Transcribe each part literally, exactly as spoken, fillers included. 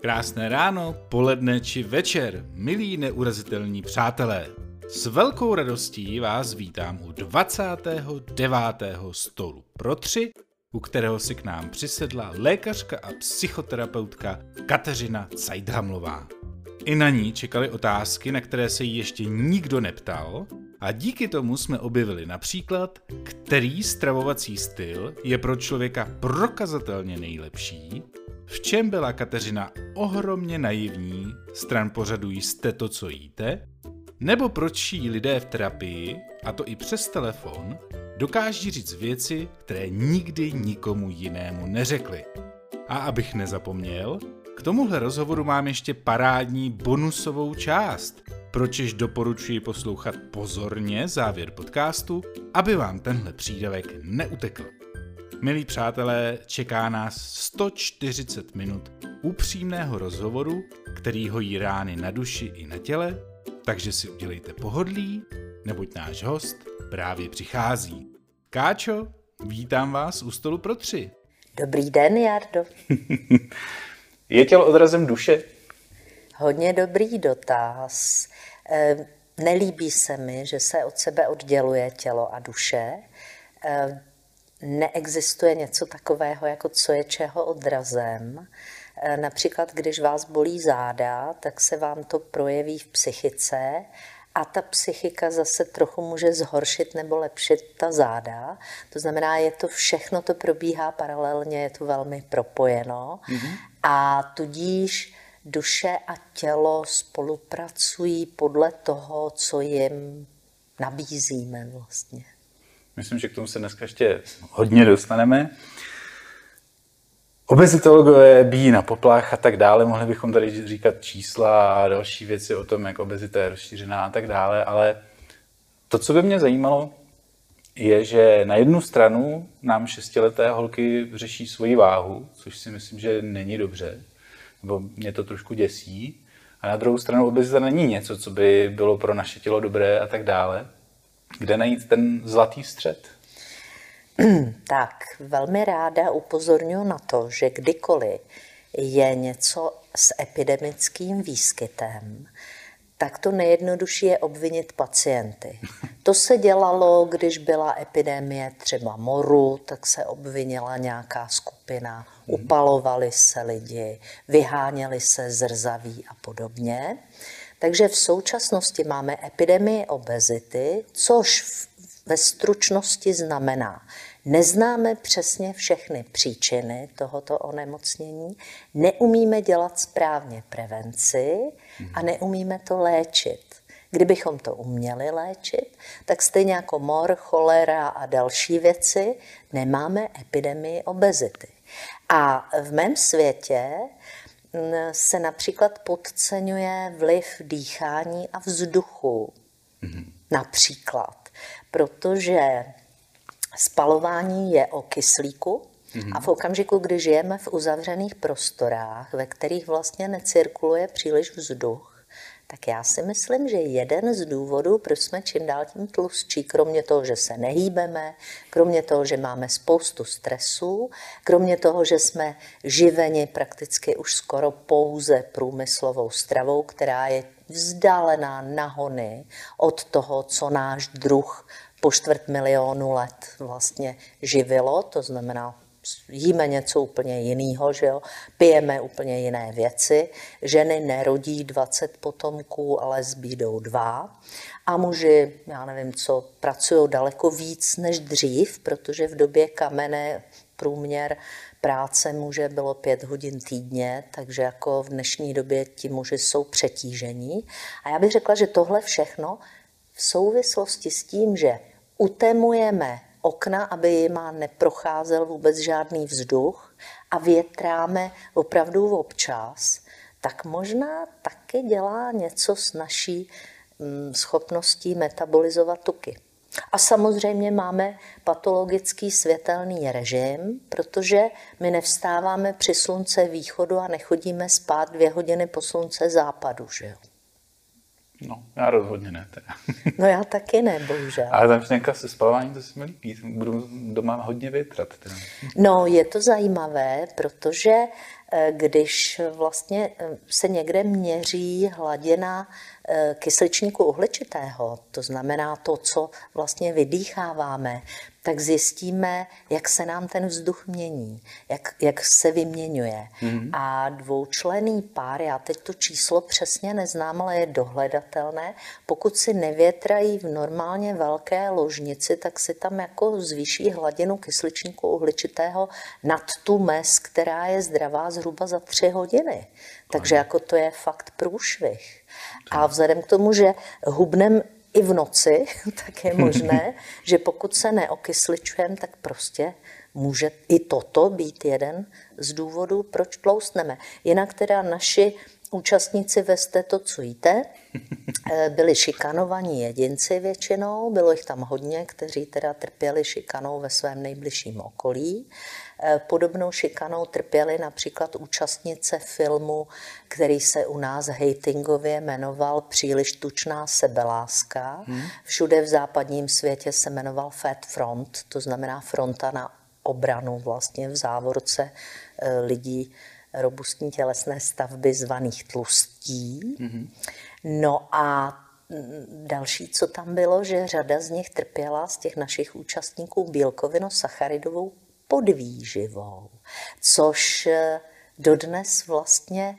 Krásné ráno, poledne či večer, milí neurazitelní přátelé. S velkou radostí vás vítám u dvacátého devátého stolu pro tři, u kterého si k nám přisedla lékařka a psychoterapeutka Kateřina Cajdhamlová. I na ní čekaly otázky, na které se jí ještě nikdo neptal, a díky tomu jsme objevili například, který stravovací styl je pro člověka prokazatelně nejlepší, v čem byla Kateřina ohromně naivní stran pořadu Jste to, co jíte, nebo proč jí lidé v terapii, a to i přes telefon, dokáží říct věci, které nikdy nikomu jinému neřekli. A abych nezapomněl, k tomuhle rozhovoru mám ještě parádní bonusovou část, pročež doporučuji poslouchat pozorně závěr podcastu, aby vám tenhle přídavek neutekl. Milí přátelé, čeká nás sto čtyřicet minut upřímného rozhovoru, který hojí rány na duši i na těle, takže si udělejte pohodlí, neboť náš host právě přichází. Káčo, vítám vás u stolu pro tři. Dobrý den, Jardo. Je tělo odrazem duše? Hodně dobrý dotaz. E, nelíbí se mi, že se od sebe odděluje tělo a duše. E, neexistuje něco takového, jako co je čeho odrazem. E, například, když vás bolí záda, tak se vám to projeví v psychice a ta psychika zase trochu může zhoršit nebo lepšit ta záda. To znamená, je to všechno, to probíhá paralelně, je to velmi propojeno. Mm-hmm. A tudíž duše a tělo spolupracují podle toho, co jim nabízíme vlastně. Myslím, že k tomu se dneska ještě hodně dostaneme. Obezitologové bíjí na poplach a tak dále. Mohli bychom tady říkat čísla a další věci o tom, jak obezita je rozšířená a tak dále, ale to, co by mě zajímalo, je, že na jednu stranu nám šestileté holky řeší svoji váhu, což si myslím, že není dobře, nebo mě to trošku děsí. A na druhou stranu obezita není něco, co by bylo pro naše tělo dobré a tak dále. Kde najít ten zlatý střed? Tak, velmi ráda upozorňuji na to, že kdykoliv je něco s epidemickým výskytem, tak to nejjednodušší je obvinit pacienty. To se dělalo, když byla epidemie třeba moru, tak se obvinila nějaká skupina, upalovali se lidi, vyháněli se zrzaví a podobně. Takže v současnosti máme epidemii obezity, což ve stručnosti znamená, neznáme přesně všechny příčiny tohoto onemocnění, neumíme dělat správně prevenci a neumíme to léčit. Kdybychom to uměli léčit, tak stejně jako mor, cholera a další věci, nemáme epidemii obezity. A v mém světě se například podceňuje vliv dýchání a vzduchu. Mm-hmm. Například, protože spalování je o kyslíku mm-hmm. a v okamžiku, kdy žijeme v uzavřených prostorách, ve kterých vlastně necirkuluje příliš vzduch, tak já si myslím, že jeden z důvodů, proč jsme čím dál tím tlustší, kromě toho, že se nehýbeme, kromě toho, že máme spoustu stresů, kromě toho, že jsme živeni prakticky už skoro pouze průmyslovou stravou, která je vzdálená na hony od toho, co náš druh po čtvrt milionu let vlastně živilo, to znamená, jíme něco úplně jiného, že jo? Pijeme úplně jiné věci, ženy nerodí dvacet potomků, ale s bídou dva a muži, já nevím co, pracují daleko víc než dřív, protože v době kamene průměr práce muže bylo pět hodin týdně, takže jako v dnešní době ti muži jsou přetížení. A já bych řekla, že tohle všechno v souvislosti s tím, že utemujeme okna, aby jima neprocházel vůbec žádný vzduch a větráme opravdu občas, tak možná taky dělá něco s naší mm, schopností metabolizovat tuky. A samozřejmě máme patologický světelný režim, protože my nevstáváme při slunce východu a nechodíme spát dvě hodiny po slunce západu, že jo? No, já rozhodně ne teda. No já taky ne, bohužel. Ale ta myšlenka se spalováním, to se mi líbí. Budu doma hodně větrat teda. No, je to zajímavé, protože když vlastně se někde měří hladina kysličníku uhličitého, to znamená to, co vlastně vydýcháváme, tak zjistíme, jak se nám ten vzduch mění, jak, jak se vyměňuje. Mm-hmm. A dvoučlenný pár, já teď to číslo přesně neznám, ale je dohledatelné, pokud si nevětrají v normálně velké ložnici, tak si tam jako zvýší hladinu kysličníku uhličitého nad tu mez, která je zdravá zhruba za tři hodiny. Takže jako to je fakt průšvih. A vzhledem k tomu, že hubnem i v noci, tak je možné, že pokud se neokysličujeme, tak prostě může i toto být jeden z důvodů, proč tloustneme. Jinak teda naši účastníci ve Jste to, co jíte, byli šikanovaní jedinci většinou, bylo jich tam hodně, kteří teda trpěli šikanou ve svém nejbližším okolí. Podobnou šikanou trpěli například účastnice filmu, který se u nás hejtingově jmenoval Příliš tučná sebeláska. Hmm. Všude v západním světě se jmenoval Fat Front, to znamená fronta na obranu vlastně v závorce lidí robustní tělesné stavby zvaných tlustí. Mm-hmm. No a další, co tam bylo, že řada z nich trpěla, z těch našich účastníků, bílkovino-sacharidovou podvýživou, což dodnes vlastně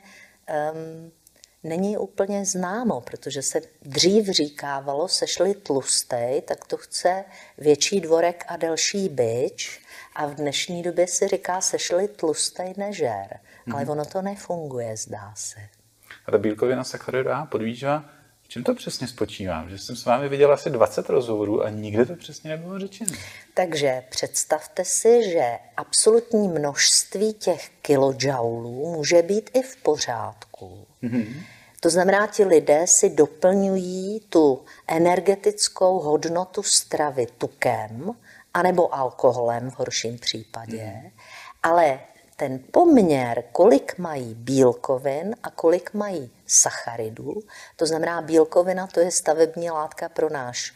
um, není úplně známo, protože se dřív říkávalo, sešli tlustej, tak to chce větší dvorek a delší bič, a v dnešní době si říká, sešli tlustej nežer. Mm-hmm. Ale ono to nefunguje, zdá se. A ta bílkovina sacharidová podvýživa, v čem to přesně spočívá? Že jsem s vámi viděla asi dvacet rozhovorů a nikde to přesně nebylo řečeno. Takže představte si, že absolutní množství těch kilojoulů může být i v pořádku. Mm-hmm. To znamená, ti lidé si doplňují tu energetickou hodnotu stravy tukem anebo alkoholem v horším případě, mm-hmm. ale ten poměr, kolik mají bílkovin a kolik mají sacharidů, to znamená bílkovina, to je stavební látka pro náš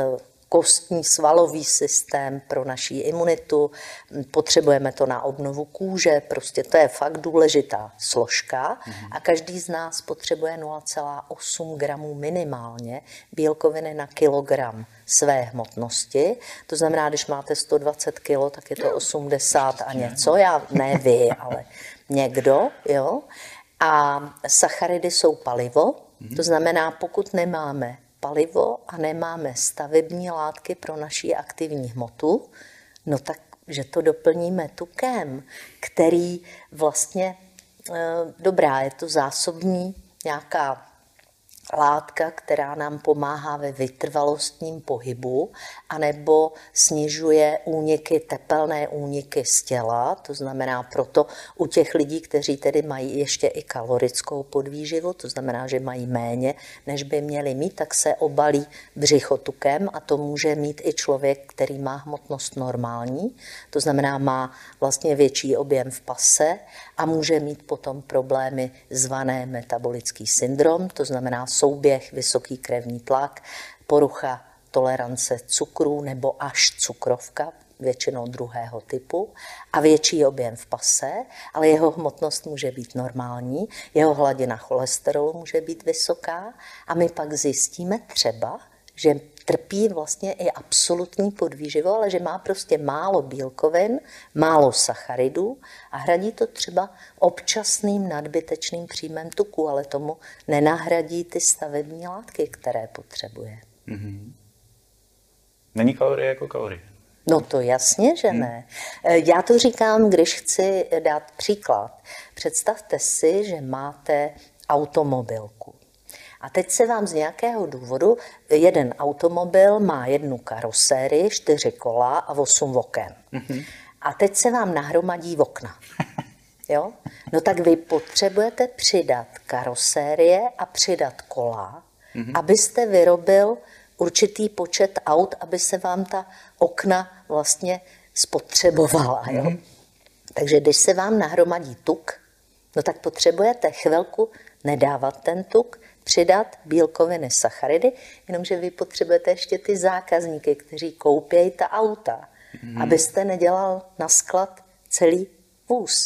kostní svalový systém, pro naši imunitu, potřebujeme to na obnovu kůže, prostě to je fakt důležitá složka a každý z nás potřebuje nula celá osm gramů minimálně bílkoviny na kilogram své hmotnosti. To znamená, když máte sto dvacet kilo, tak je to osmdesát a něco, já ne vy, ale někdo, jo. A sacharidy jsou palivo, to znamená, pokud nemáme palivo a nemáme stavební látky pro naši aktivní hmotu, no tak, že to doplníme tukem, který vlastně, dobrá, je to zásobní nějaká látka, která nám pomáhá ve vytrvalostním pohybu, anebo snižuje úniky, tepelné úniky z těla, to znamená proto u těch lidí, kteří tedy mají ještě i kalorickou podvýživu, to znamená, že mají méně, než by měli mít, tak se obalí břicho tukem a to může mít i člověk, který má hmotnost normální, to znamená má vlastně větší objem v pase a může mít potom problémy zvané metabolický syndrom, to znamená souběh vysoký krevní tlak, porucha tolerance cukrů nebo až cukrovka, většinou druhého typu, a větší objem v pase, ale jeho hmotnost může být normální, jeho hladina cholesterolu může být vysoká a my pak zjistíme třeba, že trpí vlastně i absolutní podvýživou, ale že má prostě málo bílkovin, málo sacharidů a hradí to třeba občasným nadbytečným příjmem tuku, ale tomu nenahradí ty stavební látky, které potřebuje. Mm-hmm. Není kalorie jako kalorie? No to jasně, že ne. Já to říkám, když chci dát příklad. Představte si, že máte automobilku. A teď se vám z nějakého důvodu, jeden automobil má jednu karosérii, čtyři kola a osm oken. Mm-hmm. A teď se vám nahromadí okna. Jo? No tak vy potřebujete přidat karosérie a přidat kola, mm-hmm. abyste vyrobil určitý počet aut, aby se vám ta okna vlastně spotřebovala. Jo? Mm-hmm. Takže když se vám nahromadí tuk, no tak potřebujete chvilku nedávat ten tuk, přidat bílkoviny, sacharidy, jenomže vy potřebujete ještě ty zákazníky, kteří koupějí ta auta, mm. abyste nedělal na sklad celý vůz.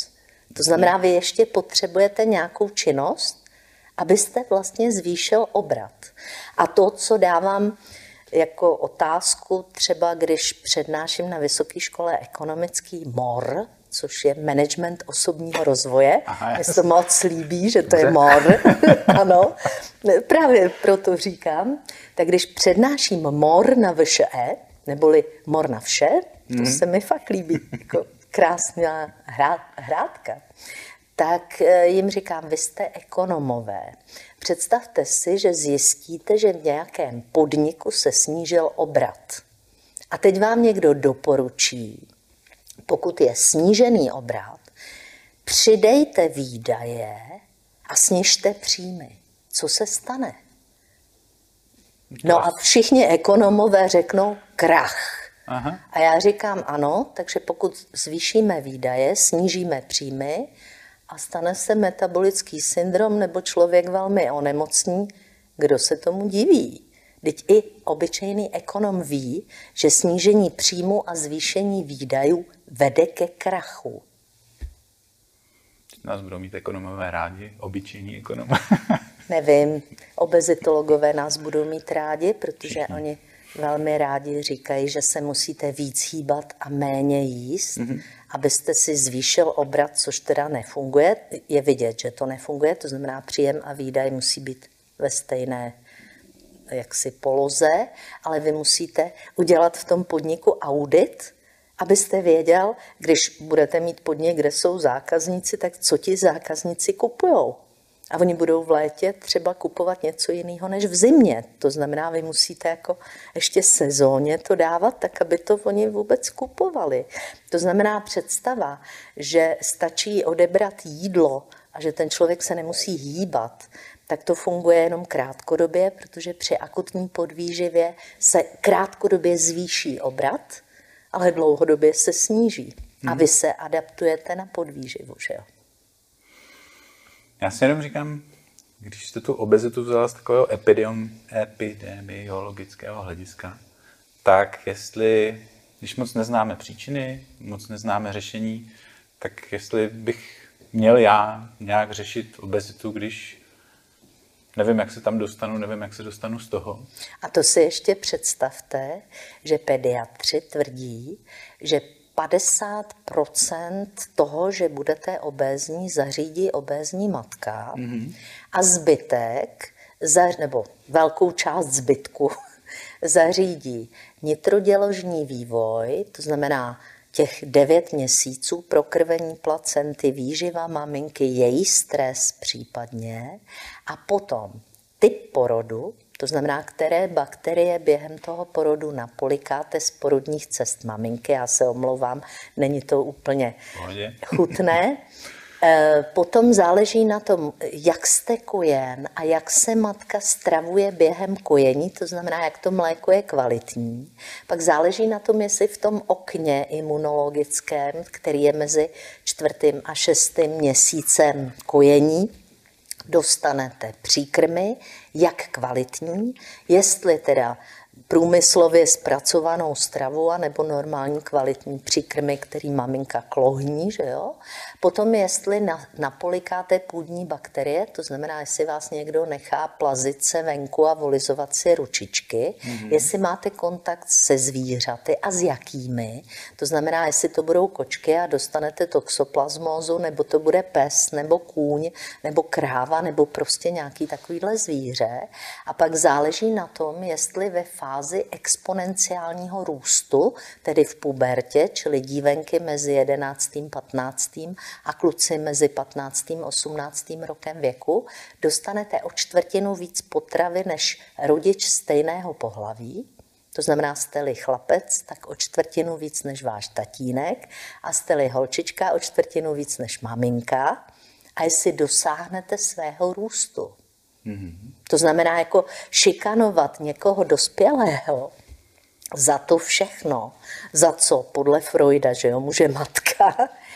To znamená, vy ještě potřebujete nějakou činnost, abyste vlastně zvýšil obrat. A to, co dávám jako otázku, třeba když přednáším na vysoké škole ekonomický M O R, což je management osobního rozvoje. Mně se to moc líbí, že to je M O R. Ano, právě proto říkám. Tak když přednáším M O R na V Š E, neboli M O R na vše, to mm. se mi fakt líbí, jako krásná hrádka, tak jim říkám, vy jste ekonomové. Představte si, že zjistíte, že v nějakém podniku se snížil obrat. A teď vám někdo doporučí, pokud je snížený obrat, přidejte výdaje a snižte příjmy. Co se stane? No a všichni ekonomové řeknou krach. Aha. A já říkám ano, takže pokud zvýšíme výdaje, snížíme příjmy a stane se metabolický syndrom nebo člověk velmi onemocní, kdo se tomu diví? Vždyť i obyčejný ekonom ví, že snížení příjmu a zvýšení výdajů vede ke krachu. Nás budou mít ekonomové rádi, obyčejní ekonomové. Nevím, obezitologové nás budou mít rádi, protože Všichni. Oni velmi rádi říkají, že se musíte víc hýbat a méně jíst, mm-hmm. abyste si zvýšil obrat, což teda nefunguje. Je vidět, že to nefunguje, to znamená příjem a výdaj musí být ve stejné jaksi poloze, ale vy musíte udělat v tom podniku audit, abyste věděl, když budete mít podnik, kde jsou zákazníci, tak co ti zákazníci kupujou. A oni budou v létě třeba kupovat něco jiného než v zimě. To znamená, vy musíte jako ještě sezóně to dávat, tak aby to oni vůbec kupovali. To znamená představa, že stačí odebrat jídlo a že ten člověk se nemusí hýbat, tak to funguje jenom krátkodobě, protože při akutní podvýživě se krátkodobě zvýší obrat, ale dlouhodobě se sníží. A vy se adaptujete na podvýživu, že jo? Já si jenom říkám, když jste tu obezitu vzala z takového epidemium, epidemiologického hlediska, tak jestli, když moc neznáme příčiny, moc neznáme řešení, tak jestli bych měl já nějak řešit obezitu, když nevím, jak se tam dostanu, nevím, jak se dostanu z toho. A to si ještě představte, že pediatři tvrdí, že padesát procent toho, že budete obézní, zařídí obézní matka mm-hmm. a zbytek, nebo velkou část zbytku, zařídí nitroděložní vývoj, to znamená těch devět měsíců prokrvení placenty, výživa maminky, její stres případně a potom typ porodu, to znamená, které bakterie během toho porodu napolikáte z porodních cest maminky. Já se omlouvám, není to úplně Pohodě. chutné. Potom záleží na tom, jak jste kojen a jak se matka stravuje během kojení, to znamená, jak to mléko je kvalitní. Pak záleží na tom, jestli v tom okně imunologickém, který je mezi čtvrtým a šestým měsícem kojení, dostanete příkrmy, jak kvalitní, jestli teda průmyslově zpracovanou stravu, anebo normální kvalitní příkrmy, který maminka klohní, že jo? Potom jestli na, napolikáte půdní bakterie, to znamená, jestli vás někdo nechá plazit se venku a volizovat si ručičky, mm-hmm. jestli máte kontakt se zvířaty a s jakými, to znamená, jestli to budou kočky a dostanete toxoplasmózu, nebo to bude pes, nebo kůň, nebo kráva, nebo prostě nějaký takovýhle zvíře. A pak záleží na tom, jestli ve fázi exponenciálního růstu, tedy v pubertě, čili dívenky mezi jedenáctým patnáctým a kluci mezi patnáctým osmnáctým rokem věku, dostanete o čtvrtinu víc potravy než rodič stejného pohlaví. To znamená, jste-li chlapec, tak o čtvrtinu víc než váš tatínek a jste-li holčička, o čtvrtinu víc než maminka. A jestli dosáhnete svého růstu. Mm-hmm. To znamená jako šikanovat někoho dospělého za to všechno, za co podle Freuda, že jo, může matka,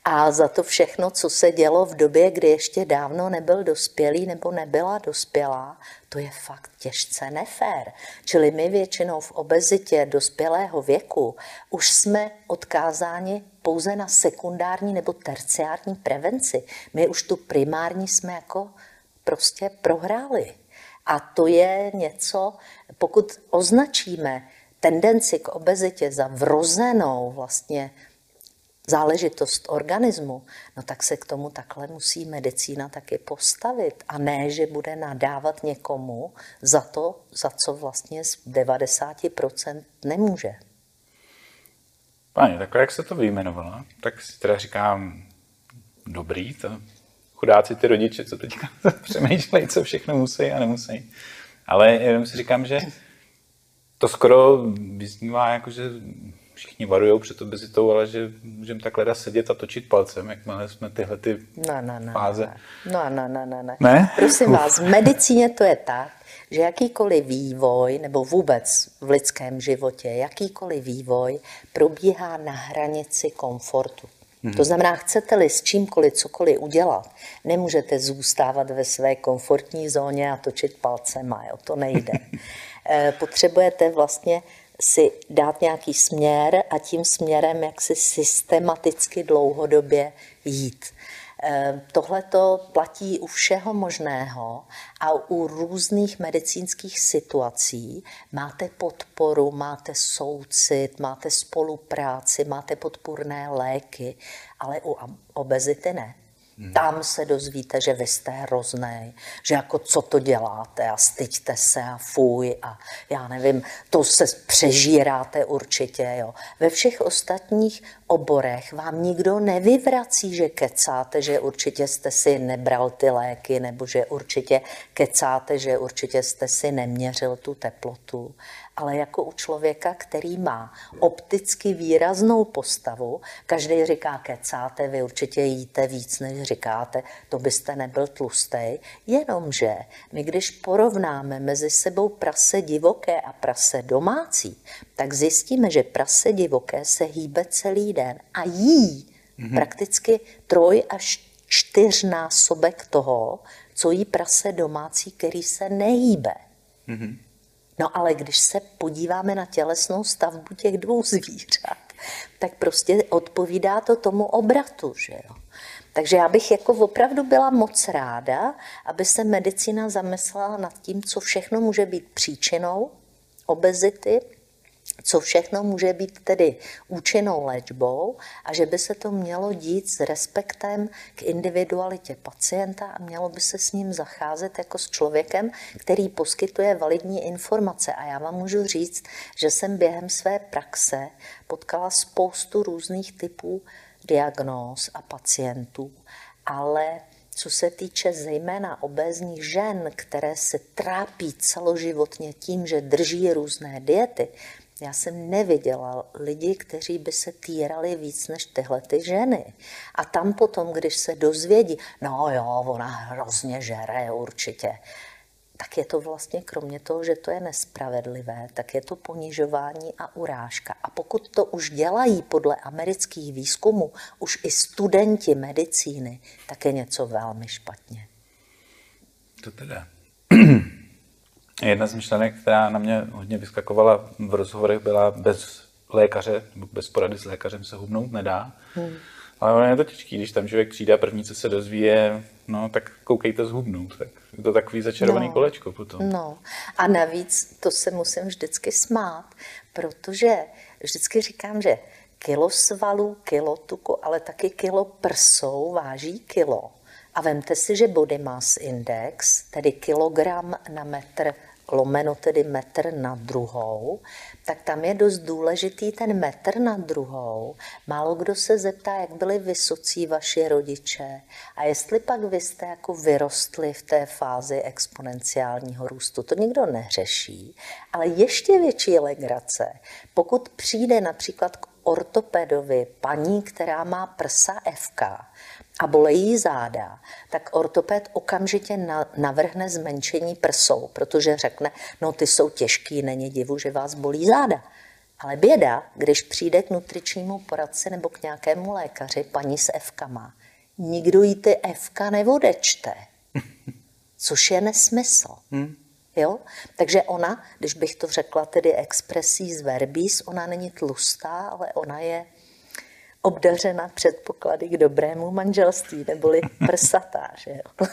A za to všechno, co se dělo v době, kdy ještě dávno nebyl dospělý nebo nebyla dospělá, to je fakt těžce nefér. Čili my většinou v obezitě dospělého věku už jsme odkázáni pouze na sekundární nebo terciární prevenci. My už tu primární jsme jako prostě prohráli. A to je něco, pokud označíme tendenci k obezitě za vrozenou vlastně záležitost organismu, no tak se k tomu takhle musí medicína taky postavit. A ne, že bude nadávat někomu za to, za co vlastně z devadesát procent nemůže. Páni, takhle jak se to vyjmenovala, tak si teda říkám, dobrý, to chudáci ty rodiče, co teďka přemýšlejí, co všechno musí a nemusí. Ale jenom si říkám, že to skoro vyznívá jako, že všichni varujou před obezitou, ale že můžeme takhle sedět a točit palcem, jakmile jsme tyhle ty no, no, no, fáze. No, no, no, no, no. Ne? Prosím vás, v medicíně to je tak, že jakýkoliv vývoj, nebo vůbec v lidském životě, jakýkoliv vývoj probíhá na hranici komfortu. Hmm. To znamená, chcete-li s čímkoliv cokoliv udělat, nemůžete zůstávat ve své komfortní zóně a točit palcema, jo? To nejde. Potřebujete vlastně si dát nějaký směr a tím směrem jak si systematicky dlouhodobě jít. Tohle to platí u všeho možného a u různých medicínských situací máte podporu, máte soucit, máte spolupráci, máte podpůrné léky, ale u obezity ne. Hmm. Tam se dozvíte, že vy jste hroznej, že jako co to děláte a styďte se a fuj a já nevím, to se přežíráte určitě. Jo. Ve všech ostatních oborech vám nikdo nevyvrací, že kecáte, že určitě jste si nebral ty léky nebo že určitě kecáte, že určitě jste si neměřil tu teplotu. Ale jako u člověka, který má opticky výraznou postavu, každý říká, kecáte, vy určitě jíte víc, než říkáte, to byste nebyl tlustej. Jenomže my, když porovnáme mezi sebou prase divoké a prase domácí, tak zjistíme, že prase divoké se hýbe celý den a jí mm-hmm. prakticky troj až čtyřnásobek toho, co jí prase domácí, který se nehýbe. Mm-hmm. No ale když se podíváme na tělesnou stavbu těch dvou zvířat, tak prostě odpovídá to tomu obratu, že jo. Takže já bych jako opravdu byla moc ráda, aby se medicína zamyslela nad tím, co všechno může být příčinou obezity, co všechno může být tedy účinnou léčbou a že by se to mělo dít s respektem k individualitě pacienta a mělo by se s ním zacházet jako s člověkem, který poskytuje validní informace. A já vám můžu říct, že jsem během své praxe potkala spoustu různých typů diagnóz a pacientů, ale co se týče zejména obézních žen, které se trápí celoživotně tím, že drží různé diety, já jsem neviděla lidi, kteří by se týrali víc než tyhle ty ženy. A tam potom, když se dozvědí, no jo, ona hrozně žere určitě, tak je to vlastně kromě toho, že to je nespravedlivé, tak je to ponižování a urážka. A pokud to už dělají podle amerických výzkumů už i studenti medicíny, tak je něco velmi špatně. To teda. Jedna z myšlenek, která na mě hodně vyskakovala v rozhovorech, byla bez lékaře, nebo bez porady s lékařem se hubnout nedá. Hmm. Ale ono je to těžký, když tam člověk přijde a první, co se dozví, je, no tak koukejte zhubnout. Tak je to takový začarovaný no, kolečko potom. No a navíc to se musím vždycky smát, protože vždycky říkám, že kilo svalů, kilo tuku, ale taky kilo prsou váží kilo. A vemte si, že body mass index, tedy kilogram na metr, lomeno tedy metr na druhou, tak tam je dost důležitý ten metr na druhou. Málo kdo se zeptá, jak byli vysocí vaši rodiče a jestli pak vy jste jako vyrostli v té fázi exponenciálního růstu. To nikdo neřeší, ale ještě větší legrace, pokud přijde například k ortopedovi paní, která má prsa F K, a bolejí záda, tak ortoped okamžitě navrhne zmenšení prsou, protože řekne, no ty jsou těžký, není divu, že vás bolí záda. Ale běda, když přijde k nutričnímu poradci nebo k nějakému lékaři, paní s Fkama, nikdo jí ty Fka neodečte, což je nesmysl. Hmm. Jo? Takže ona, když bych to řekla tedy expressis verbis, ona není tlustá, ale ona je obdařena předpoklady k dobrému manželství, neboli prsatá. Že jo?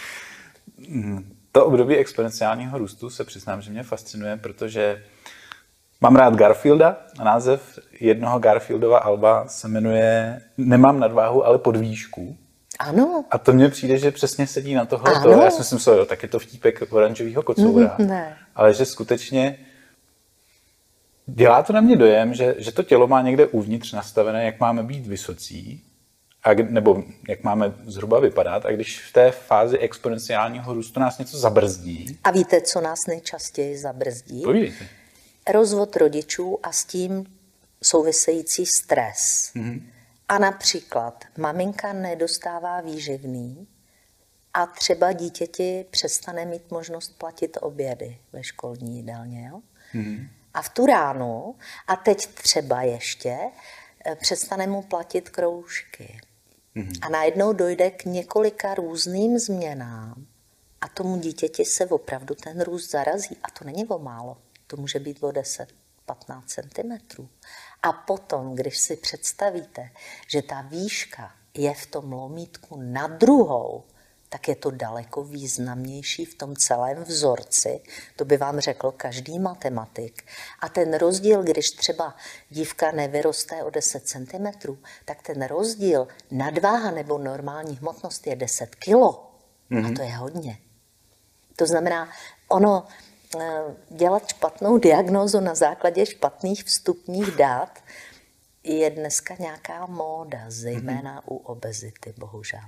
To období exponenciálního růstu se přiznám, že mě fascinuje, protože mám rád Garfielda a název jednoho Garfieldova alba se jmenuje Nemám nadváhu, ale podvýšku. Ano. A to mně přijde, že přesně sedí na tohleto. Já si myslím, že tak je to vtípek oranžového kocoura. Mm, ne. Ale že skutečně dělá to na mě dojem, že, že to tělo má někde uvnitř nastavené, jak máme být vysocí, a, nebo jak máme zhruba vypadat. A když v té fázi exponenciálního růstu nás něco zabrzdí. A víte, co nás nejčastěji zabrzdí? Povídejte. Rozvod rodičů a s tím související stres. Mm-hmm. A například maminka nedostává výživný a třeba dítěti přestane mít možnost platit obědy ve školní jídelně. Jo? Mm-hmm. A v tu ránu, a teď třeba ještě, přestane mu platit kroužky. Mm-hmm. A najednou dojde k několika různým změnám a tomu dítěti se opravdu ten růst zarazí. A to není o málo. To může být o deset patnáct centimetrů. A potom, když si představíte, že ta výška je v tom lomítku na druhou, tak je to daleko významnější v tom celém vzorci. To by vám řekl každý matematik. A ten rozdíl, když třeba dívka nevyroste o deset centimetrů, tak ten rozdíl nadváha nebo normální hmotnost je deset kilo. Mm-hmm. A to je hodně. To znamená, ono dělat špatnou diagnózu na základě špatných vstupních dat je dneska nějaká móda, zejména mm-hmm. u obezity, bohužel.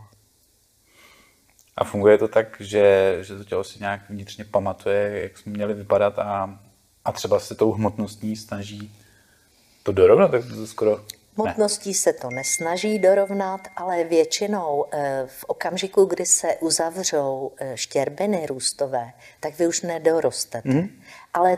A funguje to tak, že, že to tělo si nějak vnitřně pamatuje, jak jsme měli vypadat a, a třeba se tou hmotností snaží to dorovnat? Tak to skoro... Hmotností se to nesnaží dorovnat, ale většinou v okamžiku, kdy se uzavřou štěrbiny růstové, tak vy už nedorostete. Mm. Ale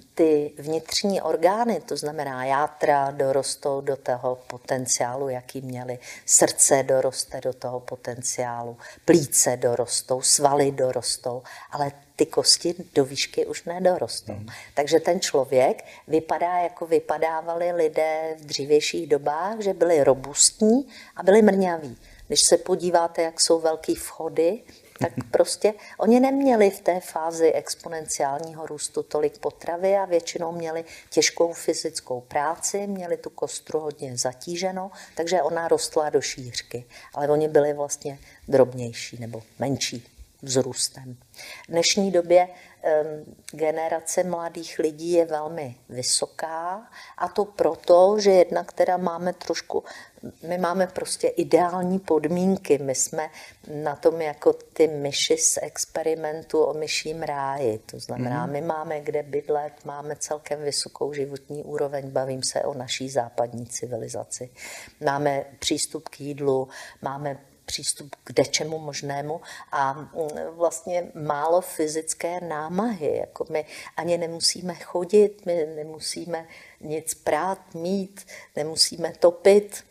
ty vnitřní orgány, to znamená játra, dorostou do toho potenciálu, jaký měli, srdce doroste do toho potenciálu, plíce dorostou, svaly dorostou, ale ty kosti do výšky už nedorostou. Mm. Takže ten člověk vypadá, jako vypadávali lidé v dřívějších dobách, že byli robustní a byli mrňaví. Když se podíváte, jak jsou velký vchody, tak prostě oni neměli v té fázi exponenciálního růstu tolik potravy a většinou měli těžkou fyzickou práci, měli tu kostru hodně zatíženou, takže ona rostla do šířky. Ale oni byli vlastně drobnější nebo menší vzrůstem. V dnešní době um, generace mladých lidí je velmi vysoká a to proto, že jednak teda máme trošku, my máme prostě ideální podmínky. My jsme na tom jako ty myši z experimentu o myším ráji. To znamená, my máme kde bydlet, máme celkem vysokou životní úroveň, bavím se o naší západní civilizaci. Máme přístup k jídlu, máme přístup k dečemu možnému a vlastně málo fyzické námahy. Jako my ani nemusíme chodit, my nemusíme nic prát, mít, nemusíme topit.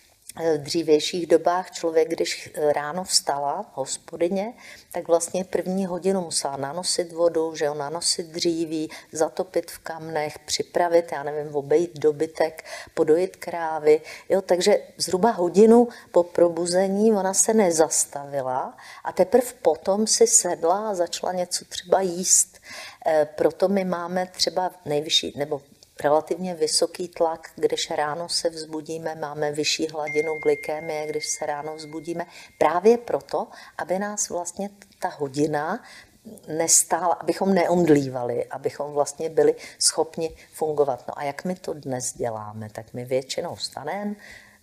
V dřívějších dobách člověk, když ráno vstala, hospodyně, tak vlastně první hodinu musela nanosit vodu, že jo, nanosit dříví, zatopit v kamnech, připravit, já nevím, obejít dobytek, podojit krávy. Jo, takže zhruba hodinu po probuzení ona se nezastavila a teprve potom si sedla a začala něco třeba jíst. E, proto my máme třeba nejvyšší, nebo relativně vysoký tlak, když ráno se vzbudíme, máme vyšší hladinu glykémie, když se ráno vzbudíme. Právě proto, aby nás vlastně ta hodina nestála, abychom neomdlívali, abychom vlastně byli schopni fungovat. No a jak my to dnes děláme? Tak my většinou vstaneme,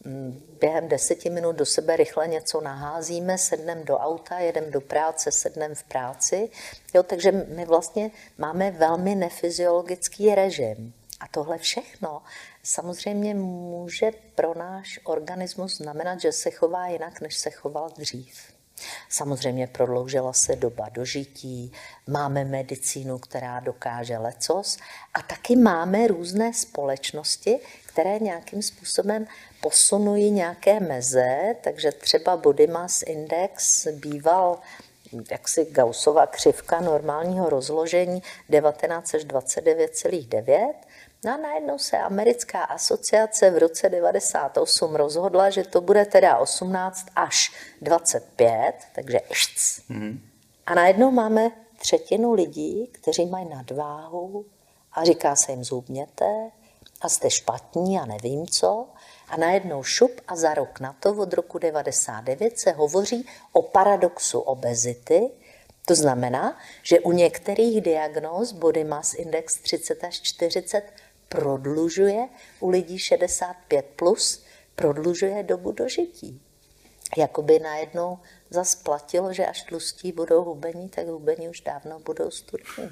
během deseti minut do sebe rychle něco naházíme, sedneme do auta, jedeme do práce, sedneme v práci. Jo, takže my vlastně máme velmi nefyziologický režim. A tohle všechno samozřejmě může pro náš organismus znamenat, že se chová jinak, než se choval dřív. Samozřejmě prodloužila se doba dožití, máme medicínu, která dokáže lecos a taky máme různé společnosti, které nějakým způsobem posunují nějaké meze, takže třeba body mass index býval jaksi Gaussova křivka normálního rozložení devatenáct až dvacet devět celá devět. No a najednou se americká asociace v roce devadesát osm rozhodla, že to bude teda osmnáct až dvacet pět, takže šc. Mm. A najednou máme třetinu lidí, kteří mají nadváhu a říká se jim zhubněte a jste špatní a nevím co. A najednou šup a za rok na to, od roku devadesát devět, se hovoří o paradoxu obezity. To znamená, že u některých diagnóz body mass index třicet až čtyřicet prodlužuje, u lidí šedesát pět plus prodlužuje dobu dožití. Jakoby najednou zas platilo, že až tlustí budou hubení, tak hubení už dávno budou studní.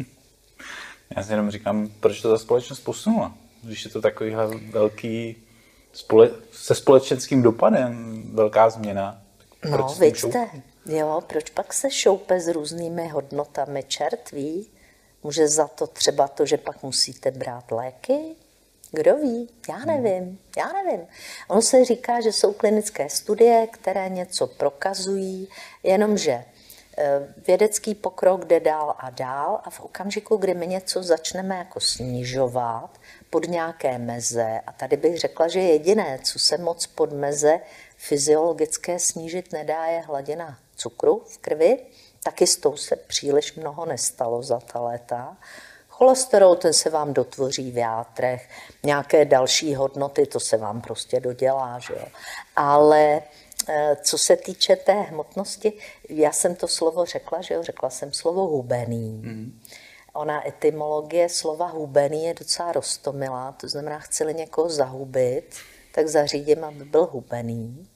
Já si jenom říkám, proč to ta společnost posunula? Když je to takovýhle velký, spole, se společenským dopadem velká změna. No, vidíte, jo, proč pak se šoupe s různými hodnotami, čert ví? Může za to třeba to, že pak musíte brát léky? Kdo ví? Já nevím, já nevím. Ono se říká, že jsou klinické studie, které něco prokazují, jenomže vědecký pokrok jde dál a dál a v okamžiku, kdy my něco začneme jako snižovat pod nějaké meze, a tady bych řekla, že jediné, co se moc pod meze fyziologické snížit nedá, je hladina cukru v krvi, taky s tou se příliš mnoho nestalo za ta léta. Cholesterol, ten se vám dotvoří v játrech, nějaké další hodnoty, to se vám prostě dodělá, že jo. Ale co se týče té hmotnosti, já jsem to slovo řekla, že jo, řekla jsem slovo hubený. Mm. Ona etymologie slova hubený je docela roztomilá, to znamená, chci-li někoho zahubit, tak zařídím, aby byl hubený.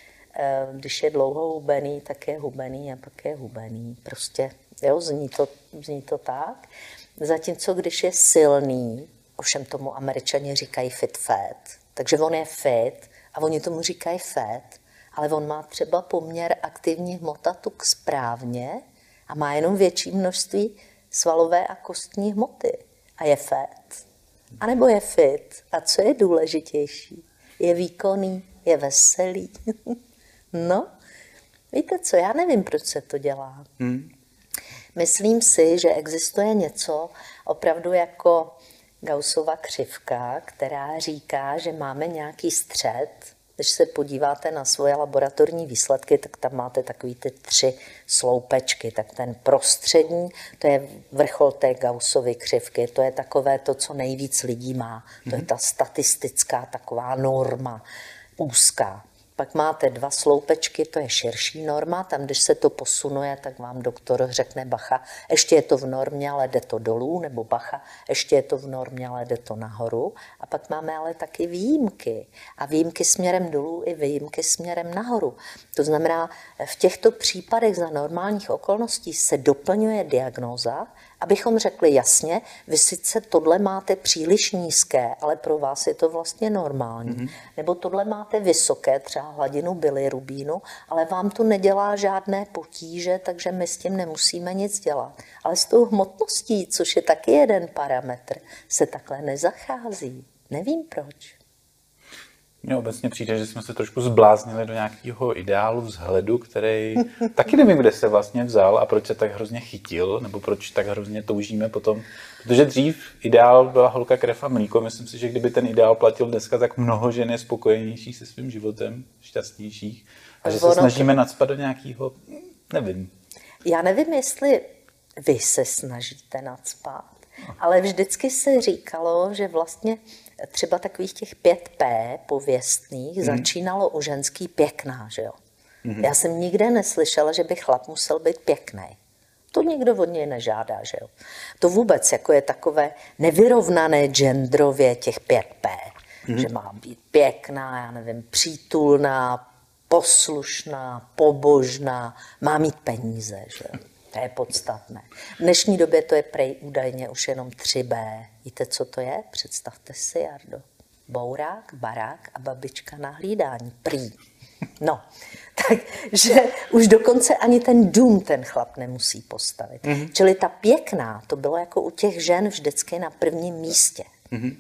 Když je dlouho hubený, tak je hubený a pak je hubený. Prostě, jo, zní to, zní to tak. Zatímco, když je silný, ovšem tomu Američani říkají fit fat, takže on je fit a oni tomu říkají fat, ale on má třeba poměr aktivní hmota tuk správně a má jenom větší množství svalové a kostní hmoty. A je fat. A nebo je fit. A co je důležitější? Je výkonný, je veselý. No, víte co, já nevím, proč se to dělá. Hmm. Myslím si, že existuje něco opravdu jako Gaussova křivka, která říká, že máme nějaký střed. Když se podíváte na svoje laboratorní výsledky, tak tam máte takový ty tři sloupečky. Tak ten prostřední, to je vrchol té Gaussovy křivky, to je takové to, co nejvíc lidí má. To je ta statistická taková norma, úzká. Pak máte dva sloupečky, to je širší norma, tam, když se to posunuje, tak vám doktor řekne bacha, ještě je to v normě, ale jde to dolů, nebo bacha, ještě je to v normě, ale jde to nahoru. A pak máme ale taky výjimky. A výjimky směrem dolů i výjimky směrem nahoru. To znamená, v těchto případech za normálních okolností se doplňuje diagnóza, abychom řekli jasně, vy sice tohle máte příliš nízké, ale pro vás je to vlastně normální. Mm-hmm. Nebo tohle máte vysoké, třeba hladinu bilirubínu, ale vám to nedělá žádné potíže, takže my s tím nemusíme nic dělat. Ale s tou hmotností, což je taky jeden parametr, se takhle nezachází. Nevím proč. Mně obecně přijde, že jsme se trošku zbláznili do nějakého ideálu vzhledu, který taky nevím, kde se vlastně vzal a proč se tak hrozně chytil, nebo proč tak hrozně toužíme potom. Protože dřív ideál byla holka, krev a mlíko. Myslím si, že kdyby ten ideál platil dneska, tak mnoho žen je spokojenějších se svým životem, šťastnějších. A že se snažíme nacpat do nějakého, nevím. Já nevím, jestli vy se snažíte nacpat, ale vždycky se říkalo, že vlastně třeba takových těch pět pé pověstných mm. začínalo u ženský pěkná, že jo. Mm. Já jsem nikde neslyšela, že by chlap musel být pěkný. To nikdo od něj nežádá, že jo. To vůbec jako je takové nevyrovnané genderově těch pět pé, mm. že má být pěkná, já nevím, přítulná, poslušná, pobožná, má mít peníze, že jo. To je podstatné. V dnešní době to je prej údajně už jenom tři bé. Víte, co to je? Představte si, Jardo. Bourák, barák a babička na hlídání. Prý. No, Takže už dokonce ani ten dům ten chlap nemusí postavit. Mm-hmm. Čili ta pěkná, to bylo jako u těch žen vždycky na prvním místě. Mm-hmm.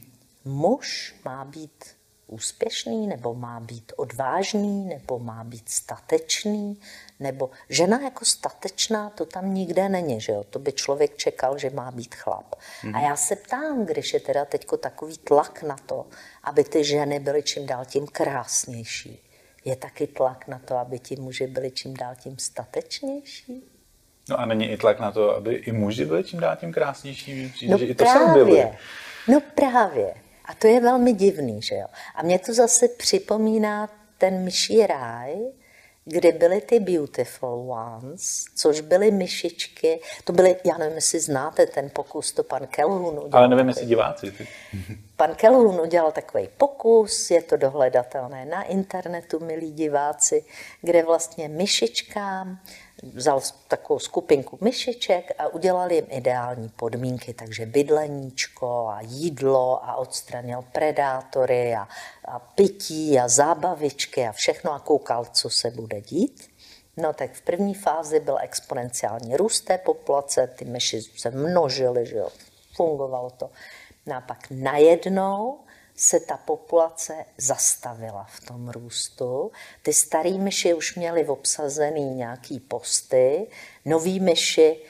Muž má být úspěšný, nebo má být odvážný, nebo má být statečný, nebo žena jako statečná, to tam nikde není, že jo? To by člověk čekal, že má být chlap. Mm. A já se ptám, když je teda teďko takový tlak na to, aby ty ženy byly čím dál tím krásnější, je taky tlak na to, aby ti muži byli čím dál tím statečnější? No a není i tlak na to, aby i muži byli čím dál tím krásnější? Přijde, no že i to právě, se objevuje. no právě. A to je velmi divný, že jo. A mě to zase připomíná ten myší ráj, kde byly ty beautiful ones, což byly myšičky, to byly, já nevím, jestli znáte ten pokus, to pan Calhoun udělal. Ale nevím, takový, jestli diváci. Ty. Pan Calhoun udělal takový pokus, je to dohledatelné na internetu, milí diváci, kde vlastně myšičkám vzal takovou skupinku myšiček a udělal jim ideální podmínky, takže bydleníčko a jídlo a odstranil predátory a, a pití a zábavičky a všechno a koukal, co se bude dít. No tak v první fázi byl exponenciální růst té populace, ty myši se množily, že jo, fungovalo to. No a pak najednou se ta populace zastavila v tom růstu. Ty starý myši už měly obsazený nějaký posty, noví myši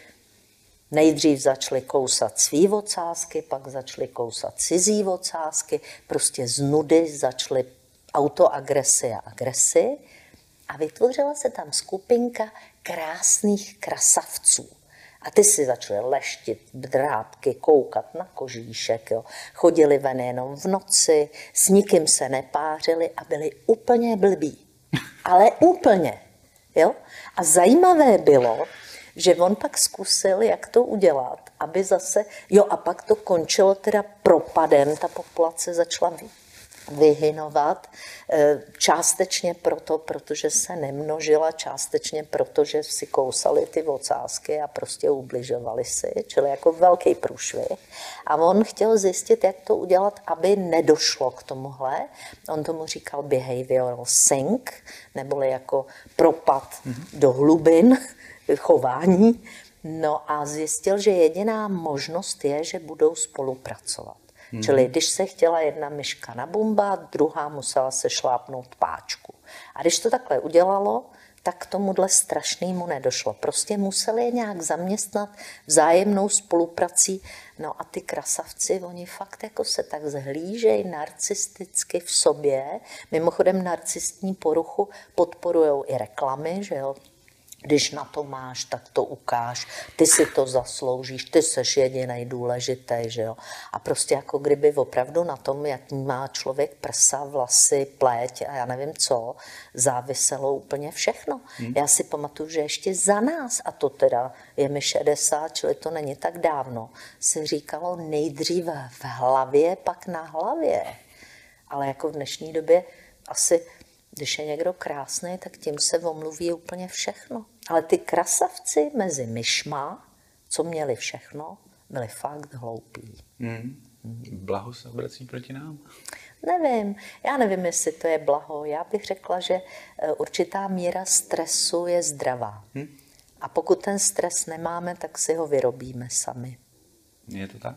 nejdřív začaly kousat svý ocásky, pak začaly kousat cizí ocásky, prostě z nudy začaly autoagresy a agresy a vytvořila se tam skupinka krásných krasavců. A ty si začaly leštit drápky, koukat na kožíšek, jo. Chodili ven jenom v noci, s nikým se nepářili a byli úplně blbí. Ale úplně. Jo? A zajímavé bylo, že on pak zkusil, jak to udělat, aby zase, jo a pak to končilo teda propadem, ta populace začala vyhynovat, částečně proto, protože se nemnožila, částečně proto, že si kousali ty ocásky a prostě ubližovali si, čili jako velký průšvih. A on chtěl zjistit, jak to udělat, aby nedošlo k tomuhle. On tomu říkal behavioral sink, neboli jako propad mm-hmm. do hlubin chování. No a zjistil, že jediná možnost je, že budou spolupracovat. Hmm. Čili když se chtěla jedna myška nabumbat, druhá musela se šlápnout páčku. A když to takhle udělalo, tak k tomuhle strašnému nedošlo. Prostě museli je nějak zaměstnat vzájemnou spoluprací. No a ty krasavci, oni fakt jako se tak zhlížejí narcisticky v sobě. Mimochodem narcistní poruchu podporujou i reklamy, že jo. Když na to máš, tak to ukáž, ty si to zasloužíš, ty seš jedinej důležitý, že jo. A prostě jako kdyby opravdu na tom, jak má člověk prsa, vlasy, pleť a já nevím co, záviselo úplně všechno. Hmm. Já si pamatuju, že ještě za nás, a to teda je mi šedesát, čili to není tak dávno, se říkalo nejdříve v hlavě, pak na hlavě. Ale jako v dnešní době asi... Když je někdo krásný, tak tím se omluví úplně všechno. Ale ty krasavci mezi myšma, co měli všechno, byli fakt hloupí. Mm. Blaho se obrací proti nám? Nevím. Já nevím, jestli to je blaho. Já bych řekla, že určitá míra stresu je zdravá. Hmm. A pokud ten stres nemáme, tak si ho vyrobíme sami. Je to tak?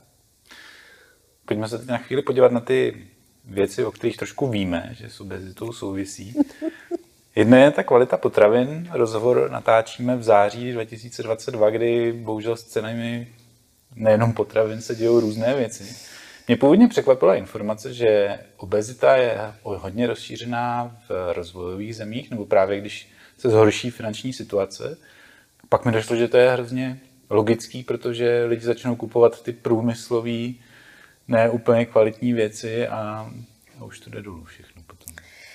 Pojďme se teď na chvíli podívat na ty věci, o kterých trošku víme, že s obezitou souvisí. Jedna je ta kvalita potravin. Rozhovor natáčíme v září dva tisíce dvacet dva, kdy bohužel s cenami nejenom potravin se dějou různé věci. Mě původně překvapila informace, že obezita je hodně rozšířená v rozvojových zemích, nebo právě když se zhorší finanční situace. Pak mi došlo, že to je hrozně logický, protože lidi začnou kupovat ty průmyslové ne úplně kvalitní věci a, a už to jde dolů všechno potom.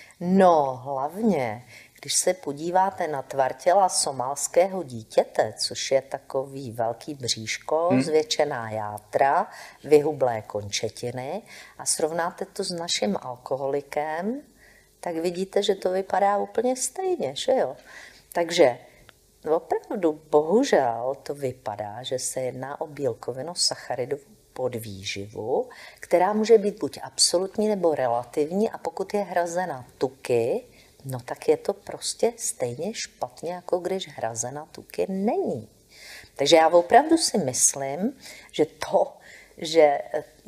No hlavně, když se podíváte na tvar těla somálského dítěte, což je takový velký bříško, hmm. zvětšená játra, vyhublé končetiny a srovnáte to s naším alkoholikem, tak vidíte, že to vypadá úplně stejně, že jo? Takže opravdu, bohužel, to vypadá, že se jedná o bílkovino-sacharidovou podvýživu, která může být buď absolutní nebo relativní a pokud je hrazena tuky, no tak je to prostě stejně špatně, jako když hrazena tuky není. Takže já opravdu si myslím, že to, že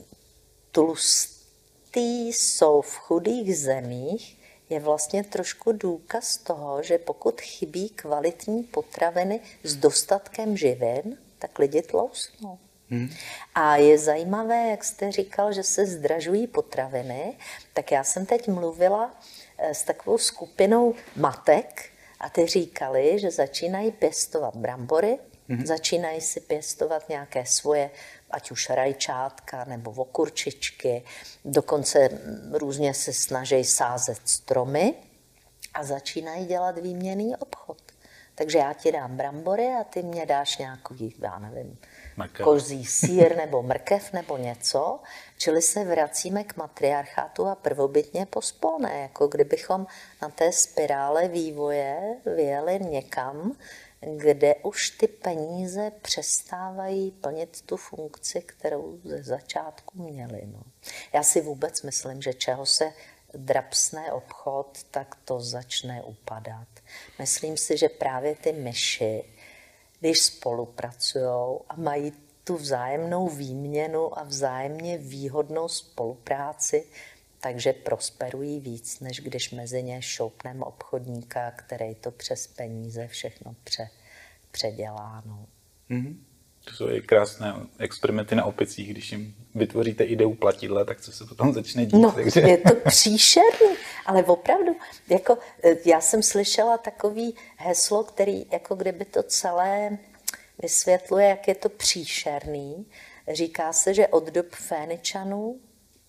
tlustí jsou v chudých zemích, je vlastně trošku důkaz toho, že pokud chybí kvalitní potraviny s dostatkem živin, tak lidi tloustnou. Hmm. A je zajímavé, jak jste říkal, že se zdražují potraviny, tak já jsem teď mluvila s takovou skupinou matek a ty říkali, že začínají pěstovat brambory, hmm. začínají si pěstovat nějaké svoje, ať už rajčátka nebo okurčičky, dokonce různě se snaží sázet stromy a začínají dělat výměnný obchod. Takže já ti dám brambory a ty mě dáš nějaký, já nevím, mrkev. Kozí sýr nebo mrkev nebo něco. Čili se vracíme k matriarchátu a prvobytně pospolné, jako kdybychom na té spirále vývoje vyjeli někam, kde už ty peníze přestávají plnit tu funkci, kterou ze začátku měly. No. Já si vůbec myslím, že čeho se drapsne obchod, tak to začne upadat. Myslím si, že právě ty myši, když spolupracují a mají tu vzájemnou výměnu a vzájemně výhodnou spolupráci, takže prosperují víc, než když mezi ně šoupneme obchodníka, který to přes peníze všechno pře, předělá. No. Mm-hmm. To jsou i krásné experimenty na opicích, když jim vytvoříte ideu platidla, tak co se potom začne dít. No, takže... je to příšerný, ale opravdu, jako já jsem slyšela takový heslo, který jako kdyby to celé vysvětluje, jak je to příšerný. Říká se, že od dob Féničanů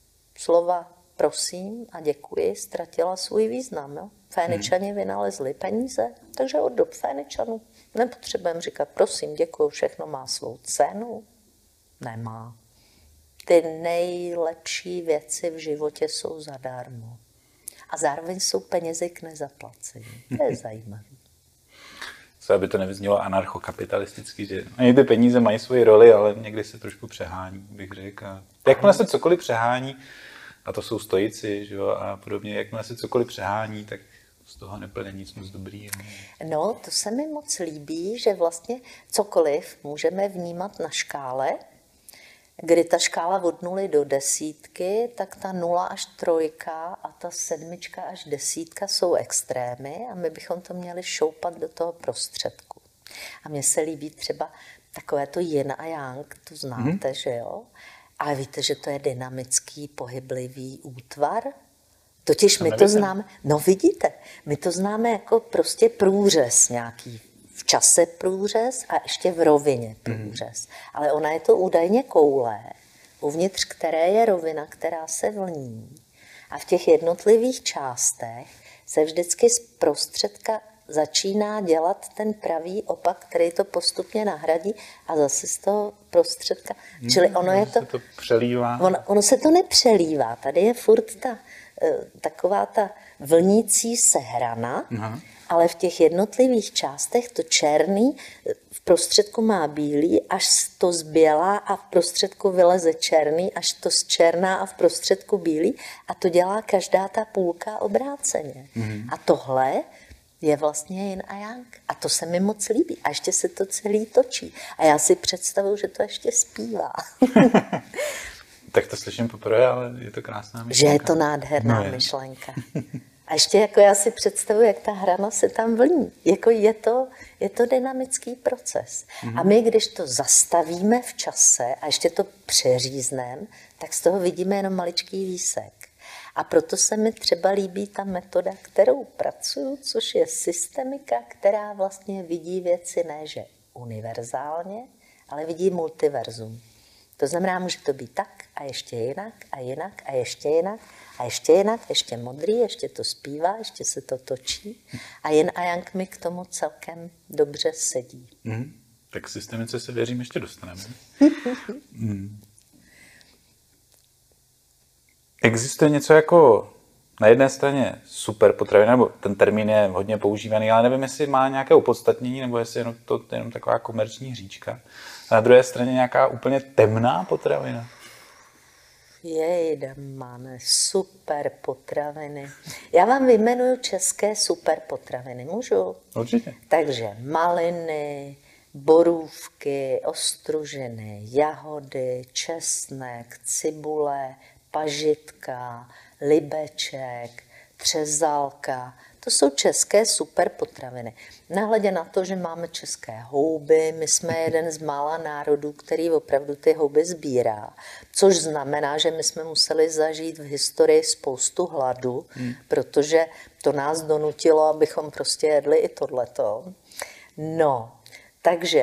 slova prosím a děkuji ztratila svůj význam. Jo? Féničani hmm. vynalezli peníze, takže od dob Féničanů nepotřebujeme říkat prosím, děkuji, všechno má svou cenu. Nemá. Ty nejlepší věci v životě jsou zadarmo. A zároveň jsou penězi k nezaplacení. To je zajímavé. Co, aby to nevyznělo anarchokapitalisticky, že oni ty peníze mají svoji roli, ale někdy se trošku přehání, bych řekl. Jakmile se cokoliv přehání, a to jsou stoici, že jo, a podobně, jakmile se cokoliv přehání, tak z toho neplne nic moc dobrý. No, to se mi moc líbí, že vlastně cokoliv můžeme vnímat na škále, kdy ta škála od nuly do desítky, tak ta nula až trojka a ta sedmička až desítka jsou extrémy a my bychom to měli šoupat do toho prostředku. A mně se líbí třeba takové to yin a yang, to znáte, mm-hmm. že jo? Ale víte, že to je dynamický, pohyblivý útvar? Totiž to my nevíte. To známe, no vidíte, my to známe jako prostě průřez nějaký, v čase průřez a ještě v rovině průřez. Mm. Ale ona je to údajně koule, uvnitř které je rovina, která se vlní. A v těch jednotlivých částech se vždycky z prostředka začíná dělat ten pravý opak, který to postupně nahradí a zase z toho prostředka. Mm, Čili ono je to... Se to přelívá. Ono, ono se to nepřelívá. Tady je furt ta, taková ta vlnící se hrana, Aha. ale v těch jednotlivých částech to černý v prostředku má bílý, až to zbělá a v prostředku vyleze černý, až to zčerná a v prostředku bílý a to dělá každá ta půlka obráceně. Mm. A tohle je vlastně yin a yang. A to se mi moc líbí. A ještě se to celý točí. A já si představuju, že to ještě zpívá. Tak to slyším poprvé, ale je to krásná myšlenka. Že je to nádherná no myšlenka. A ještě jako já si představuju, jak ta hrana se tam vlní. Jako je to, je to dynamický proces. Mm-hmm. A my, když to zastavíme v čase a ještě to přeřízneme, tak z toho vidíme jenom maličký výsek. A proto se mi třeba líbí ta metoda, kterou pracuju, což je systemika, která vlastně vidí věci ne že univerzálně, ale vidí multiverzum. To znamená, může to být tak a ještě jinak a jinak a ještě jinak a ještě jinak, ještě modrý, ještě to zpívá, ještě se to točí. A yin a yang mi k tomu celkem dobře sedí. Mm, tak systemice se věřím ještě dostaneme. mm. Existuje něco jako na jedné straně super potravina, nebo ten termín je hodně používaný, ale nevím, jestli má nějaké opodstatnění, nebo jestli je to jenom taková komerční hříčka. A na druhé straně nějaká úplně temná potravina. Jejda, máme super potraviny. Já vám vyjmenuju české super potraviny, můžu? Určitě. Takže maliny, borůvky, ostružiny, jahody, česnek, cibule, pažitka, libeček, třezálka. To jsou české super potraviny. Nehledě na to, že máme české houby, my jsme jeden z mála národů, který opravdu ty houby sbírá, což znamená, že my jsme museli zažít v historii spoustu hladu, hmm. protože to nás donutilo, abychom prostě jedli i tohleto. No, takže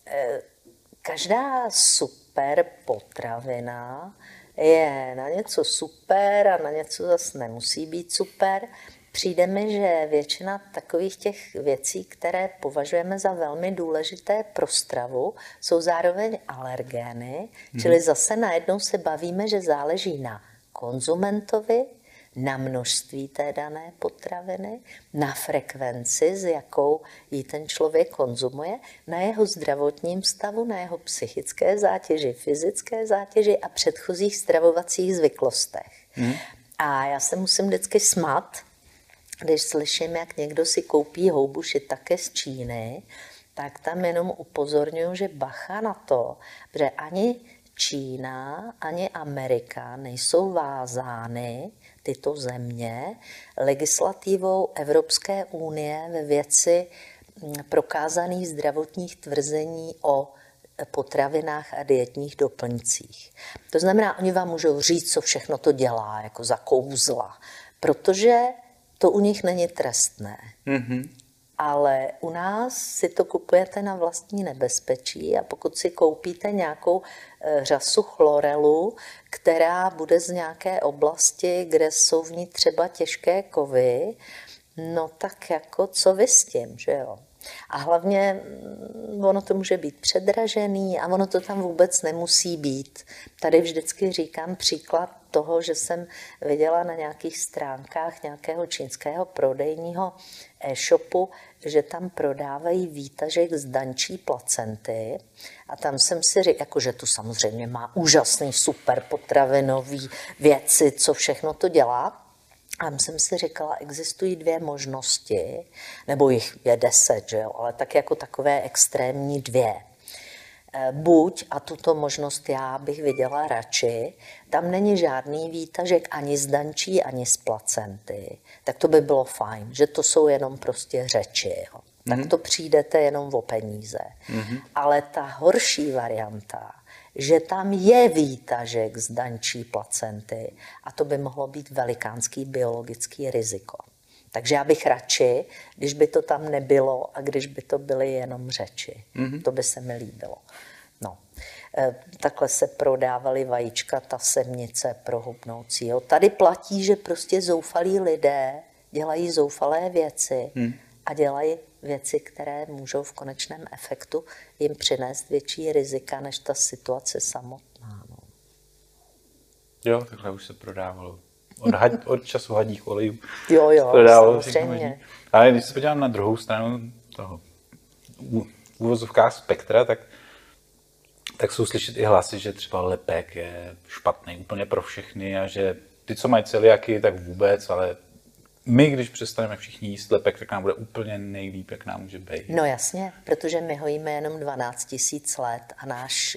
každá super potravina je na něco super a na něco zase nemusí být super. Přijde mi, že většina takových těch věcí, které považujeme za velmi důležité pro stravu, jsou zároveň alergény, hmm. čili zase najednou se bavíme, že záleží na konzumentovi, na množství té dané potraviny, na frekvenci, s jakou ji ten člověk konzumuje, na jeho zdravotním stavu, na jeho psychické zátěži, fyzické zátěži a předchozích stravovacích zvyklostech. Hmm. A já se musím vždycky smát, když slyším, jak někdo si koupí houbu shiitake z Číny, tak tam jenom upozorňuji, že bacha na to, že ani Čína, ani Amerika nejsou vázány, tyto země, legislativou Evropské unie ve věci prokázaných zdravotních tvrzení o potravinách a dietních doplňcích. To znamená, oni vám můžou říct, co všechno to dělá, jako za kouzla, protože to u nich není trestné. Mm-hmm. Ale u nás si to kupujete na vlastní nebezpečí a pokud si koupíte nějakou řasu chlorelu, která bude z nějaké oblasti, kde jsou v ní třeba těžké kovy, no tak jako co vy s tím, že jo? A hlavně ono to může být předražený a ono to tam vůbec nemusí být. Tady vždycky říkám příklad toho, že jsem viděla na nějakých stránkách nějakého čínského prodejního e-shopu, že tam prodávají výtažek z dančí placenty a tam jsem si říkala, jako, že to samozřejmě má úžasný super potravinový věci, co všechno to dělá. A jsem si říkala, existují dvě možnosti, nebo jich je deset, že jo, ale tak jako takové extrémní dvě. Buď, a tuto možnost já bych viděla radši, tam není žádný výtažek ani z dančí, ani z placenty, tak to by bylo fajn, že to jsou jenom prostě řeči, jo. Mm-hmm. Tak to přijdete jenom o peníze. Mm-hmm. Ale ta horší varianta, že tam je výtažek z dančí placenty a to by mohlo být velikánský biologický riziko. Takže já bych radši, když by to tam nebylo a když by to byly jenom řeči. Mm-hmm. To by se mi líbilo. No. E, takhle se prodávaly vajíčka, ta semnice pro hubnoucího. Tady platí, že prostě zoufalí lidé dělají zoufalé věci mm. a dělají věci, které můžou v konečném efektu jim přinést větší rizika, než ta situace samotná. No. Jo, takhle už se prodávalo. Od, had, od času hadích olejů. Jo, jo, samozřejmě. Ale když se podívám na druhou stranu toho uvozovkách spektra, tak, tak jsou slyšet i hlasy, že třeba lepek je špatný úplně pro všechny a že ty, co mají celiaky, tak vůbec, ale my, když přestaneme všichni jíst lepek, tak nám bude úplně nejlíp, jak nám může být. No jasně, protože my hojíme jenom dvanáct tisíc let a náš,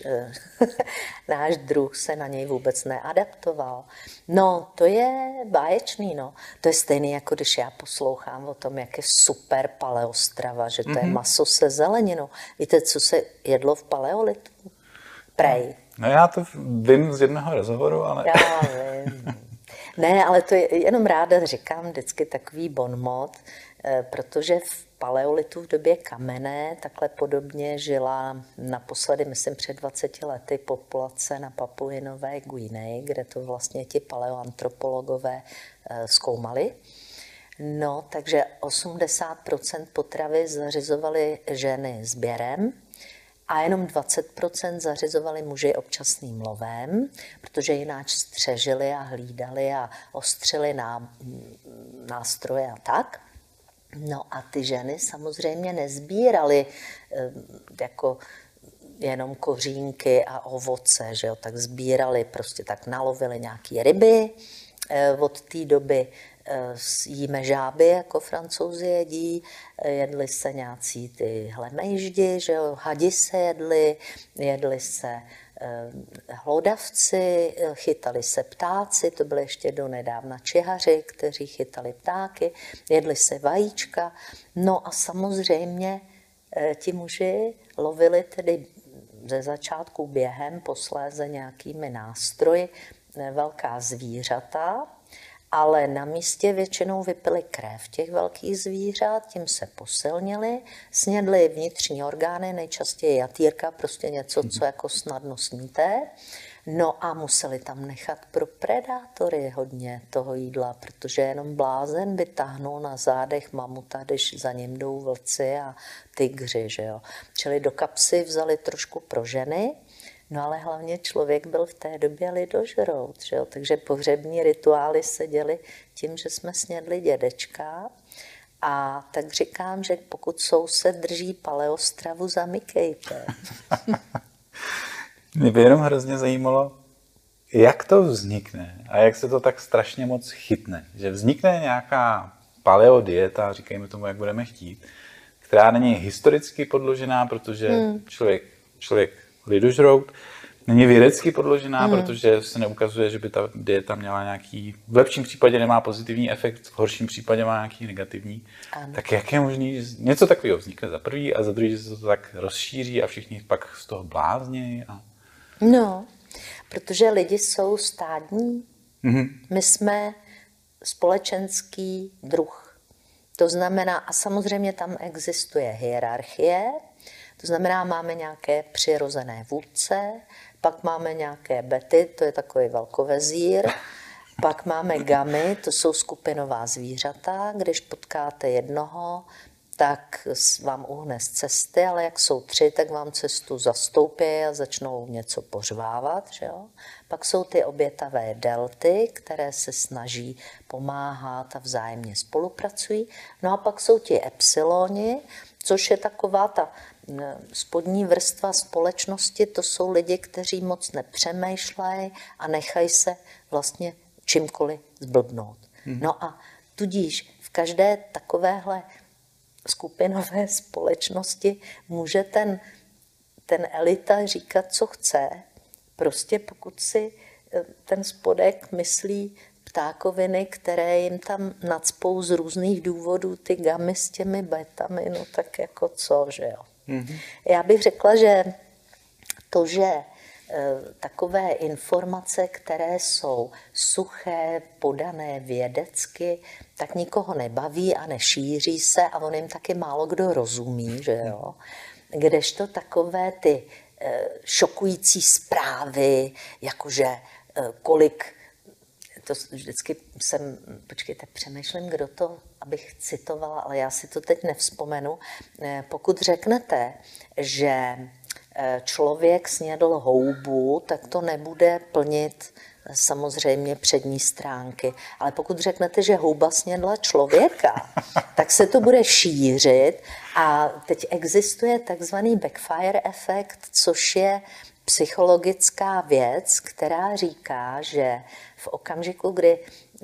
náš druh se na něj vůbec neadaptoval. No, to je báječný, no. To je stejný, jako když já poslouchám o tom, jak je super paleostrava, že to mm-hmm. je maso se zeleninou. Víte, co se jedlo v paleolitu? Prej. No já to vím z jednoho rozhovoru, ale... Já vím. Ne, ale to je jenom ráda říkám vždycky takový bonmot, protože v paleolitu v době kamenné takhle podobně žila naposledy, myslím, před dvaceti lety populace na Papui Nové Guineji, kde to vlastně ti paleoantropologové zkoumali. No, takže osmdesát procent potravy zařizovaly ženy sběrem, a jenom dvacet procent zařizovali muži občasným lovem, protože jináč střežili a hlídali a ostřili ná, nástroje a tak. No a ty ženy samozřejmě nezbíraly jako jenom kořínky a ovoce, že jo, tak sbírali, prostě tak nalovili nějaké ryby. Od té doby jíme žáby, jako Francouzi jedí, jedli se nějací ty hlemejždi, že jo, hadi se jedli, jedli se hlodavci, chytali se ptáci, to byly ještě donedávna čihaři, kteří chytali ptáky, jedli se vajíčka, no a samozřejmě ti muži lovili tedy ze začátku během, posléze nějakými nástroji velká zvířata, ale na místě většinou vypili krev těch velkých zvířat, tím se posilnili, snědli vnitřní orgány, nejčastěji jatýrka, prostě něco, co jako snadno sníte. No a museli tam nechat pro predátory hodně toho jídla, protože jenom blázen by táhnul na zádech mamuta, když za ním jdou vlci a tygři, že jo. Čili do kapsy vzali trošku pro ženy, no ale hlavně člověk byl v té době lidožrout, že jo? Takže pohřební rituály se děly tím, že jsme snědli dědečka. A tak říkám, že pokud soused drží paleostravu, zamykejte. Mě by jenom hrozně zajímalo, jak to vznikne a jak se to tak strašně moc chytne. Že vznikne nějaká paleodieta, říkejme tomu, jak budeme chtít, která není historicky podložená, protože hmm. člověk, člověk lidožrout, není vědecky podložená, hmm. protože se neukazuje, že by ta dieta měla nějaký, v lepším případě nemá pozitivní efekt, v horším případě má nějaký negativní. Ano. Tak jak je možný, že něco takového vznikne za prvý a za druhý, že se to tak rozšíří a všichni pak z toho bláznějí? A... No, protože lidi jsou stádní. Mm-hmm. My jsme společenský druh. To znamená, a samozřejmě tam existuje hierarchie, to znamená, máme nějaké přirozené vůdce, pak máme nějaké bety, to je takový velkovezír, pak máme gamy, to jsou skupinová zvířata, když potkáte jednoho, tak vám uhne z cesty, ale jak jsou tři, tak vám cestu zastoupí a začnou něco pořvávat. Že jo? Pak jsou ty obětavé delty, které se snaží pomáhat a vzájemně spolupracují. No a pak jsou ti epsiloni, což je taková ta spodní vrstva společnosti, to jsou lidi, kteří moc nepřemýšlejí a nechají se vlastně čímkoliv zblbnout. Hmm. No a tudíž v každé takovéhle skupinové společnosti může ten, ten elita říkat, co chce. Prostě pokud si ten spodek myslí ptákoviny, které jim tam nacpou z různých důvodů ty gamy s těmi betami, no tak jako co, že jo. Mm-hmm. Já bych řekla, že to, že e, takové informace, které jsou suché, podané vědecky, tak nikoho nebaví a nešíří se a on jim taky málo kdo rozumí, že jo. Kdežto takové ty e, šokující zprávy, jakože e, kolik to vždycky jsem, počkejte, přemýšlím, kdo to, abych citovala, ale já si to teď nevzpomenu. Pokud řeknete, že člověk snědl houbu, tak to nebude plnit samozřejmě přední stránky. Ale pokud řeknete, že houba snědla člověka, tak se to bude šířit a teď existuje takzvaný backfire efekt, což je psychologická věc, která říká, že v okamžiku, kdy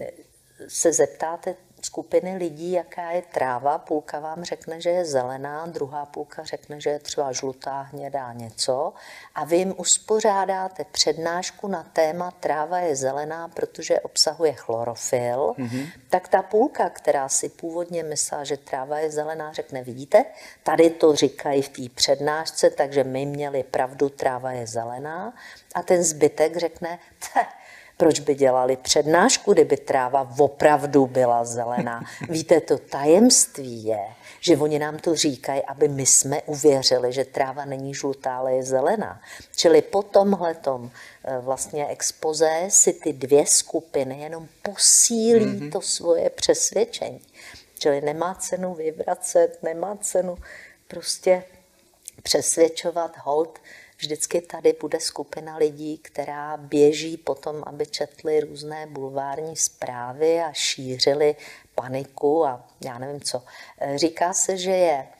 se zeptáte skupiny lidí, jaká je tráva, půlka vám řekne, že je zelená, druhá půlka řekne, že je třeba žlutá, hnědá něco a vy jim uspořádáte přednášku na téma tráva je zelená, protože obsahuje chlorofyl, mm-hmm. tak ta půlka, která si původně myslela, že tráva je zelená, řekne, vidíte, tady to říkají v té přednášce, takže my měli pravdu, tráva je zelená a ten zbytek řekne, proč by dělali přednášku, kdyby tráva opravdu byla zelená? Víte, to tajemství je, že oni nám to říkají, aby my jsme uvěřili, že tráva není žlutá, ale je zelená. Čili po tomhletom vlastně expoze si ty dvě skupiny jenom posílí mm-hmm. to svoje přesvědčení. Čili nemá cenu vyvracet, nemá cenu prostě přesvědčovat hold. Vždycky tady bude skupina lidí, která běží potom, aby četli různé bulvární zprávy a šířili paniku a já nevím co. Říká se, že je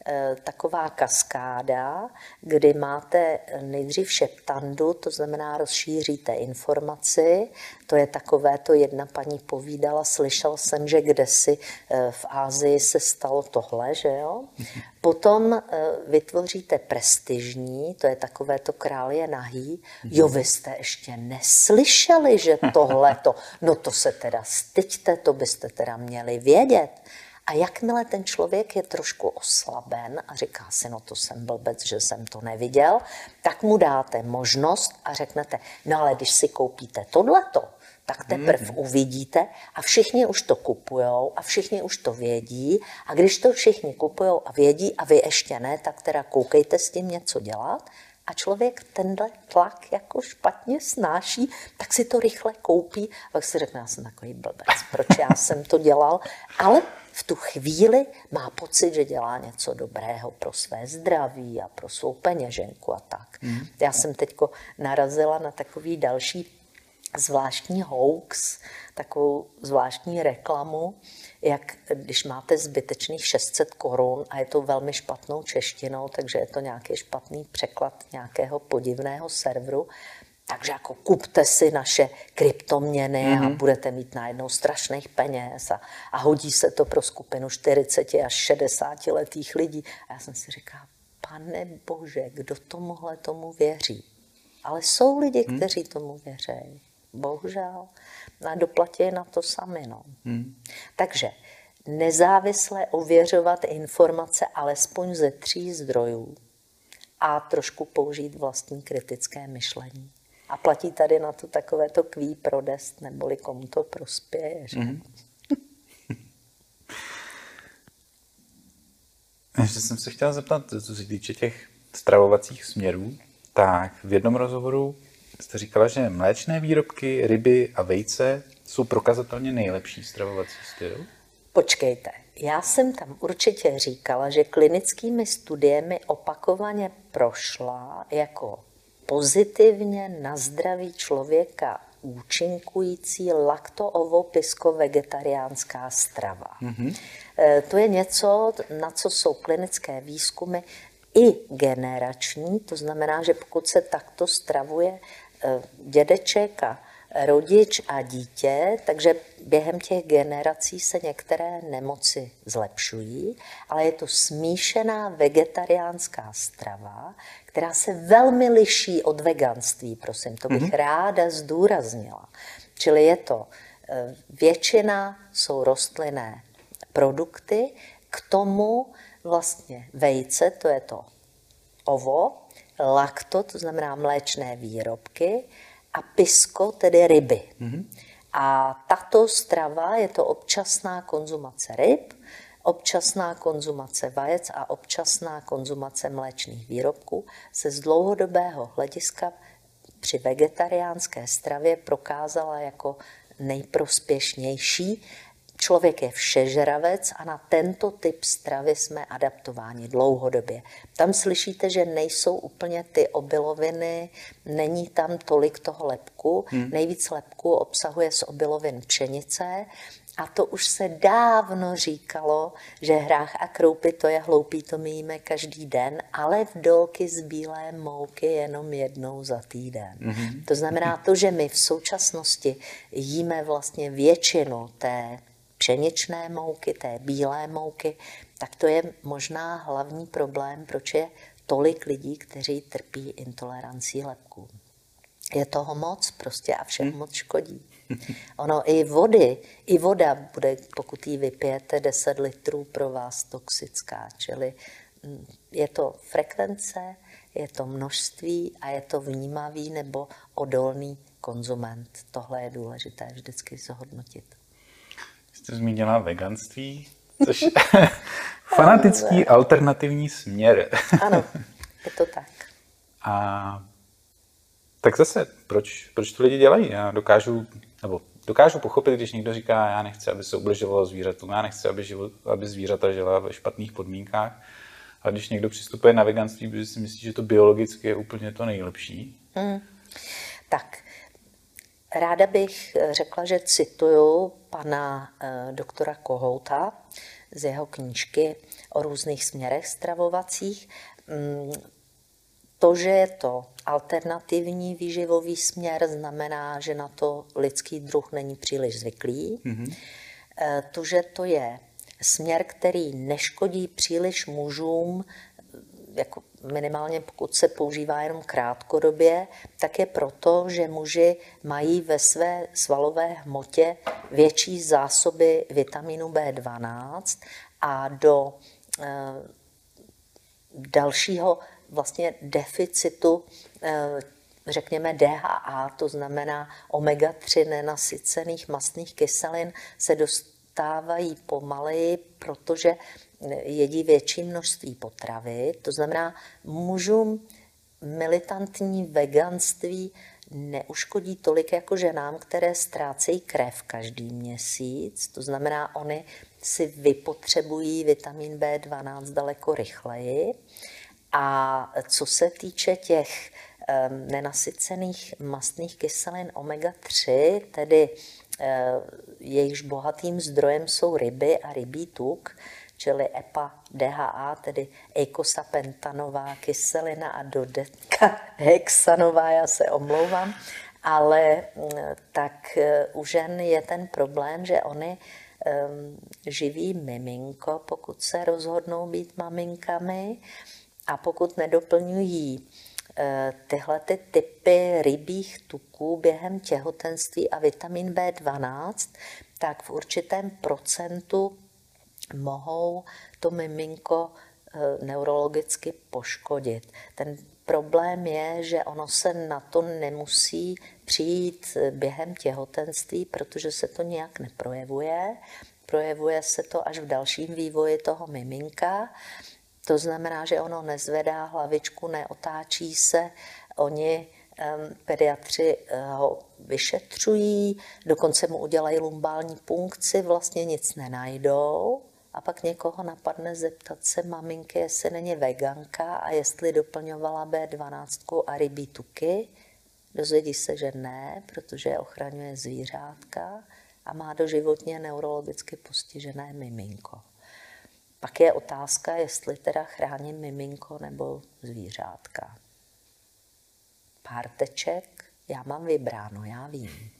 e, taková kaskáda, kdy máte nejdřív šeptandu, to znamená rozšíříte informaci, to je takové, to jedna paní povídala, slyšel jsem, že kdesi e, v Asii se stalo tohle, že jo? Potom e, vytvoříte prestižní, to je takové to král je nahý, jo, vy jste ještě neslyšeli, že tohleto, no to se teda styďte, to byste teda měli vědět. A jakmile ten člověk je trošku oslaben a říká si, no to jsem blbec, že jsem to neviděl, tak mu dáte možnost a řeknete, no ale když si koupíte tohleto, tak teprve mm. uvidíte a všichni už to kupujou a všichni už to vědí a když to všichni kupujou a vědí a vy ještě ne, tak teda koukejte s tím něco dělat. A člověk tenhle tlak jako špatně snáší, tak si to rychle koupí. A pak si řekne, já jsem takový blbec, proč já jsem to dělal. Ale v tu chvíli má pocit, že dělá něco dobrého pro své zdraví a pro svou peněženku a tak. Mm. Já jsem teďko narazila na takový další zvláštní hoax, takovou zvláštní reklamu, jak když máte zbytečných šest set korun a je to velmi špatnou češtinou, takže je to nějaký špatný překlad nějakého podivného serveru, takže jako kupte si naše kryptoměny mm-hmm. a budete mít najednou strašných peněz a, a hodí se to pro skupinu čtyřicet až šedesát letých lidí. A já jsem si říkala, pane bože, kdo tomuhle tomu věří? Ale jsou lidi, mm. kteří tomu věří. Bohužel. A doplatí na to sami. No. Hmm. Takže nezávisle ověřovat informace alespoň ze tří zdrojů a trošku použít vlastní kritické myšlení. A platí tady na to takovéto kví prodest, neboli komu to prospěje. Že? Hmm. Ještě jsem se chtěla zeptat, co se týče těch stravovacích směrů, tak v jednom rozhovoru jste říkala, že mléčné výrobky, ryby a vejce jsou prokazatelně nejlepší stravovací styl? Počkejte, já jsem tam určitě říkala, že klinickými studiemi opakovaně prošla jako pozitivně na zdraví člověka účinkující lakto-ovo-pisko-vegetariánská strava. Mm-hmm. To je něco, na co jsou klinické výzkumy i generační, to znamená, že pokud se takto stravuje dědeček a rodič a dítě, takže během těch generací se některé nemoci zlepšují, ale je to smíšená vegetariánská strava, která se velmi liší od veganství, prosím, to bych mm-hmm. ráda zdůraznila. Čili je to, většina jsou rostlinné produkty, k tomu vlastně vejce, to je to ovo, lakto, to znamená mléčné výrobky, a pisko, tedy ryby. Mm-hmm. A tato strava je to občasná konzumace ryb, občasná konzumace vajec a občasná konzumace mléčných výrobků se z dlouhodobého hlediska při vegetariánské stravě prokázala jako nejprospěšnější. Člověk je všežravec a na tento typ stravy jsme adaptováni dlouhodobě. Tam slyšíte, že nejsou úplně ty obiloviny, není tam tolik toho lepku. Hmm. Nejvíc lepku obsahuje z obilovin pšenice a to už se dávno říkalo, že hrách a kroupy to je hloupý, to my jíme každý den, ale v dolky z bílé mouky jenom jednou za týden. Hmm. To znamená to, že my v současnosti jíme vlastně většinu té pšeničné mouky, té bílé mouky, tak to je možná hlavní problém, proč je tolik lidí, kteří trpí intolerancí lepků. Je toho moc prostě a všem moc škodí. Ono i vody, i voda bude, pokud ji vypijete, deset litrů pro vás toxická, čili je to frekvence, je to množství a je to vnímavý nebo odolný konzument. Tohle je důležité vždycky zhodnotit. Jste zmínila veganství, což je fanatický alternativní směr. Ano, je to tak. A tak zase, proč, proč to lidi dělají? Já dokážu, nebo dokážu pochopit, když někdo říká, já nechci, aby se ubližovalo zvířatům, já nechci, aby, život, aby zvířata žila ve špatných podmínkách. A když někdo přistupuje na veganství, protože si myslí, že to biologicky je úplně to nejlepší. Hmm. Tak, ráda bych řekla, že cituju pana eh, doktora Kohouta, z jeho knížky o různých směrech stravovacích. To, že je to alternativní výživový směr, znamená, že na to lidský druh není příliš zvyklý. Mm-hmm. To, že to je směr, který neškodí příliš mužům, jako minimálně pokud se používá jenom krátkodobě, tak je proto, že muži mají ve své svalové hmotě větší zásoby vitamínu bé dvanáct a do e, dalšího vlastně deficitu, e, řekněme D H A, to znamená omega tři nenasycených mastných kyselin, se dostávají pomaleji, protože jedí větší množství potravy. To znamená, mužům militantní veganství neuškodí tolik jako ženám, které ztrácejí krev každý měsíc. To znamená, oni si vypotřebují vitamin bé dvanáct daleko rychleji. A co se týče těch um, nenasycených mastných kyselin omega tři, tedy uh, jejichž bohatým zdrojem jsou ryby a rybí tuk, čili E P A, D H A, tedy eikosapentanová kyselina a dodekahexanová, já se omlouvám, ale tak u žen je ten problém, že oni um, živí miminko, pokud se rozhodnou být maminkami, a pokud nedoplňují uh, tyhle ty typy rybích tuků během těhotenství a vitamin bé dvanáct, tak v určitém procentu mohou to miminko neurologicky poškodit. Ten problém je, že ono se na to nemusí přijít během těhotenství, protože se to nějak neprojevuje. Projevuje se to až v dalším vývoji toho miminka. To znamená, že ono nezvedá hlavičku, neotáčí se. Oni pediatři ho vyšetřují, dokonce mu udělají lumbální punkci, vlastně nic nenajdou. A pak někoho napadne zeptat se maminky, jestli není veganka a jestli doplňovala bé dvanáct a rybí tuky. Dozvědí se, že ne, protože ochraňuje zvířátka a má doživotně neurologicky postižené miminko. Pak je otázka, jestli teda chráním miminko nebo zvířátka. Pár teček, já mám vybráno, já vím.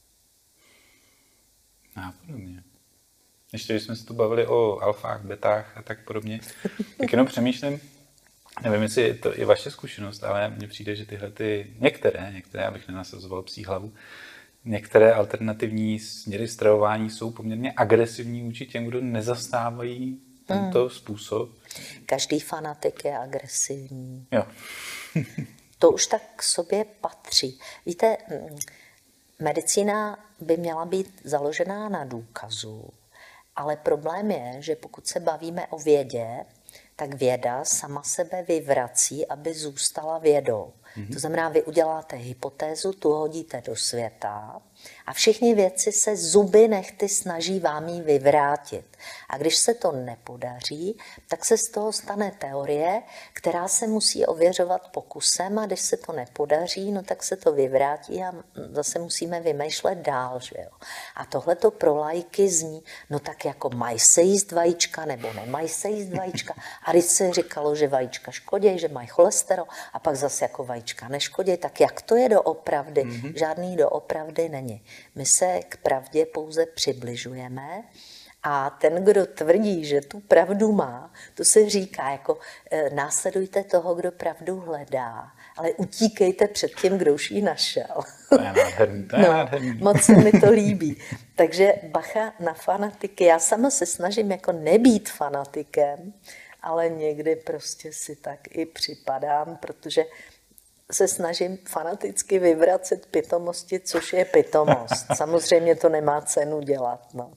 Nápadně. Ještě když jsme se tu bavili o alfách, betách a tak podobně, tak jenom přemýšlím, nevím, jestli to je vaše zkušenost, ale mně přijde, že tyhle ty některé, některé, abych nenasazoval psí hlavu, některé alternativní směry stravování jsou poměrně agresivní vůči těm, kdo nezastávají tento hmm. způsob. Každý fanatik je agresivní. Jo. To už tak k sobě patří. Víte, medicína by měla být založená na důkazu, ale problém je, že pokud se bavíme o vědě, tak věda sama sebe vyvrací, aby zůstala vědou. Mm-hmm. To znamená, vy uděláte hypotézu, tu hodíte do světa a všichni vědci se zuby nehty snaží vám ji vyvrátit. A když se to nepodaří, tak se z toho stane teorie, která se musí ověřovat pokusem a když se to nepodaří, no tak se to vyvrátí a zase musíme vymýšlet dál. Že jo? A tohle to pro laiky zní, no tak jako mají se jíst vajíčka nebo nemají se jíst vajíčka. A když se říkalo, že vajíčka škodí, že mají cholesterol a pak zase jako vajíčka neškodí, tak jak to je doopravdy? Mm-hmm. Žádný doopravdy není. My se k pravdě pouze přibližujeme a ten, kdo tvrdí, že tu pravdu má, to se říká jako e, následujte toho, kdo pravdu hledá, ale utíkejte před tím, kdo už ji našel. To je nádherný, to je no, nádherný. Moc se mi to líbí. Takže bacha na fanatiky. Já sama se snažím jako nebýt fanatikem, ale někdy prostě si tak i připadám, protože se snažím fanaticky vyvracet pitomosti, což je pitomost. Samozřejmě to nemá cenu dělat. No.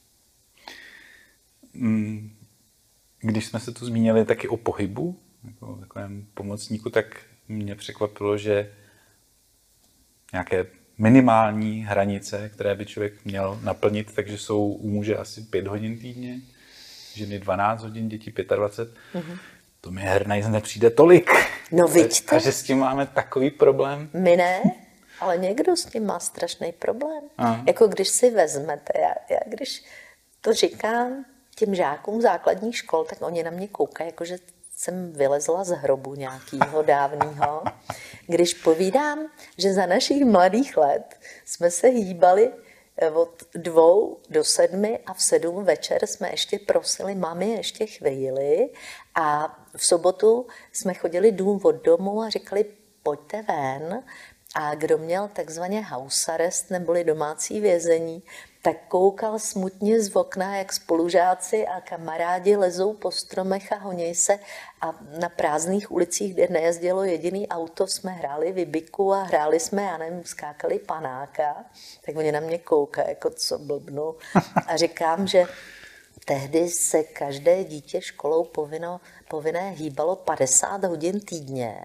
Když jsme se tu zmínili taky o pohybu, jako takovém pomocníku, tak mě překvapilo, že nějaké minimální hranice, které by člověk měl naplnit, takže jsou u muže asi pět hodin týdně, ženy dvanáct hodin, děti dvacet pět. Mm-hmm. To mi hernajz nepřijde tolik. No vidíte. A že s tím máme takový problém. My ne, ale někdo s tím má strašný problém. Aha. Jako když si vezmete, já, já když to říkám, těm žákům základních škol, tak oni na mě koukají, jakože jsem vylezla z hrobu nějakého dávného, když povídám, že za našich mladých let jsme se hýbali od dvou do sedmi a v sedm večer jsme ještě prosili mami ještě chvíli a v sobotu jsme chodili dům od domu a říkali, pojďte ven. A kdo měl takzvaně house arrest neboli domácí vězení, tak koukal smutně z okna, jak spolužáci a kamarádi lezou po stromech a honěj se a na prázdných ulicích, kde nejezdilo jediný auto, jsme hráli vybiku a hráli jsme, já nevím, skákali panáka, tak oni na mě koukají, jako co blbnu. A říkám, že tehdy se každé dítě školou povinno, povinné hýbalo padesát hodin týdně.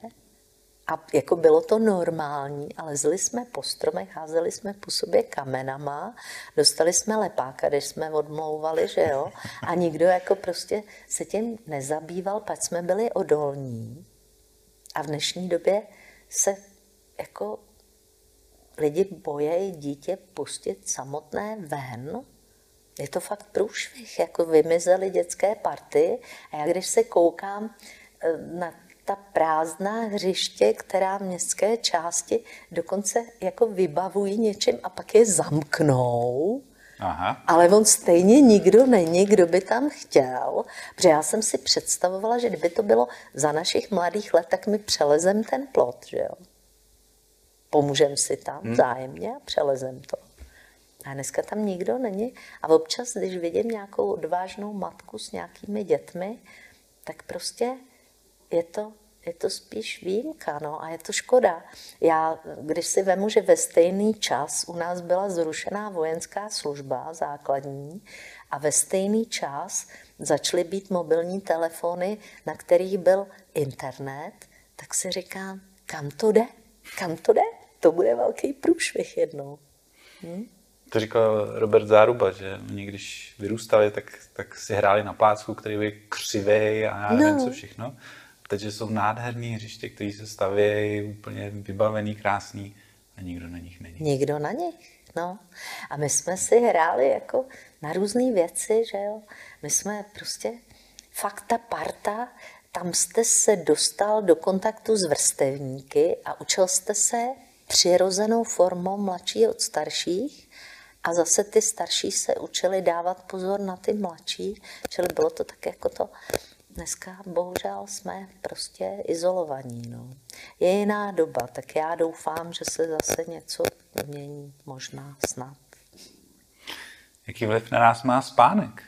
A jako bylo to normální, ale lezli jsme po stromech, házeli jsme po sobě kamenama, dostali jsme lepáka, když jsme odmlouvali, že jo, a nikdo jako prostě se tím nezabýval, pak jsme byli odolní. A v dnešní době se jako lidi bojí dítě pustit samotné ven. Je to fakt průšvih, jako vymizely dětské party a já když se koukám na ta prázdná hřiště, která v městské části dokonce jako vybavují něčím a pak je zamknou. Aha. Ale on stejně nikdo není, kdo by tam chtěl, protože já jsem si představovala, že kdyby to bylo za našich mladých let, tak my přelezem ten plot, že jo. Pomůžem si tam hmm. vzájemně a přelezem to. A dneska tam nikdo není. A občas, když vidím nějakou odvážnou matku s nějakými dětmi, tak prostě Je to, je to spíš výjimka, no, a je to škoda. Já, když si vemu, že ve stejný čas u nás byla zrušená vojenská služba základní a ve stejný čas začaly být mobilní telefony, na kterých byl internet, tak si říkám, kam to jde? Kam to jde? To bude velký průšvih jednou. Hm? To říkal Robert Záruba, že oni když vyrůstali, tak, tak si hráli na plácku, který byl křivej a já nevím no. co všechno. Takže jsou nádherný hřiště, které se stavějí, úplně vybavený, krásný a nikdo na nich není. Nikdo na nich, no. A my jsme si hráli jako na různé věci, že jo. My jsme prostě, fakt ta parta, tam jste se dostal do kontaktu s vrstevníky a učil jste se přirozenou formou mladší od starších a zase ty starší se učili dávat pozor na ty mladší, čili bylo to tak jako to. Dneska bohužel jsme prostě izolovaní. No. Je jiná doba, tak já doufám, že se zase něco změní, možná snad. Jaký vliv na nás má spánek?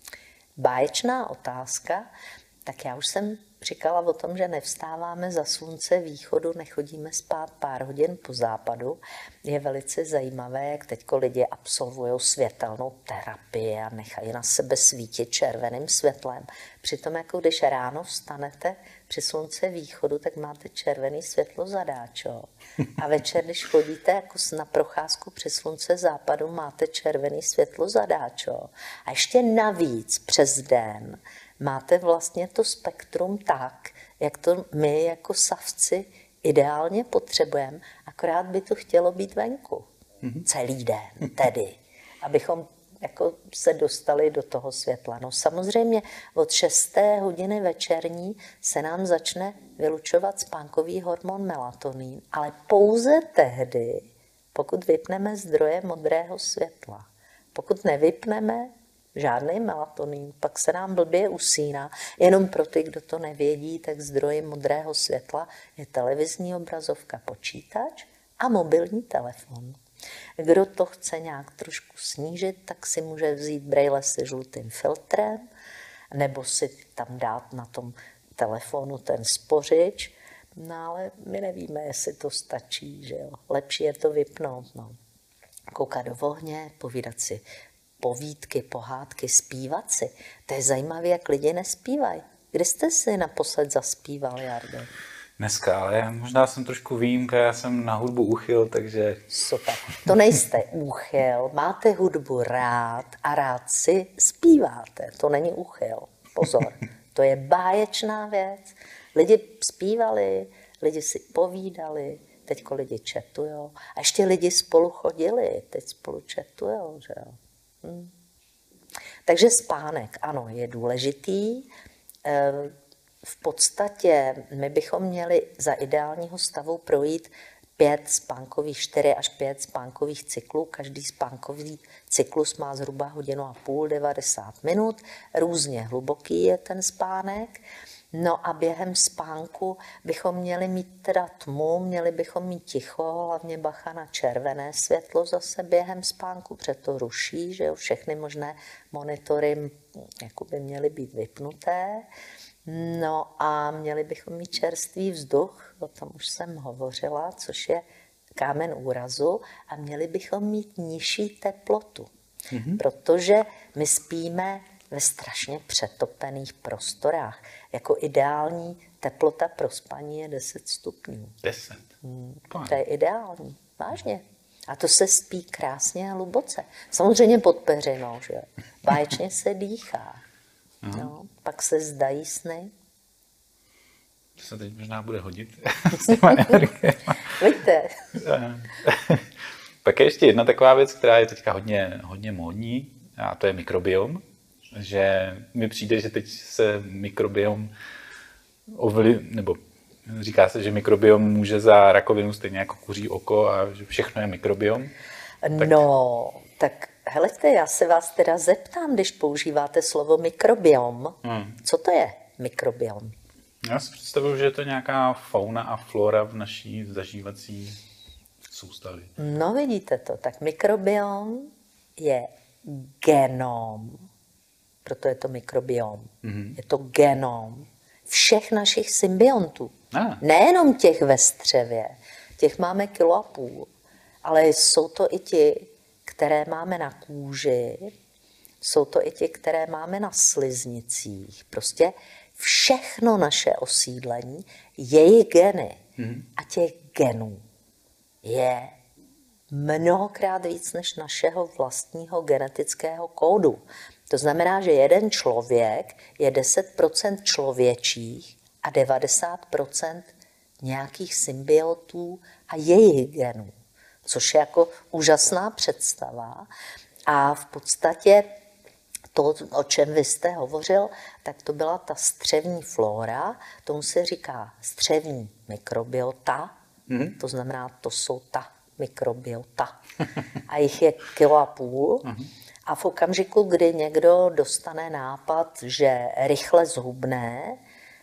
Báječná otázka. Tak já už jsem říkala o tom, že nevstáváme za slunce východu, nechodíme spát pár hodin po západu. Je velice zajímavé, jak teďko lidi absolvují světelnou terapii a nechají na sebe svítit červeným světlem. Přitom, jako když ráno vstanete při slunce východu, tak máte červený světlo zadáčo. A večer, když chodíte jako na procházku při slunce západu, máte červený světlo zadáčo. A ještě navíc přes den máte vlastně to spektrum tak, jak to my jako savci ideálně potřebujeme, akorát by to chtělo být venku. Mm-hmm. Celý den tedy, abychom jako se dostali do toho světla. No samozřejmě od šesté hodiny večerní se nám začne vylučovat spánkový hormon melatonin, ale pouze tehdy, pokud vypneme zdroje modrého světla. Pokud nevypneme žádný melatonin, pak se nám blbě usíná. Jenom pro ty, kdo to nevědí, tak zdroje modrého světla je televizní obrazovka, počítač a mobilní telefon. Kdo to chce nějak trošku snížit, tak si může vzít brejle se žlutým filtrem nebo si tam dát na tom telefonu ten spořič. No ale my nevíme, jestli to stačí, že jo. Lepší je to vypnout, no. Koukat do ohně, povídat si povídky, pohádky, zpívat si. To je zajímavé, jak lidi nespívají. Kdy jste si naposled zaspíval, Jardo? Dneska, ale možná jsem trošku výjimka, já jsem na hudbu úchyl, takže... Super. To nejste úchyl, máte hudbu rád a rád si zpíváte. To není úchyl. Pozor, to je báječná věc. Lidi zpívali, lidi si povídali, teďko lidi četujou. A ještě lidi spolu chodili, teď spolu četujou, že jo. Hmm. Takže spánek, ano, je důležitý. V podstatě my bychom měli za ideálního stavu projít pět spánkových, čtyři až pět spánkových cyklů. Každý spánkový cyklus má zhruba hodinu a půl, devadesát minut. Různě hluboký je ten spánek. No a během spánku bychom měli mít teda tmu, měli bychom mít ticho, hlavně bacha na červené světlo zase během spánku, protože to ruší, že jo, všechny možné monitory jakoby měly být vypnuté. No a měli bychom mít čerstvý vzduch, o tom už jsem hovořila, což je kámen úrazu, a měli bychom mít nižší teplotu, mm-hmm. protože my spíme ve strašně přetopených prostorách. Jako ideální teplota pro spaní je deset stupňů. deset? Hmm, to je ideální, vážně. A to se spí krásně a hluboce. Samozřejmě pod peřinou, že? Báječně se dýchá. No, pak se zdají sny. To se teď možná bude hodit s těma energiema. Víte. Pak je ještě jedna taková věc, která je teďka hodně, hodně módní, a to je mikrobiom. Že mi přijde, že teď se mikrobiom ovli, nebo říká se, že mikrobiom může za rakovinu stejně jako kuří oko a že všechno je mikrobiom. Tak... No, tak helejte, já se vás teda zeptám, když používáte slovo mikrobiom, hmm. co to je mikrobiom? Já si představuji, že je to nějaká fauna a flora v naší zažívací soustavě. No vidíte to, tak mikrobiom je genom, proto je to mikrobiom. Mm-hmm. Je to genom všech našich symbiontů. Ah. Nejenom těch ve střevě, těch máme kilo a půl, ale jsou to i ti, které máme na kůži, jsou to i ti, které máme na sliznicích. Prostě všechno naše osídlení, jejich geny mm-hmm. a těch genů je mnohokrát víc než našeho vlastního genetického kódu. To znamená, že jeden člověk je deset procent člověčích a devadesát procent nějakých symbiotů a jejich genů, což je jako úžasná představa. A v podstatě to, o čem vy jste hovořil, tak to byla ta střevní flóra, tomu se říká střevní mikrobiota, mm-hmm. to znamená, to jsou ta mikrobiota. A jich je kilo a půl. Mm-hmm. A v okamžiku, kdy někdo dostane nápad, že rychle zhubne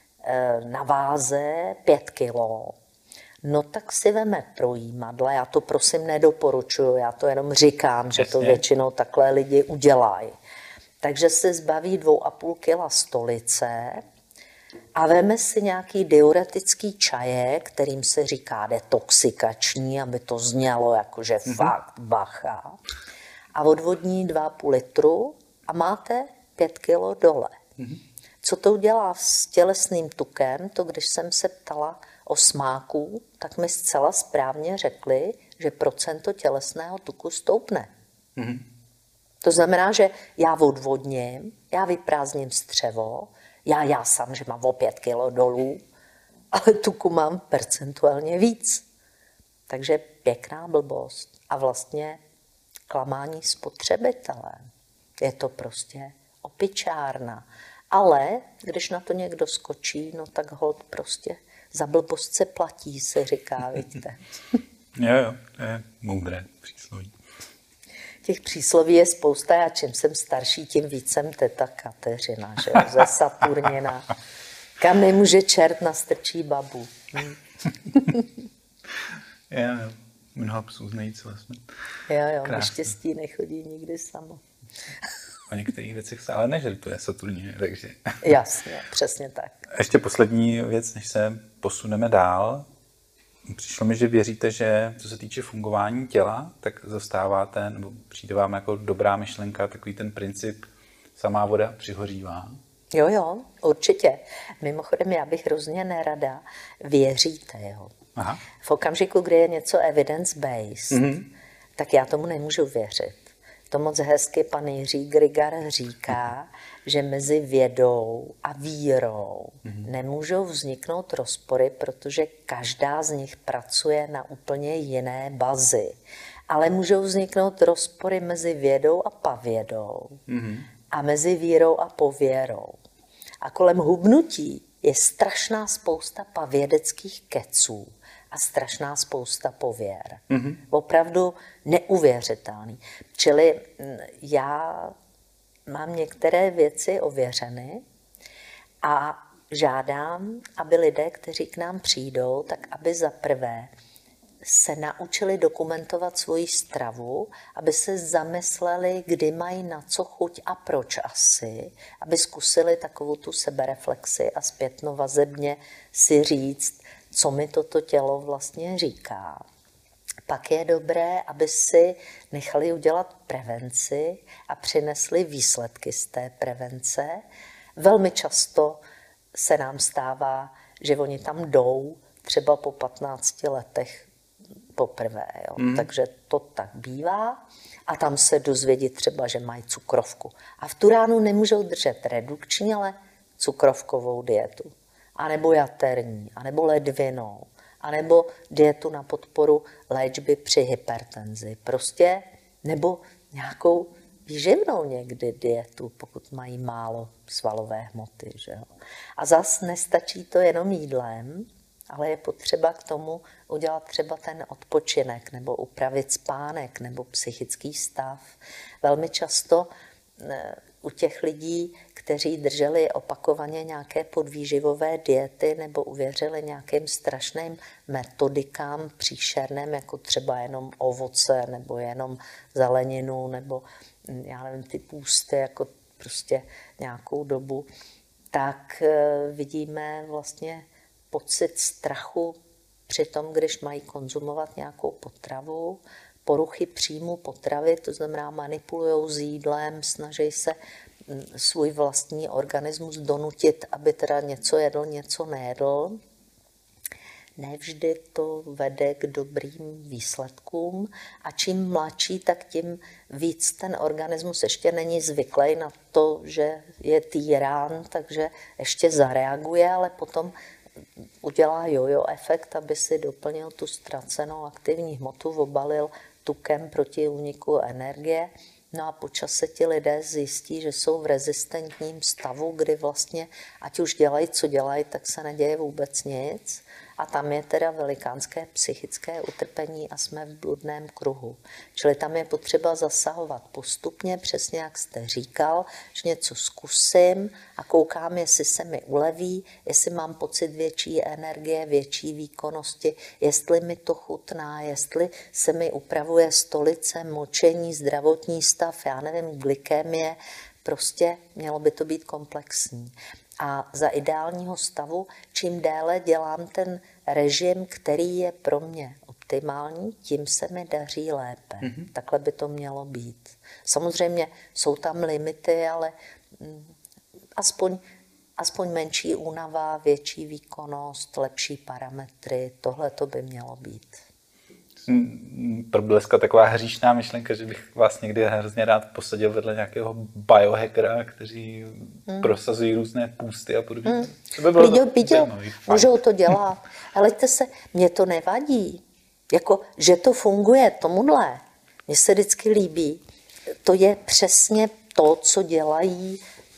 na váze pět kilo, no tak si veme projímadla. Já to prosím nedoporučuju, já to jenom říkám, Přesně. že to většinou takhle lidi udělají. Takže se zbaví dvou a půl kila stolice a veme si nějaký diuretický čajek, kterým se říká detoxikační, aby to znělo jakože mm-hmm. fakt bacha. A odvodní dva a půl litru a máte pět kilo dole. Mm-hmm. Co to udělá s tělesným tukem? To, když jsem se ptala o smáku, tak mi zcela správně řekli, že procento tělesného tuku stoupne. Mm-hmm. To znamená, že já odvodním, já vyprázdním střevo, já jásám, že mám o pět kilo dolů, ale tuku mám percentuálně víc. Takže pěkná blbost a vlastně klamání spotřebitele. Je to prostě opičárna. Ale když na to někdo skočí, no tak holt prostě za blbost se platí, se říká, vidíte. Jo, jo, to je moudré přísloví. Těch přísloví je spousta a čím jsem starší, tím víc jsem teta Kateřina, že jo, ze Saturnina. Kam nemůže čert nastrčí babu. Hm. Jo, jo, mnoha psů znající vlastně. Jo, jo, neštěstí nechodí nikdy samo. O některých věcech se ale nežertuje Saturně, takže... Jasně, přesně tak. Ještě poslední věc, než se posuneme dál. Přišlo mi, že věříte, že co se týče fungování těla, tak zastáváte, nebo přijde vám jako dobrá myšlenka, takový ten princip samá voda přihořívá. Jo, jo, určitě. Mimochodem, já bych hrozně nerada, věříte, jo. Aha. V okamžiku, kdy je něco evidence-based, mm-hmm. tak já tomu nemůžu věřit. To moc hezky pan Jiří Grigar říká, že mezi vědou a vírou mm-hmm. nemůžou vzniknout rozpory, protože každá z nich pracuje na úplně jiné bazi. Ale můžou vzniknout rozpory mezi vědou a pavědou. Mm-hmm. a mezi vírou a pověrou. A kolem hubnutí je strašná spousta pavědeckých keců a strašná spousta pověr. Mm-hmm. Opravdu neuvěřitelný. Čili já mám některé věci ověřeny a žádám, aby lidé, kteří k nám přijdou, tak aby za prvé se naučili dokumentovat svoji stravu, aby se zamysleli, kdy mají na co chuť a proč asi, aby zkusili takovou tu sebereflexi a zpětnovazebně si říct, co mi toto tělo vlastně říká. Pak je dobré, aby si nechali udělat prevenci a přinesli výsledky z té prevence. Velmi často se nám stává, že oni tam jdou třeba po patnácti letech poprvé. Jo. Mm. Takže to tak bývá a tam se dozvědí třeba, že mají cukrovku. A v tu ránu nemůžou držet redukční, ale cukrovkovou dietu. A nebo jaterní, a nebo ledvinou, a nebo dietu na podporu léčby při hypertenzi. Prostě, nebo nějakou výživnou někdy dietu, pokud mají málo svalové hmoty. Že jo. A zas nestačí to jenom jídlem, ale je potřeba k tomu udělat třeba ten odpočinek, nebo upravit spánek, nebo psychický stav. Velmi často u těch lidí, kteří drželi opakovaně nějaké podvýživové diety nebo uvěřili nějakým strašným metodikám příšerným, jako třeba jenom ovoce, nebo jenom zeleninu, nebo já nevím, ty půsty, jako prostě nějakou dobu, tak vidíme vlastně pocit strachu při tom, když mají konzumovat nějakou potravu, poruchy příjmu potravy, to znamená manipulují s jídlem, snaží se svůj vlastní organismus donutit, aby teda něco jedl, něco nejedl. Nevždy to vede k dobrým výsledkům a čím mladší, tak tím víc ten organismus ještě není zvyklý na to, že je týrán, takže ještě zareaguje, ale potom udělá jojo efekt, aby si doplnil tu ztracenou aktivní hmotu, obalil tukem proti úniku energie. No a po čase ti lidé zjistí, že jsou v rezistentním stavu, kdy vlastně, ať už dělají, co dělají, tak se neděje vůbec nic. A tam je teda velikánské psychické utrpení a jsme v bludném kruhu. Čili tam je potřeba zasahovat postupně, přesně jak jste říkal, že něco zkusím a koukám, jestli se mi uleví, jestli mám pocit větší energie, větší výkonnosti, jestli mi to chutná, jestli se mi upravuje stolice, močení, zdravotní stav, já nevím, glykemie, prostě mělo by to být komplexní. A za ideálního stavu, čím déle dělám ten režim, který je pro mě optimální, tím se mi daří lépe. Mm-hmm. Takhle by to mělo být. Samozřejmě jsou tam limity, ale aspoň, aspoň menší únava, větší výkonnost, lepší parametry, tohle to by mělo být. Probleska taková hříšná myšlenka, že bych vás někdy hrozně rád posadil vedle nějakého biohackera, kteří hmm. prosazují různé půsty a podobně. Hmm. To by bylo Lidio, Lidio, můžou to dělat. Ale se, mně to nevadí. Jako, že to funguje tomuhle. Mně se vždycky líbí. To je přesně to, co dělají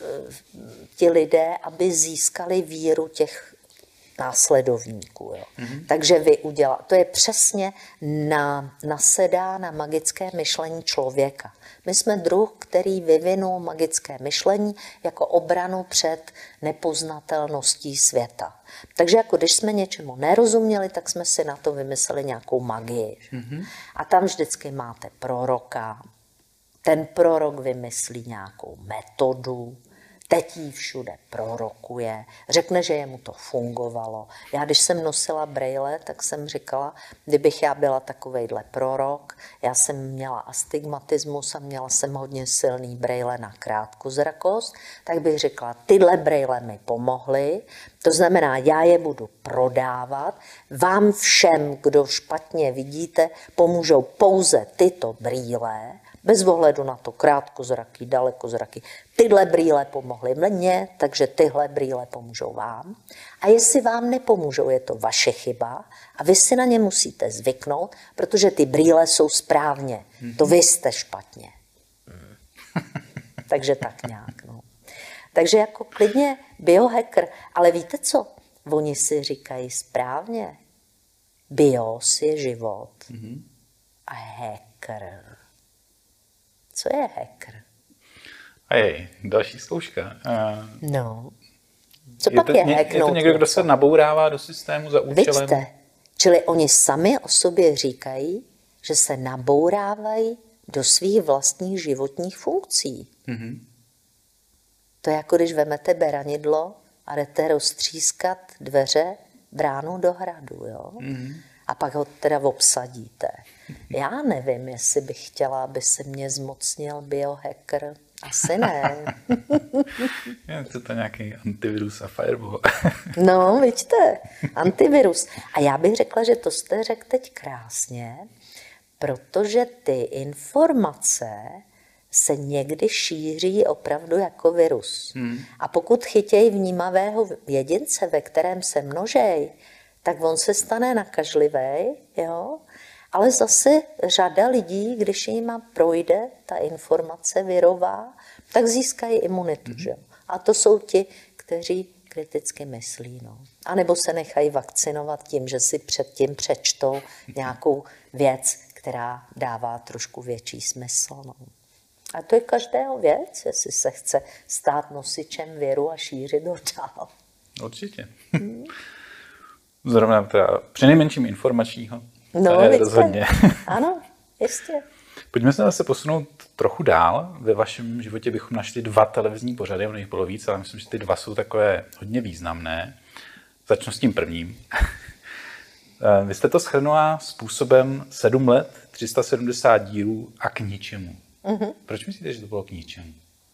ti lidé, aby získali víru těch následovníků. Jo. Mm-hmm. Takže vy uděláte, to je přesně na, nasedá na magické myšlení člověka. My jsme druh, který vyvinul magické myšlení jako obranu před nepoznatelností světa. Takže jako když jsme něčemu nerozuměli, tak jsme si na to vymysleli nějakou magii. Mm-hmm. A tam vždycky máte proroka. Ten prorok vymyslí nějakou metodu, teď jí všude prorokuje, řekne, že jemu to fungovalo. Já, když jsem nosila brejle, tak jsem říkala, kdybych já byla takovejhle prorok, já jsem měla astigmatismus a měla jsem hodně silný brejle na krátkozrakost, tak bych řekla, tyhle brejle mi pomohly, to znamená, já je budu prodávat, vám všem, kdo špatně vidíte, pomůžou pouze tyto brýle, bez ohledu na to krátkozraky, dalekozraky. Tyhle brýle pomohly mně, takže tyhle brýle pomůžou vám. A jestli vám nepomůžou, je to vaše chyba a vy si na ně musíte zvyknout, protože ty brýle jsou správně. To vy jste špatně. Takže tak nějak, no. Takže jako klidně biohacker, ale víte co? Oni si říkají správně. Bios je život mm-hmm. a hacker. Co je hacker? A jej, další zkouška. Uh, no. Co je pak to, je ně, hacknout? Je to někdo, kdo se nabourává do systému za účelem? Vidíte, čili oni sami o sobě říkají, že se nabourávají do svých vlastních životních funkcí. Mm-hmm. To je jako když vemete beranidlo a jdete roztřískat dveře, bránu do hradu, jo? Mm-hmm. A pak ho teda obsadíte. Já nevím, jestli bych chtěla, aby se mě zmocnil biohacker. Asi ne. Je to, to nějaký antivirus a firewall. No, vidíte, antivirus. A já bych řekla, že to jste řekl teď krásně, protože ty informace se někdy šíří opravdu jako virus. Hmm. A pokud chytějí vnímavého jedince, ve kterém se množej, tak on se stane nakažlivý, jo? Ale zase řada lidí, když jim projde ta informace virová, tak získají imunitu. Hmm. Že? A to jsou ti, kteří kriticky myslí. No. A nebo se nechají vakcinovat tím, že si předtím přečtou nějakou věc, která dává trošku větší smysl. No. A to je každého věc, jestli se chce stát nosičem viru a šířit ho dál. Určitě. Hmm. Zrovna teda přinejmenším informačního. No, je rozhodně. Ano, jistě. Pojďme se zase posunout trochu dál. Ve vašem životě bychom našli dva televizní pořady, ono jich bylo víc, ale myslím, že ty dva jsou takové hodně významné. Začnu s tím prvním. Vy jste to shrnula způsobem sedm let, tři sta sedmdesát dílů a k ničemu. Mm-hmm. Proč myslíte, že to bylo k ničemu?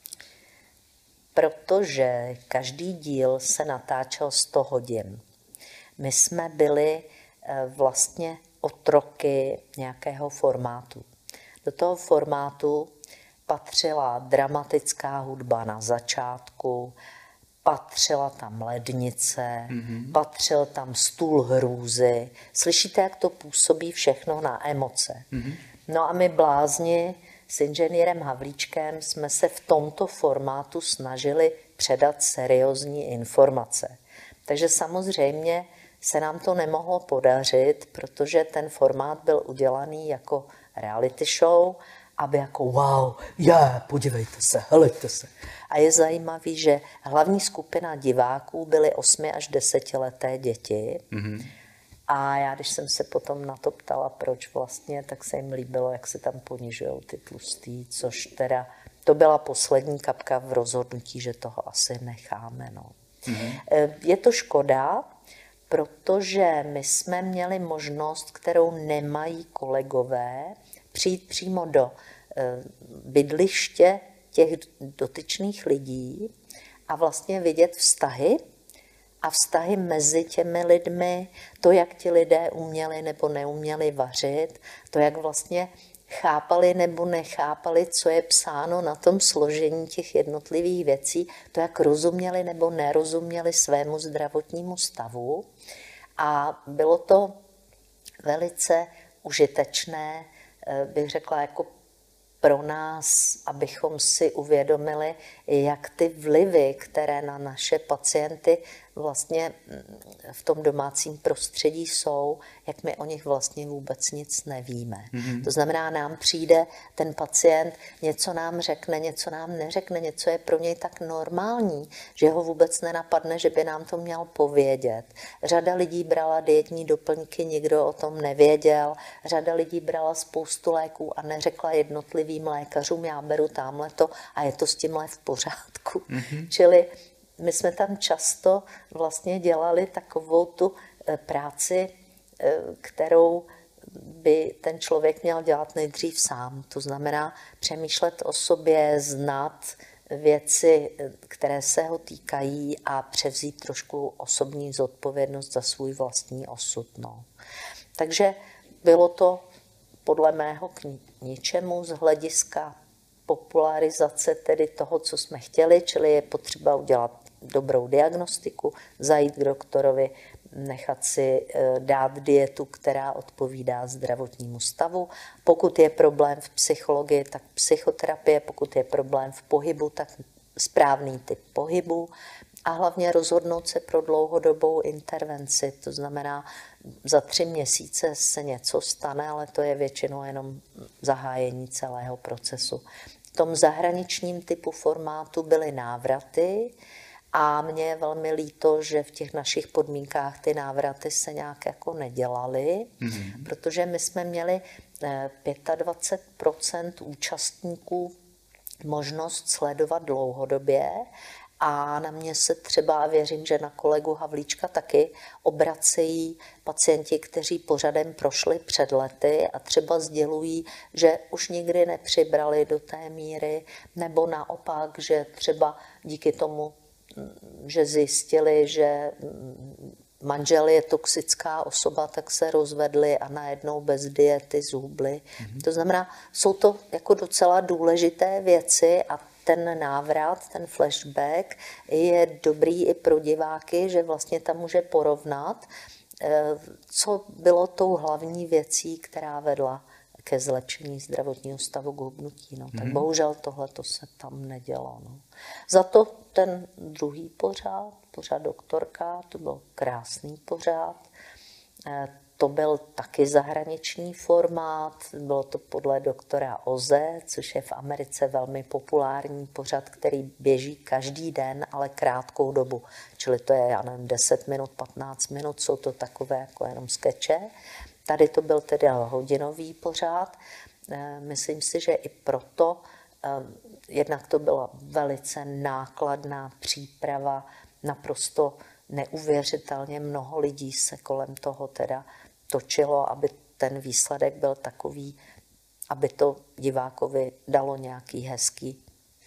Protože každý díl se natáčel sto hodin. My jsme byli vlastně otroky nějakého formátu. Do toho formátu patřila dramatická hudba na začátku, patřila tam lednice, mm-hmm. patřil tam stůl hrůzy. Slyšíte, jak to působí všechno na emoce. Mm-hmm. No a my blázni s inženýrem Havlíčkem jsme se v tomto formátu snažili předat seriózní informace. Takže samozřejmě se nám to nemohlo podařit, protože ten formát byl udělaný jako reality show, aby jako wow, je, yeah, podívejte se, helejte se. A je zajímavý, že hlavní skupina diváků byly osmi až desetileté děti. Mm-hmm. A já, když jsem se potom na to ptala, proč vlastně, tak se jim líbilo, jak se tam ponižujou ty tlustý, což teda, to byla poslední kapka v rozhodnutí, že toho asi necháme. No. Mm-hmm. Je to škoda, protože my jsme měli možnost, kterou nemají kolegové, přijít přímo do bydliště těch dotyčných lidí a vlastně vidět vztahy a vztahy mezi těmi lidmi, to, jak ti lidé uměli nebo neuměli vařit, to, jak vlastně chápali nebo nechápali, co je psáno na tom složení těch jednotlivých věcí, to, jak rozuměli nebo nerozuměli svému zdravotnímu stavu. A bylo to velice užitečné, bych řekla, jako pro nás, abychom si uvědomili, jak ty vlivy, které na naše pacienty vlastně v tom domácím prostředí jsou, jak my o nich vlastně vůbec nic nevíme. Mm-hmm. To znamená, nám přijde ten pacient, něco nám řekne, něco nám neřekne, něco je pro něj tak normální, že ho vůbec nenapadne, že by nám to měl povědět. Řada lidí brala dietní doplňky, nikdo o tom nevěděl. Řada lidí brala spoustu léků a neřekla jednotlivým lékařům, já beru támhleto a je to s tímhle v pořádku. Mm-hmm. Čili my jsme tam často vlastně dělali takovou tu práci, kterou by ten člověk měl dělat nejdřív sám. To znamená přemýšlet o sobě, znát věci, které se ho týkají a převzít trošku osobní zodpovědnost za svůj vlastní osud. No. Takže bylo to podle mého k ničemu z hlediska popularizace tedy toho, co jsme chtěli, čili je potřeba udělat dobrou diagnostiku, zajít k doktorovi, nechat si dát dietu, která odpovídá zdravotnímu stavu. Pokud je problém v psychologii, tak psychoterapie, pokud je problém v pohybu, tak správný typ pohybu a hlavně rozhodnout se pro dlouhodobou intervenci. To znamená, za tři měsíce se něco stane, ale to je většinou jenom zahájení celého procesu. V tom zahraničním typu formátu byly návraty a mně je velmi líto, že v těch našich podmínkách ty návraty se nějak jako nedělaly, mm-hmm. protože my jsme měli dvacet pět procent účastníků možnost sledovat dlouhodobě a na mě se třeba, věřím, že na kolegu Havlíčka taky, obracejí pacienti, kteří pořadem prošli před lety a třeba sdělují, že už nikdy nepřibrali do té míry, nebo naopak, že třeba díky tomu, že zjistili, že manžel je toxická osoba, tak se rozvedli a najednou bez diety zhubli. Mm-hmm. To znamená, jsou to jako docela důležité věci a ten návrat, ten flashback je dobrý i pro diváky, že vlastně tam může porovnat, co bylo tou hlavní věcí, která vedla ke zlepšení zdravotního stavu, k hubnutí. No. Tak mm-hmm. bohužel tohle to se tam nedělo. No. Za to ten druhý pořád, pořád doktorka, to byl krásný pořád. To byl taky zahraniční formát, bylo to podle doktora Oze, což je v Americe velmi populární pořad, který běží každý den, ale krátkou dobu. Čili to je, já nevím, deset minut, patnáct minut, jsou to takové jako jenom skeče. Tady to byl tedy hodinový pořád. Myslím si, že i proto, jednak to byla velice nákladná příprava, naprosto neuvěřitelně mnoho lidí se kolem toho teda točilo, aby ten výsledek byl takový, aby to divákovi dalo nějaký hezký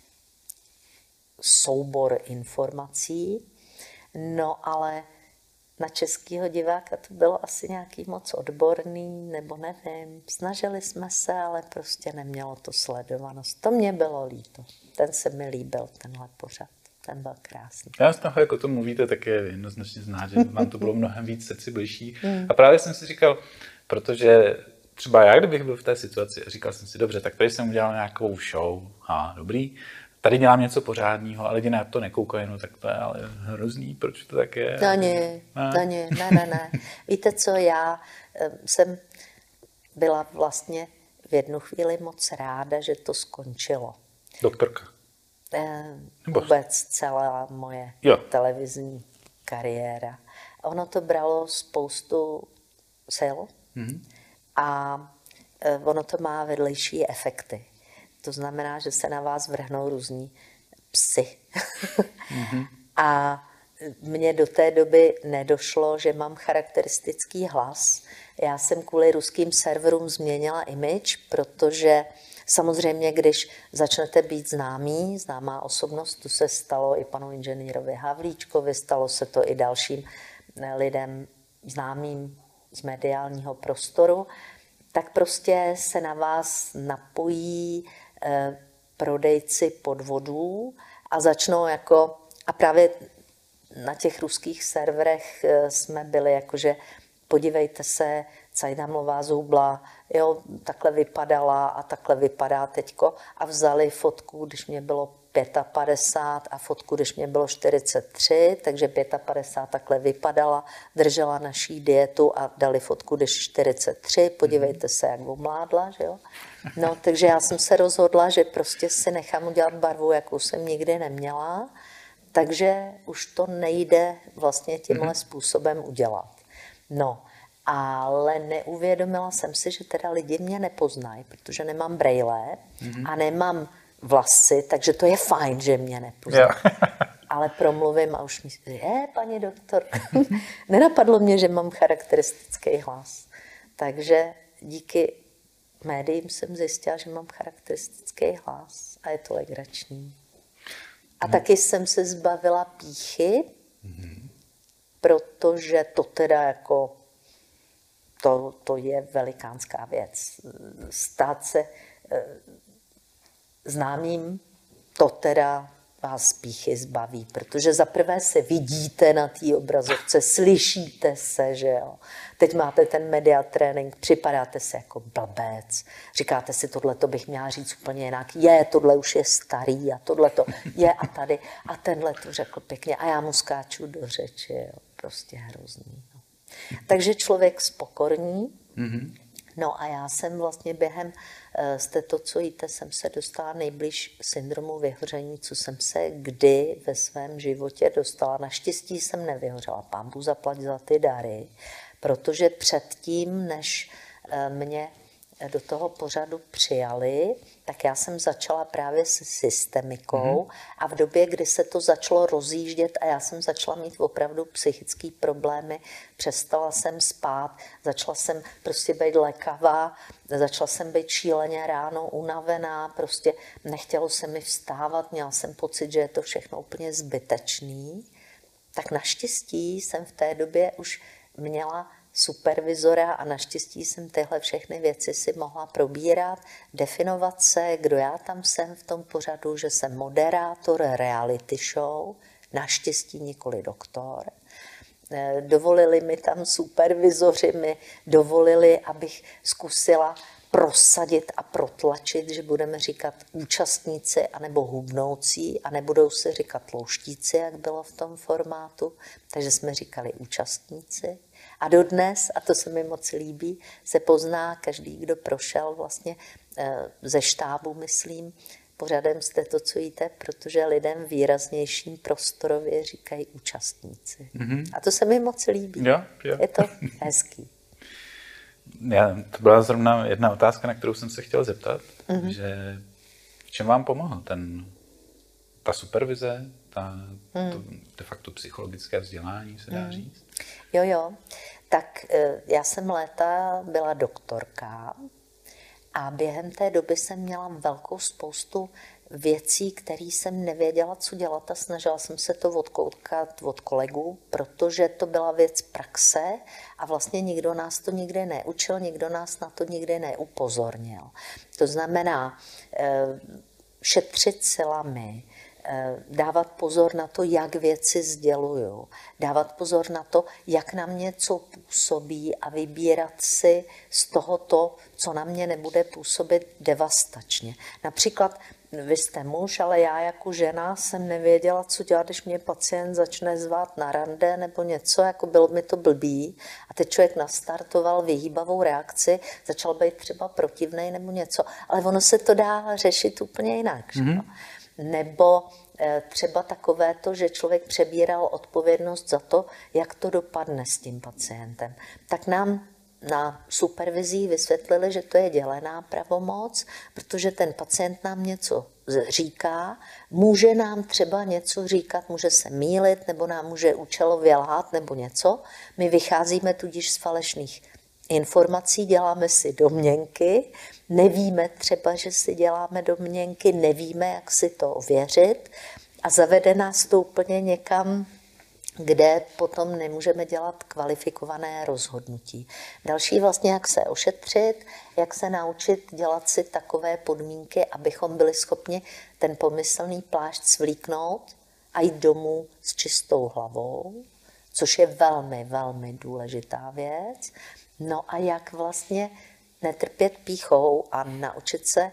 soubor informací. No ale na českého diváka to bylo asi nějaký moc odborný, nebo nevím, snažili jsme se, ale prostě nemělo to sledovanost. To mě bylo líto. Ten se mi líbil, tenhle pořad. Ten byl krásný. Já z toho, jak o tom mluvíte, tak je jednoznačně znát, že vám to bylo mnohem víc srdci blížší. A právě jsem si říkal, protože třeba já, kdybych byl v té situaci a říkal jsem si, dobře, tak tady jsem udělal nějakou show, a dobrý, tady dělám něco pořádného, a lidi na to nekoukají, no tak to je ale hrozný, proč to tak je? Dani, Dani, ne, ne, ne. Víte co, já jsem byla vlastně v jednu chvíli moc ráda, že to skončilo. Doktorka. Vůbec celá moje jo. televizní kariéra. Ono to bralo spoustu sil mm-hmm. a ono to má vedlejší efekty. To znamená, že se na vás vrhnou různí psy. Mm-hmm. A mně do té doby nedošlo, že mám charakteristický hlas. Já jsem kvůli ruským serverům změnila image, protože samozřejmě, když začnete být známý, známá osobnost, to se stalo i panu inženýrovi Havlíčkovi, stalo se to i dalším lidem známým z mediálního prostoru, tak prostě se na vás napojí eh, prodejci podvodů a začnou jako, a právě na těch ruských serverech eh, jsme byli jakože, podívejte se, Cajdamlová zhubla, jo, takhle vypadala a takhle vypadá teďko. A vzali fotku, když mě bylo padesát pět a fotku, když mě bylo čtyřicet tři, takže padesát pět takhle vypadala, držela naší dietu a dali fotku, když čtyřicet tři, podívejte se, jak omládla, že jo. No, takže já jsem se rozhodla, že prostě si nechám udělat barvu, jakou jsem nikdy neměla, takže už to nejde vlastně tímhle způsobem udělat. No, ale neuvědomila jsem si, že teda lidi mě nepoznají, protože nemám brejle mm-hmm. a nemám vlasy, takže to je fajn, že mě nepoznají. Ale promluvím a už mi je, paní doktorka. Nenapadlo mě, že mám charakteristický hlas. Takže díky médiím jsem zjistila, že mám charakteristický hlas a je to legrační. A mm. taky jsem se zbavila pýchy, mm. protože to teda jako To, to je velikánská věc. Stát se e, známým, to teda vás pýchy zbaví, protože zaprvé se vidíte na té obrazovce, slyšíte se, že jo. Teď máte ten media trénink, připadáte se jako blbec, říkáte si, tohle to bych měla říct úplně jinak, je, tohle už je starý a tohle to je a tady a tenhle to řekl pěkně a já mu skáču do řeči, jo. Prostě hrozný. No. Takže člověk spokorní, mm-hmm. No a já jsem vlastně během z této, co jíte, jsem se dostala nejblíž syndromu vyhoření, co jsem se kdy ve svém životě dostala. Naštěstí jsem nevyhořela, pán Bůh zaplať za ty dary, protože předtím, než mě do toho pořadu přijali, tak já jsem začala právě se systemikou mm-hmm. a v době, kdy se to začalo rozjíždět a já jsem začala mít opravdu psychické problémy, přestala jsem spát, začala jsem prostě být lékavá, začala jsem být šíleně ráno unavená, prostě nechtělo se mi vstávat, měla jsem pocit, že je to všechno úplně zbytečný. Tak naštěstí jsem v té době už měla supervizora a naštěstí jsem tyhle všechny věci si mohla probírat, definovat se, kdo já tam jsem v tom pořadu, že jsem moderátor reality show, naštěstí nikoli doktor. Dovolili mi tam supervizoři, mi dovolili, abych zkusila prosadit a protlačit, že budeme říkat účastníci anebo hubnoucí a nebudou se říkat tlouštíci, jak bylo v tom formátu, takže jsme říkali účastníci. A dodnes, a to se mi moc líbí, se pozná každý, kdo prošel vlastně ze štábu, myslím, pořadem jste to, co jíte, protože lidem výraznějším prostorově říkají účastníci. Mm-hmm. A to se mi moc líbí. Jo, jo. Je to hezký. Já, to byla zrovna jedna otázka, na kterou jsem se chtěl zeptat, mm-hmm. že v čem vám pomohl ten, ta supervize, ta, mm. to de facto psychologické vzdělání, se dá mm. říct? Jo, jo. Tak já jsem léta byla doktorka a během té doby jsem měla velkou spoustu věcí, které jsem nevěděla, co dělat a snažila jsem se to odkoutkat od kolegů, protože to byla věc praxe a vlastně nikdo nás to nikdy neučil, nikdo nás na to nikdy neupozornil. To znamená šetřit silami, dávat pozor na to, jak věci sděluju, dávat pozor na to, jak na mě co působí a vybírat si z toho to, co na mě nebude působit devastačně. Například vy jste muž, ale já jako žena jsem nevěděla, co dělat, když mě pacient začne zvát na rande nebo něco, jako bylo mi to blbý a teď člověk nastartoval vyhýbavou reakci, začal být třeba protivnej nebo něco, ale ono se to dá řešit úplně jinak. Mm-hmm. Nebo třeba takové to, že člověk přebíral odpovědnost za to, jak to dopadne s tím pacientem. Tak nám na supervizí vysvětlili, že to je dělená pravomoc, protože ten pacient nám něco říká, může nám třeba něco říkat, může se mýlit, nebo nám může účelově lhát, nebo něco. My vycházíme tudíž z falešných informací, děláme si domněnky, nevíme třeba, že si děláme domněnky, nevíme, jak si to ověřit a zavede nás to úplně někam, kde potom nemůžeme dělat kvalifikované rozhodnutí. Další vlastně, jak se ošetřit, jak se naučit dělat si takové podmínky, abychom byli schopni ten pomyslný plášť svlíknout a jít domů s čistou hlavou, což je velmi, velmi důležitá věc. No a jak vlastně netrpět pýchou a naučit se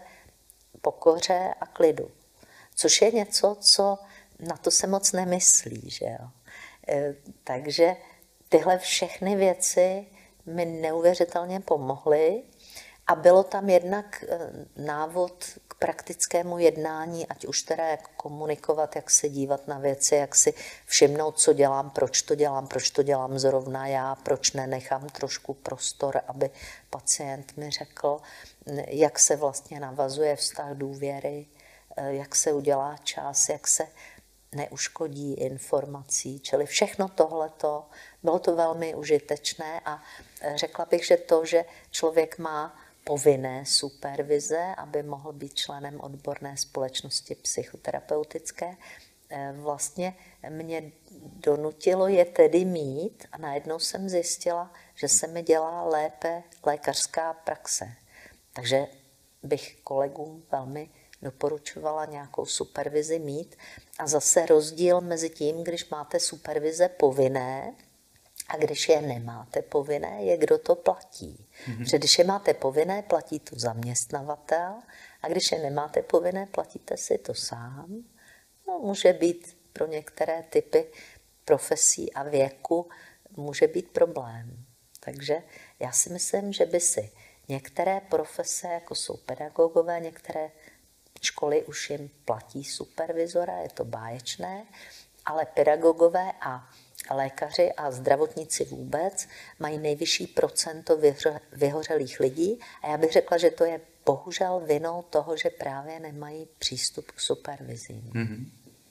pokoře a klidu. Což je něco, co na to se moc nemyslí, že jo. E, takže tyhle všechny věci mi neuvěřitelně pomohly a bylo tam jednak návod k praktickému jednání, ať už teda jak komunikovat, jak se dívat na věci, jak si všimnout, co dělám, proč to dělám, proč to dělám zrovna já, proč nenechám trošku prostor, aby pacient mi řekl, jak se vlastně navazuje vztah důvěry, jak se udělá čas, jak se neuškodí informací, čili všechno tohleto, bylo to velmi užitečné a řekla bych, že to, že člověk má povinné supervize, aby mohl být členem odborné společnosti psychoterapeutické, vlastně mě donutilo je tedy mít a najednou jsem zjistila, že se mi dělá lépe lékařská praxe. Takže bych kolegům velmi doporučovala nějakou supervizi mít. A zase rozdíl mezi tím, když máte supervize povinné a když je nemáte povinné, je, kdo to platí. Mm-hmm. Protože když je máte povinné, platí to zaměstnavatel, a když je nemáte povinné, platíte si to sám. No, může být pro některé typy profesí a věku může být problém. Takže já si myslím, že by si některé profese, jako jsou pedagogové, některé školy už jim platí supervizora, je to báječné, ale pedagogové a lékaři a zdravotníci vůbec mají nejvyšší procento vyhořelých lidí a já bych řekla, že to je bohužel vinou toho, že právě nemají přístup k supervizím. Mm-hmm.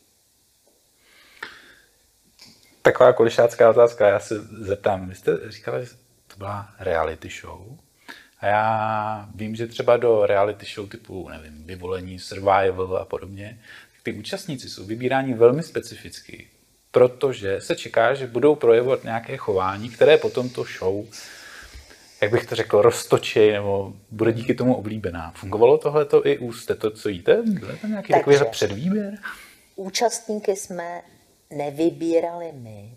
Taková kolišácká otázka, já se zeptám. Vy jste říkala, že to byla reality show a já vím, že třeba do reality show typu, nevím, Vyvolení, Survival a podobně, ty účastníci jsou vybíráni velmi specificky, protože se čeká, že budou projevovat nějaké chování, které potom to show, jak bych to řekl, roztočí nebo bude díky tomu oblíbená. Fungovalo tohleto i u jste to, co jíte? Byl tam nějaký takový předvýběr? Účastníky jsme nevybírali my.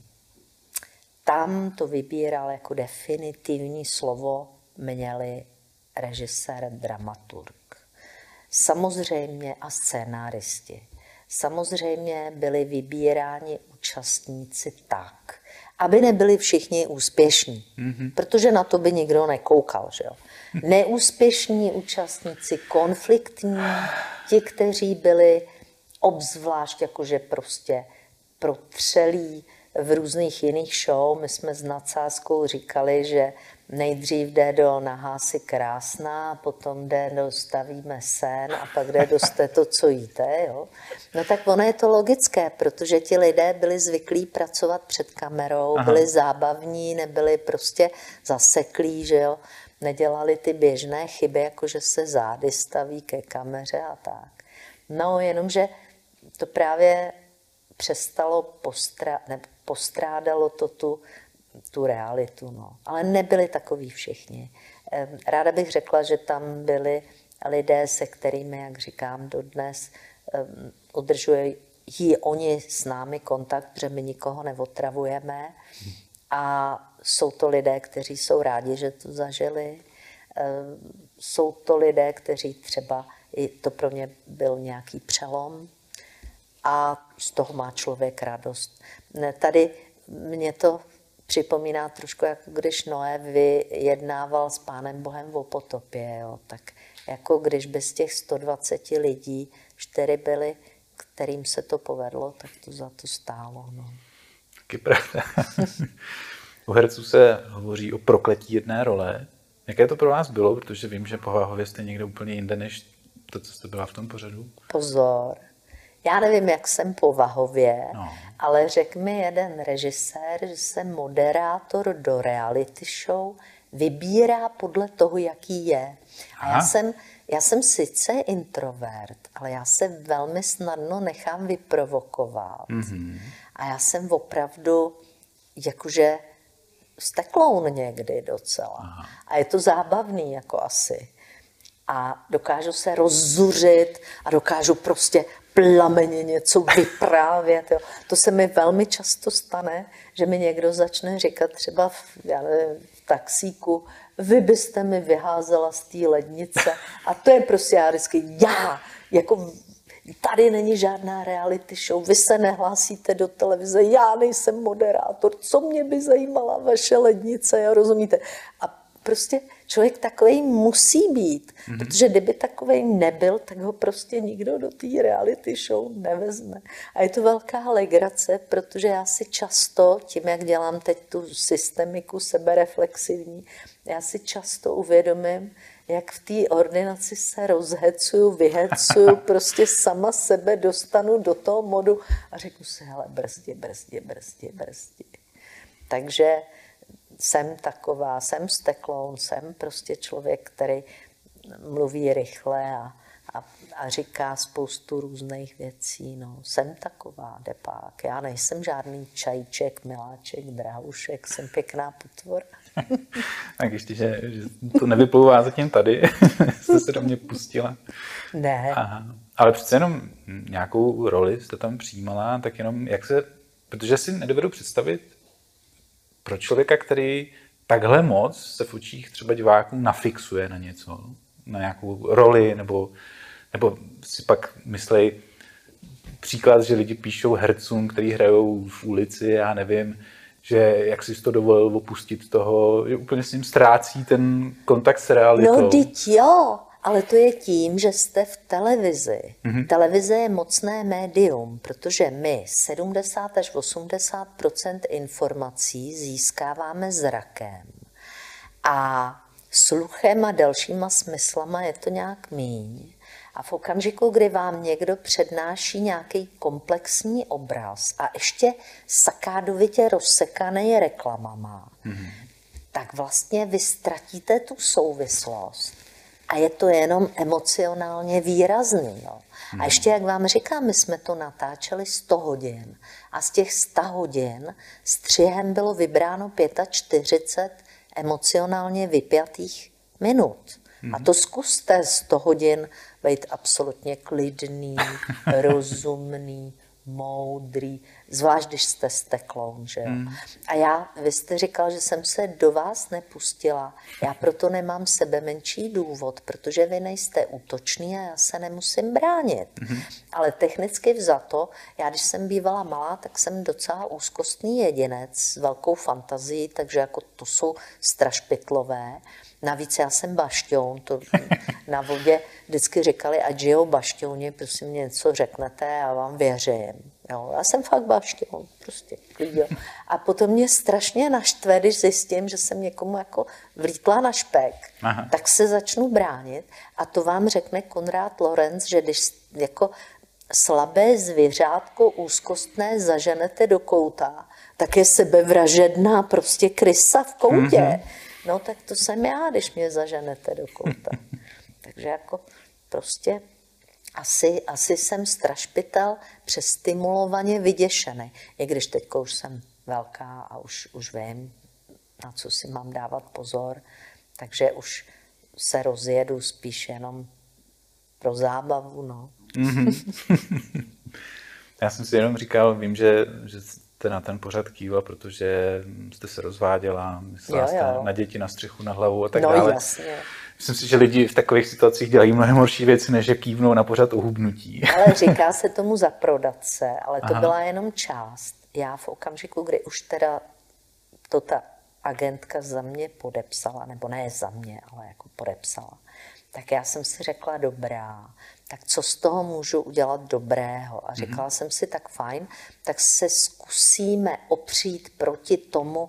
Tam to vybíral jako definitivní slovo měli režisér, dramaturg. Samozřejmě a scénáristi. Samozřejmě byli vybíráni účastníci tak, aby nebyli všichni úspěšní, mm-hmm. protože na to by nikdo nekoukal. Že jo? Neúspěšní účastníci, konfliktní, ti, kteří byli obzvlášť jakože prostě protřelí v různých jiných show. My jsme s nadsázkou říkali, že nejdřív jde do Nahá si krásná, potom jde do Stavíme sen a pak jde do Jste to, co jíte. Jo? No tak ono je to logické, protože ti lidé byli zvyklí pracovat před kamerou, Aha. byli zábavní, nebyli prostě zaseklí, že jo? Nedělali ty běžné chyby, jako že se zády staví ke kameře a tak. No jenomže to právě přestalo postra, ne, postrádalo to tu, tu realitu. No. Ale nebyli takoví všichni. Ráda bych řekla, že tam byli lidé, se kterými, jak říkám, dodnes um, udržují oni s námi kontakt, protože my nikoho neotravujeme. A jsou to lidé, kteří jsou rádi, že to zažili. Um, jsou to lidé, kteří třeba, i to pro ně byl nějaký přelom, a z toho má člověk radost. Tady mě to připomíná trošku, jako když Noé vyjednával s Pánem Bohem o potopě. Jo. Tak jako když by z těch sto dvacet lidí čtyři byli, kterým se to povedlo, tak to za to stálo. No. Taky pravda. U herců se hovoří o prokletí jedné role. Jaké to pro vás bylo? Protože vím, že povahově jste někde úplně jinde, než to, co jste byla v tom pořadu. Pozor. Já nevím, jak jsem povahově, no. ale řekl mi jeden režisér, že se moderátor do reality show vybírá podle toho, jaký je. A já jsem, já jsem sice introvert, ale já se velmi snadno nechám vyprovokovat. Mm-hmm. A já jsem opravdu jakože stekloun někdy docela. Aha. A je to zábavný jako asi. A dokážu se rozzuřit a dokážu prostě plameně něco vyprávět. Jo. To se mi velmi často stane, že mi někdo začne říkat třeba v, já nevím, v taxíku, vy byste mi vyházela z té lednice. A to je prostě já vždycky, já, jako tady není žádná reality show, vy se nehlásíte do televize, já nejsem moderátor, co mě by zajímala vaše lednice, jo, rozumíte? A prostě člověk takovej musí být, mm-hmm. protože kdyby takovej nebyl, tak ho prostě nikdo do té reality show nevezme. A je to velká legrace, protože já si často, tím jak dělám teď tu systemiku sebereflexivní, já si často uvědomím, jak v té ordinaci se rozhecuju, vyhecuju, prostě sama sebe dostanu do toho modu a řeknu si, hele, brzdi, brzdi, brzdi, brzdi. Takže jsem taková, jsem stekloun, jsem prostě člověk, který mluví rychle a, a, a říká spoustu různých věcí. No, jsem taková depák. Já nejsem žádný čajíček, miláček, drahušek, jsem pěkná potvora. Tak ještě, že, že to nevyplouvá zatím tady, jste se do mě pustila. Ne. Aha. Ale přece jenom nějakou roli jste tam přijímala, tak jenom jak se, protože si nedovedu představit pro člověka, který takhle moc se v očích třeba diváků nafixuje na něco, na nějakou roli, nebo, nebo si pak myslej příklad, že lidi píšou hercům, který hrajou v ulici, já nevím, že jak jsi to dovolil opustit toho, že úplně s ním ztrácí ten kontakt s realitou. No, teď jo, ale to je tím, že jste v televizi. Mm-hmm. Televize je mocné médium, protože my sedmdesát až osmdesát procent informací získáváme zrakem a sluchem a dalšíma smyslama je to nějak míň. A v okamžiku, kdy vám někdo přednáší nějaký komplexní obraz a ještě sakádovitě rozsekaný reklamama, mm-hmm. tak vlastně vy ztratíte tu souvislost a je to jenom emocionálně výrazný. Jo. Mm-hmm. A ještě, jak vám říkám, my jsme to natáčeli sto hodin a z těch sto hodin střihem bylo vybráno čtyřicet pět emocionálně vypjatých minut. A to zkuste sto hodin být absolutně klidný, rozumný, moudrý, zvlášť když jste stekloun, že jo. Mm. A já, vy jste říkal, že jsem se do vás nepustila, já proto nemám sebe menší důvod, protože vy nejste útočný a já se nemusím bránit. Mm. Ale technicky vzato, já když jsem bývala malá, tak jsem docela úzkostný jedinec s velkou fantazií, takže jako to jsou strašpitlové. Navíc já jsem bašťoun, to na vodě vždycky říkali, ať žijou bašťouni, prosím mě něco řeknete, já vám věřím. Jo, já jsem fakt bašťoun, prostě klidil. A potom mě strašně naštve, když zjistím, že jsem někomu jako vlítla na špek, Aha. tak se začnu bránit a to vám řekne Konrád Lorenz, že když jako slabé zvěřátko úzkostné zaženete do kouta, tak je sebevražedná prostě krysa v koutě. Mm-hmm. No tak to jsem já, když mě zaženete do kouta. Takže jako prostě asi, asi jsem strašpitel přestimulovaně vyděšený. I když teď už jsem velká a už, už vím, na co si mám dávat pozor. Takže už se rozjedu spíš jenom pro zábavu. No. Mm-hmm. Já jsem si jenom říkal, vím, že, že jste na ten pořad kývla, protože jste se rozváděla, myslela jo, jo. jste na děti, na střechu, na hlavu a tak no, dále. Jasně. Myslím si, že lidi v takových situacích dělají mnohem horší věci, než že kývnou na pořad o hubnutí. Ale říká se tomu zaprodat se, ale to Aha. byla jenom část. Já v okamžiku, kdy už teda to ta agentka za mě podepsala, nebo ne za mě, ale jako podepsala, tak já jsem si řekla dobrá, tak co z toho můžu udělat dobrého? A říkala mm-hmm. jsem si, tak fajn, tak se zkusíme opřít proti tomu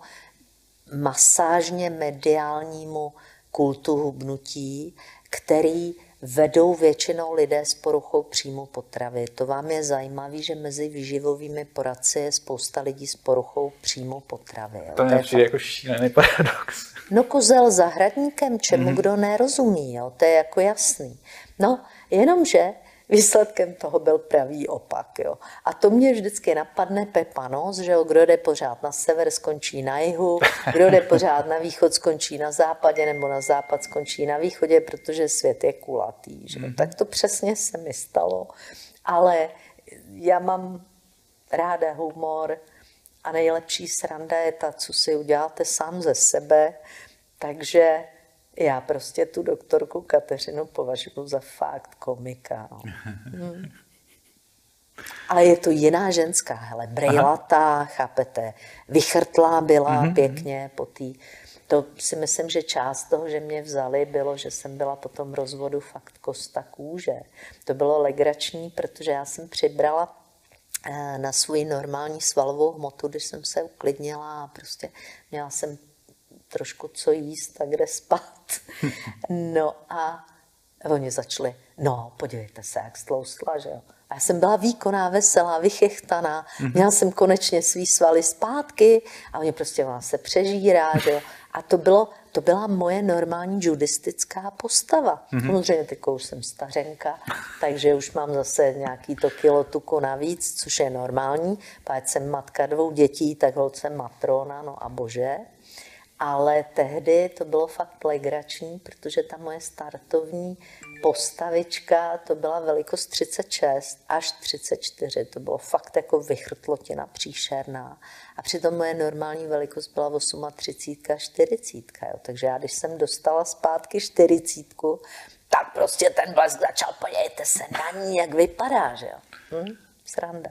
masážně mediálnímu kultu hubnutí, který vedou většinou lidé s poruchou příjmu potravy. To vám je zajímavé, že mezi výživovými poradci je spousta lidí s poruchou příjmu potravy. To je fakt... jako šílený paradox. No kozel zahradníkem, čemu mm-hmm. kdo nerozumí, jo? To je jako jasný. No, jenomže výsledkem toho byl pravý opak. Jo? A to mě vždycky napadne Pepanos, že jo? Kdo jde pořád na sever, skončí na jihu, kdo jde pořád na východ, skončí na západě, nebo na západ skončí na východě, protože svět je kulatý. Že? Mm-hmm. Tak to přesně se mi stalo. Ale já mám ráda humor a nejlepší sranda je ta, co si uděláte sám ze sebe, takže já prostě tu doktorku Kateřinu považuji za fakt komika. No. Hmm. Ale je to jiná ženská, hele, brejlatá, chápete, vychrtlá byla mm-hmm. pěkně po tý. To si myslím, že část toho, že mě vzali, bylo, že jsem byla po tom rozvodu fakt kosta kůže. To bylo legrační, protože já jsem přibrala na svou normální svalovou hmotu, když jsem se uklidnila a prostě měla jsem trošku co jíst a kde spát. No a oni začali, no podívejte se, jak stloustla, že jo. A já jsem byla výkonná, veselá, vychechtaná, měla jsem konečně svý svaly zpátky a oni prostě vás se přežírá, že jo. A to, bylo, to byla moje normální judistická postava. Mm-hmm. Samozřejmě teď už jsem stařenka, takže už mám zase nějaký to kilo tuku navíc, což je normální. Páč jsem matka dvou dětí, tak holt jsem matrona, no a bože. Ale tehdy to bylo fakt legrační, protože ta moje startovní postavička, to byla velikost třicet šest až třicet čtyři. To bylo fakt jako vychrtlotina příšerná. A přitom moje normální velikost byla třicet osm, čtyřicet. Jo. Takže já, když jsem dostala zpátky čtyřicítku, tak prostě ten blesk začal, podívejte se na ní, jak vypadá, že jo. Hm? Sranda.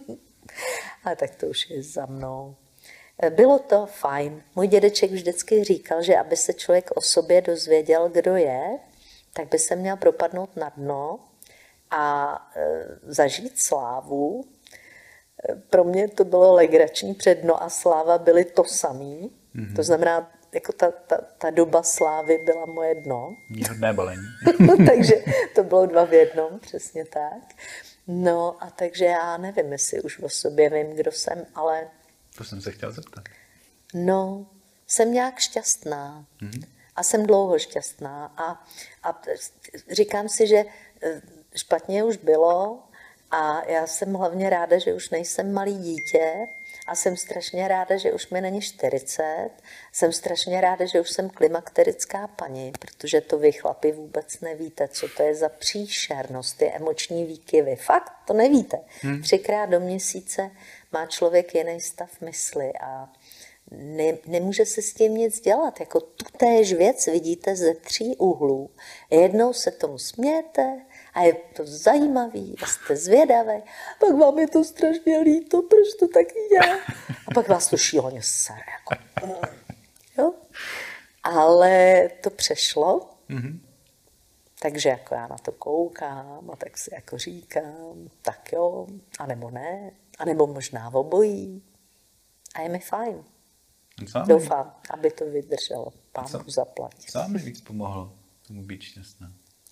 Ale tak to už je za mnou. Bylo to fajn. Můj dědeček vždycky říkal, že aby se člověk o sobě dozvěděl, kdo je, tak by se měl propadnout na dno a e, zažít slávu. Pro mě to bylo legrační, před dno a sláva byly to samý. Mm-hmm. To znamená, jako ta, ta, ta doba slávy byla moje dno. Výhodné balení. Takže to bylo dva v jednom, přesně tak. No a takže já nevím, jestli už o sobě vím, kdo jsem, ale... To jsem se chtěl zeptat. No, jsem nějak šťastná. Mm-hmm. A jsem dlouho šťastná. A, a říkám si, že špatně už bylo a já jsem hlavně ráda, že už nejsem malý dítě a jsem strašně ráda, že už mi není čtyřicet. Jsem strašně ráda, že už jsem klimakterická paní, protože to vy chlapi vůbec nevíte, co to je za příšernost, ty emoční výkyvy. Fakt, to nevíte. Hmm. Třikrát do měsíce má člověk jiný stav mysli a ne, nemůže se s tím nic dělat. Jako tutéž věc vidíte ze tří úhlů. Jednou se tomu smějete a je to zajímavý, a jste zvědavý, pak vám je to strašně líto, proč to tak je. A pak vás to šíleně sere. Jako, jo? Ale to přešlo, mm-hmm. takže jako já na to koukám a tak si jako říkám, tak jo, anebo ne, anebo možná obojí. A je mi fajn. Doufám, aby to vydrželo. Pán Bůh zaplať. Co vám víc pomohlo tomu být šťastná?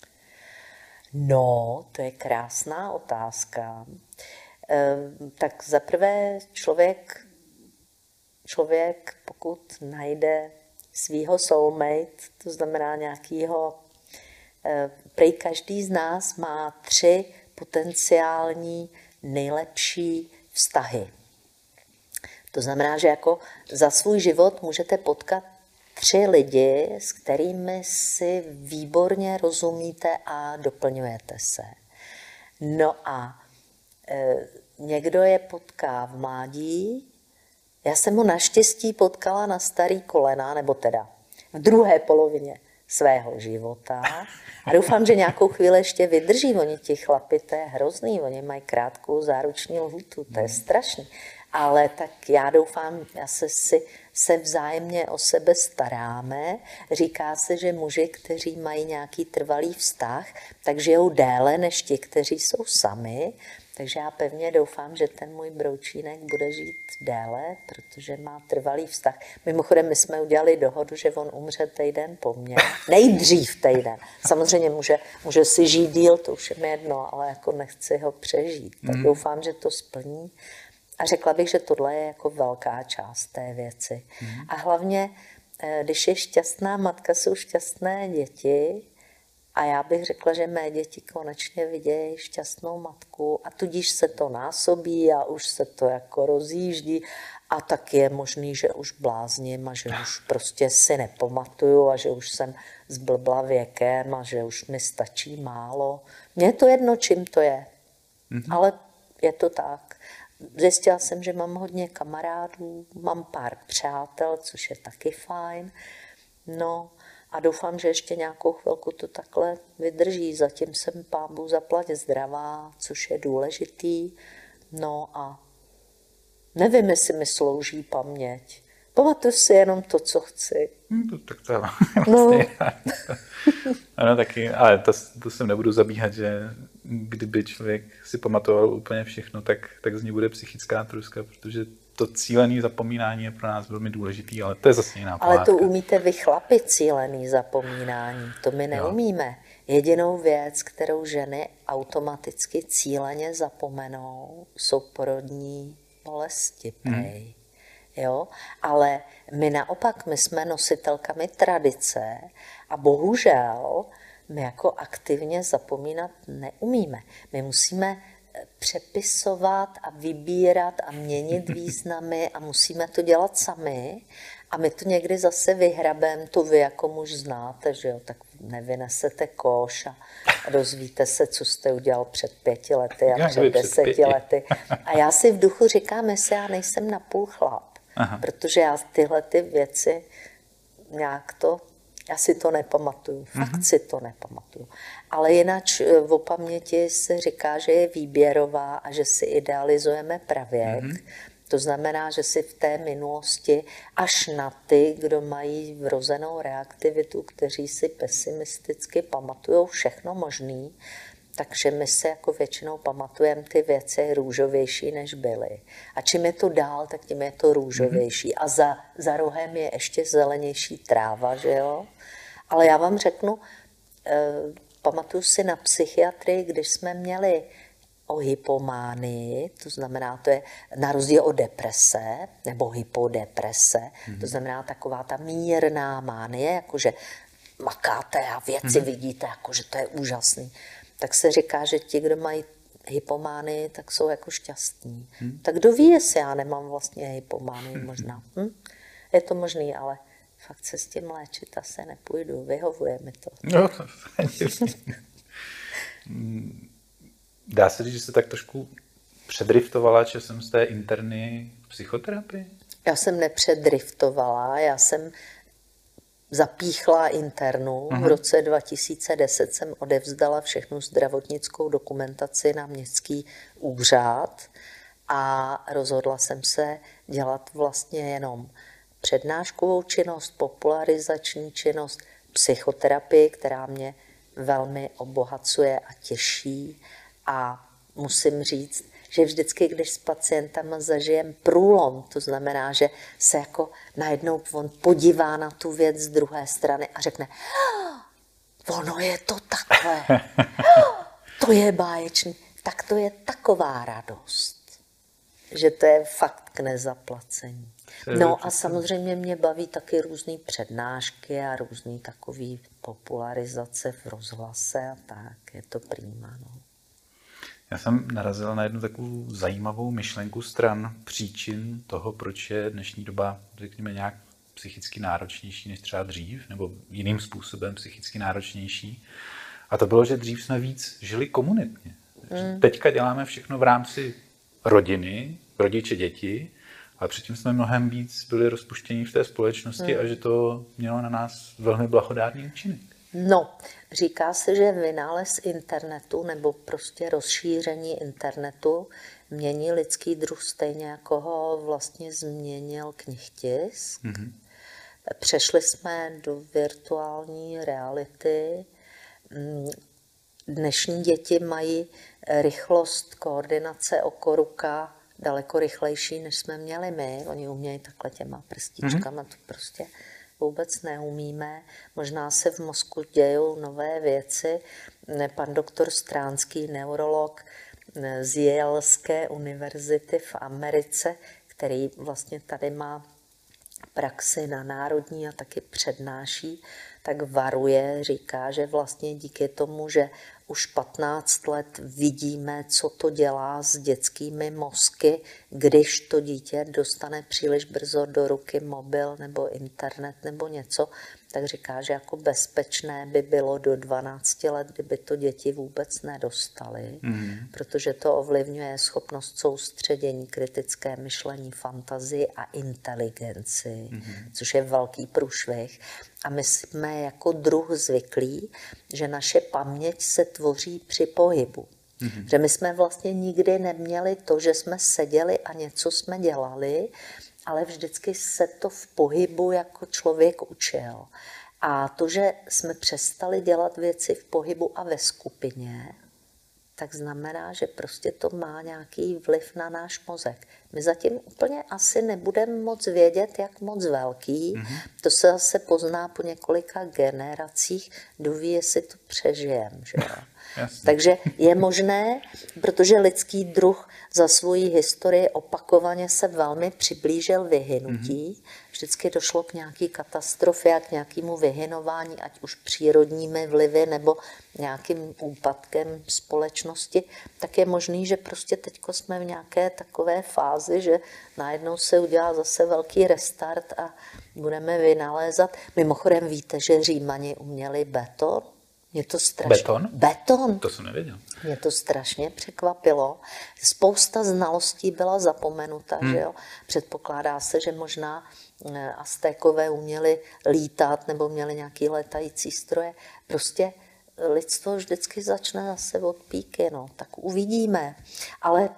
No, to je krásná otázka. E, tak zaprvé člověk, člověk, pokud najde svýho soulmate, to znamená nějakýho, e, prej každý z nás má tři potenciální nejlepší vztahy. To znamená, že jako za svůj život můžete potkat tři lidi, s kterými si výborně rozumíte a doplňujete se. No a e, někdo je potká v mládí. Já jsem ho naštěstí potkala na starý kolena, nebo teda v druhé polovině svého života. A doufám, že nějakou chvíli ještě vydrží. Oni ti chlapi, to je hrozný, oni mají krátkou záruční lhůtu, to je strašný. Ale tak já doufám, já se, si, se vzájemně o sebe staráme. Říká se, že muži, kteří mají nějaký trvalý vztah, tak žijou déle než ti, kteří jsou sami. Takže já pevně doufám, že ten můj broučínek bude žít déle, protože má trvalý vztah. Mimochodem, my jsme udělali dohodu, že on umře týden po mně. Nejdřív týden. Samozřejmě může, může si žít díl, to už je mi jedno, ale jako nechci ho přežít. Tak mm. doufám, že to splní. A řekla bych, že tohle je jako velká část té věci. Mm. A hlavně, když je šťastná matka, jsou šťastné děti. A já bych řekla, že mé děti konečně vidějí šťastnou matku a tudíž se to násobí a už se to jako rozjíždí. A tak je možný, že už blázním a že už prostě si nepamatuju a že už jsem zblbla věkem a že už mi stačí málo. Mně je to jedno, čím to je. Mm-hmm. Ale je to tak. Zjistila jsem, že mám hodně kamarádů, mám pár přátel, což je taky fajn. No a doufám, že ještě nějakou chvilku to takhle vydrží. Zatím jsem Pán Bůh zaplať zdravá, což je důležitý. No a nevím, jestli mi slouží paměť. Pamatuju si jenom to, co chci. Hmm, to, tak to je vlastně. No. Ano, taky, ale to, to se nebudu zabíhat, že kdyby člověk si pamatoval úplně všechno, tak, tak z ní bude psychická truska, protože to cílené zapomínání je pro nás velmi důležitý, ale to je zase jiná pohádka. Ale to umíte vy chlapi, cílený zapomínání, to my neumíme. Jo. Jedinou věc, kterou ženy automaticky cíleně zapomenou, jsou porodní bolesti, prej. Hmm. Jo? Ale my naopak, my jsme nositelkami tradice a bohužel my jako aktivně zapomínat neumíme. My musíme přepisovat a vybírat a měnit významy a musíme to dělat sami. A my to někdy zase vyhrabem, to vy jako muž znáte, že jo, tak nevynesete koš a dozvíte se, co jste udělal před pěti lety a Jak před před deseti pěti. lety. A já si v duchu říkám, jestli já nejsem napůl chlap, Aha. protože já tyhle ty věci nějak to, já si to nepamatuju, fakt mm-hmm. si to nepamatuju. Ale jinak o paměti se říká, že je výběrová a že si idealizujeme pravěk. Mm-hmm. To znamená, že si v té minulosti až na ty, kdo mají vrozenou reaktivitu, kteří si pesimisticky pamatují všechno možný, takže my se jako většinou pamatujeme ty věci růžovější, než byly. A čím je to dál, tak tím je to růžovější. A za, za rohem je ještě zelenější tráva, že jo? Ale já vám řeknu, eh, pamatuju si na psychiatrii, když jsme měli o hypománii, to znamená, to je na rozdíl od deprese, nebo hypodeprese, mm-hmm. to znamená taková ta mírná mánie, jakože makáte a věci mm-hmm. vidíte, jakože to je úžasný. Tak se říká, že ti, kdo mají hypománii, tak jsou jako šťastní. Mm-hmm. Tak kdo ví, jestli já nemám vlastně hypománii možná. Hm? Je to možný, ale fakt se s tím léčit asi nepůjdu, vyhovuje mi to. No, dá se říct, že jste tak trošku předriftovala časem z té interny psychoterapii? Já jsem nepředriftovala, já jsem zapíchla internu. Aha. V roce dva tisíce deset jsem odevzdala všechnu zdravotnickou dokumentaci na městský úřad a rozhodla jsem se dělat vlastně jenom přednáškovou činnost, popularizační činnost, psychoterapii, která mě velmi obohacuje a těší. A musím říct, že vždycky, když s pacientama zažijem průlom, to znamená, že se jako najednou on podívá na tu věc z druhé strany a řekne, ono je to takhle, to je báječný, tak to je taková radost, že to je fakt k nezaplacení. No a samozřejmě mě baví taky různý přednášky a různý takový popularizace v rozhlase a tak, je to prima, no. Já jsem narazil na jednu takovou zajímavou myšlenku stran příčin toho, proč je dnešní doba, řekněme, nějak psychicky náročnější než třeba dřív, nebo jiným způsobem psychicky náročnější. A to bylo, že dřív jsme víc žili komunitně. Mm. Teďka děláme všechno v rámci rodiny, rodiče, děti, ale předtím jsme mnohem víc byli rozpuštění v té společnosti mm. a že to mělo na nás velmi blahodárný účinek. No, říká se, že vynález internetu nebo prostě rozšíření internetu mění lidský druh stejně, jako ho vlastně změnil knihtisk. Mm-hmm. Přešli jsme do virtuální reality. Dnešní děti mají rychlost koordinace oko ruka daleko rychlejší, než jsme měli my. Oni umějí takhle těma prstíčkama, mm-hmm. to prostě vůbec neumíme. Možná se v mozku dějou nové věci. Pan doktor Stránský, neurolog z Yaleské univerzity v Americe, který vlastně tady má praxi na národní a taky přednáší, tak varuje, říká, že vlastně díky tomu, že už patnáct let vidíme, co to dělá s dětskými mozky, když to dítě dostane příliš brzo do ruky mobil nebo internet nebo něco, tak říká, že jako bezpečné by bylo do dvanácti let, kdyby to děti vůbec nedostaly, mm. protože to ovlivňuje schopnost soustředění, kritické myšlení, fantazii a inteligenci, mm. což je velký průšvih. A my jsme jako druh zvyklí, že naše paměť se tvoří při pohybu. Mm-hmm. Že my jsme vlastně nikdy neměli to, že jsme seděli a něco jsme dělali, ale vždycky se to v pohybu jako člověk učil. A to, že jsme přestali dělat věci v pohybu a ve skupině, tak znamená, že prostě to má nějaký vliv na náš mozek. My zatím úplně asi nebudeme moc vědět, jak moc velký. Mm-hmm. To se zase pozná po několika generacích, kdo ví, jestli to přežijeme. Takže je možné, protože lidský druh za svoji historii opakovaně se velmi přiblížil vyhynutí. Mm-hmm. Vždycky došlo k nějaké katastrofě a k nějakému vyhynování, ať už přírodními vlivy nebo nějakým úpadkem společnosti, tak je možný, že prostě teďko jsme v nějaké takové fázi, že najednou se udělá zase velký restart a budeme vynalézat. Mimochodem víte, že Římani uměli beton? Mě to strašně... Beton? Beton. To jsem nevěděl. Mě to strašně překvapilo. Spousta znalostí byla zapomenuta, hmm. že jo? Předpokládá se, že možná Aztékové uměli lítat nebo měli nějaký letající stroje. Prostě lidstvo vždycky začne zase od píky, no. Tak uvidíme. Ale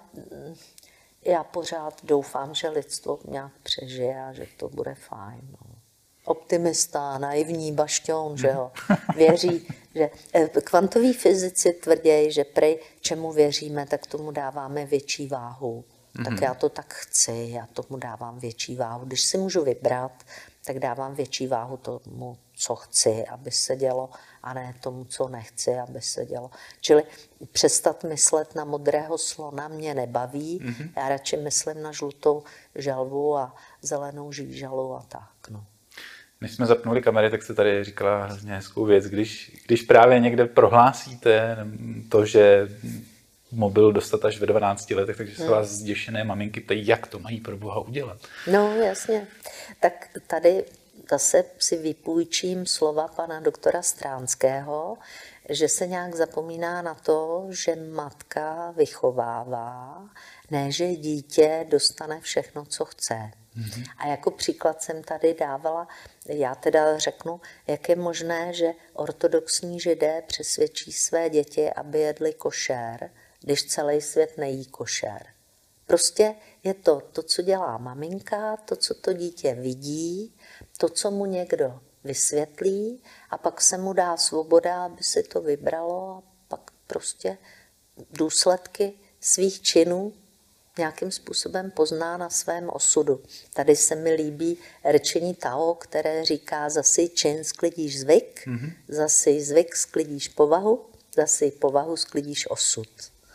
já pořád doufám, že lidstvo nějak přežije a že to bude fajn, no. Optimista, naivní bašťoun, že jo, věří, že kvantoví fyzici tvrdí, že prej čemu věříme, tak tomu dáváme větší váhu. Mm-hmm. Tak já to tak chci, já tomu dávám větší váhu. Když si můžu vybrat, tak dávám větší váhu tomu, co chci, aby se dělo, a ne tomu, co nechci, aby se dělo. Čili přestat myslet na modrého slona mě nebaví, mm-hmm. já radši myslím na žlutou želvu a zelenou žížalu a tak, no. Než jsme zapnuli kamery, tak jste tady říkala hrozně hezkou věc. Když, když právě někde prohlásíte to, že mobil dostat až ve dvanácti letech, takže se hmm. vás zděšené maminky ptají, jak to mají pro Boha udělat. No jasně. Tak tady zase si vypůjčím slova pana doktora Stránského, že se nějak zapomíná na to, že matka vychovává, ne že dítě dostane všechno, co chce. A jako příklad jsem tady dávala, já teda řeknu, jak je možné, že ortodoxní židé přesvědčí své děti, aby jedli košer, když celý svět nejí košer. Prostě je to to, co dělá maminka, to, co to dítě vidí, to, co mu někdo vysvětlí a pak se mu dá svoboda, aby si to vybralo a pak prostě důsledky svých činů nějakým způsobem pozná na svém osudu. Tady se mi líbí rčení Tao, které říká, zase čin sklidíš zvyk, mm-hmm. zase zvyk sklidíš povahu, zase povahu sklidíš osud.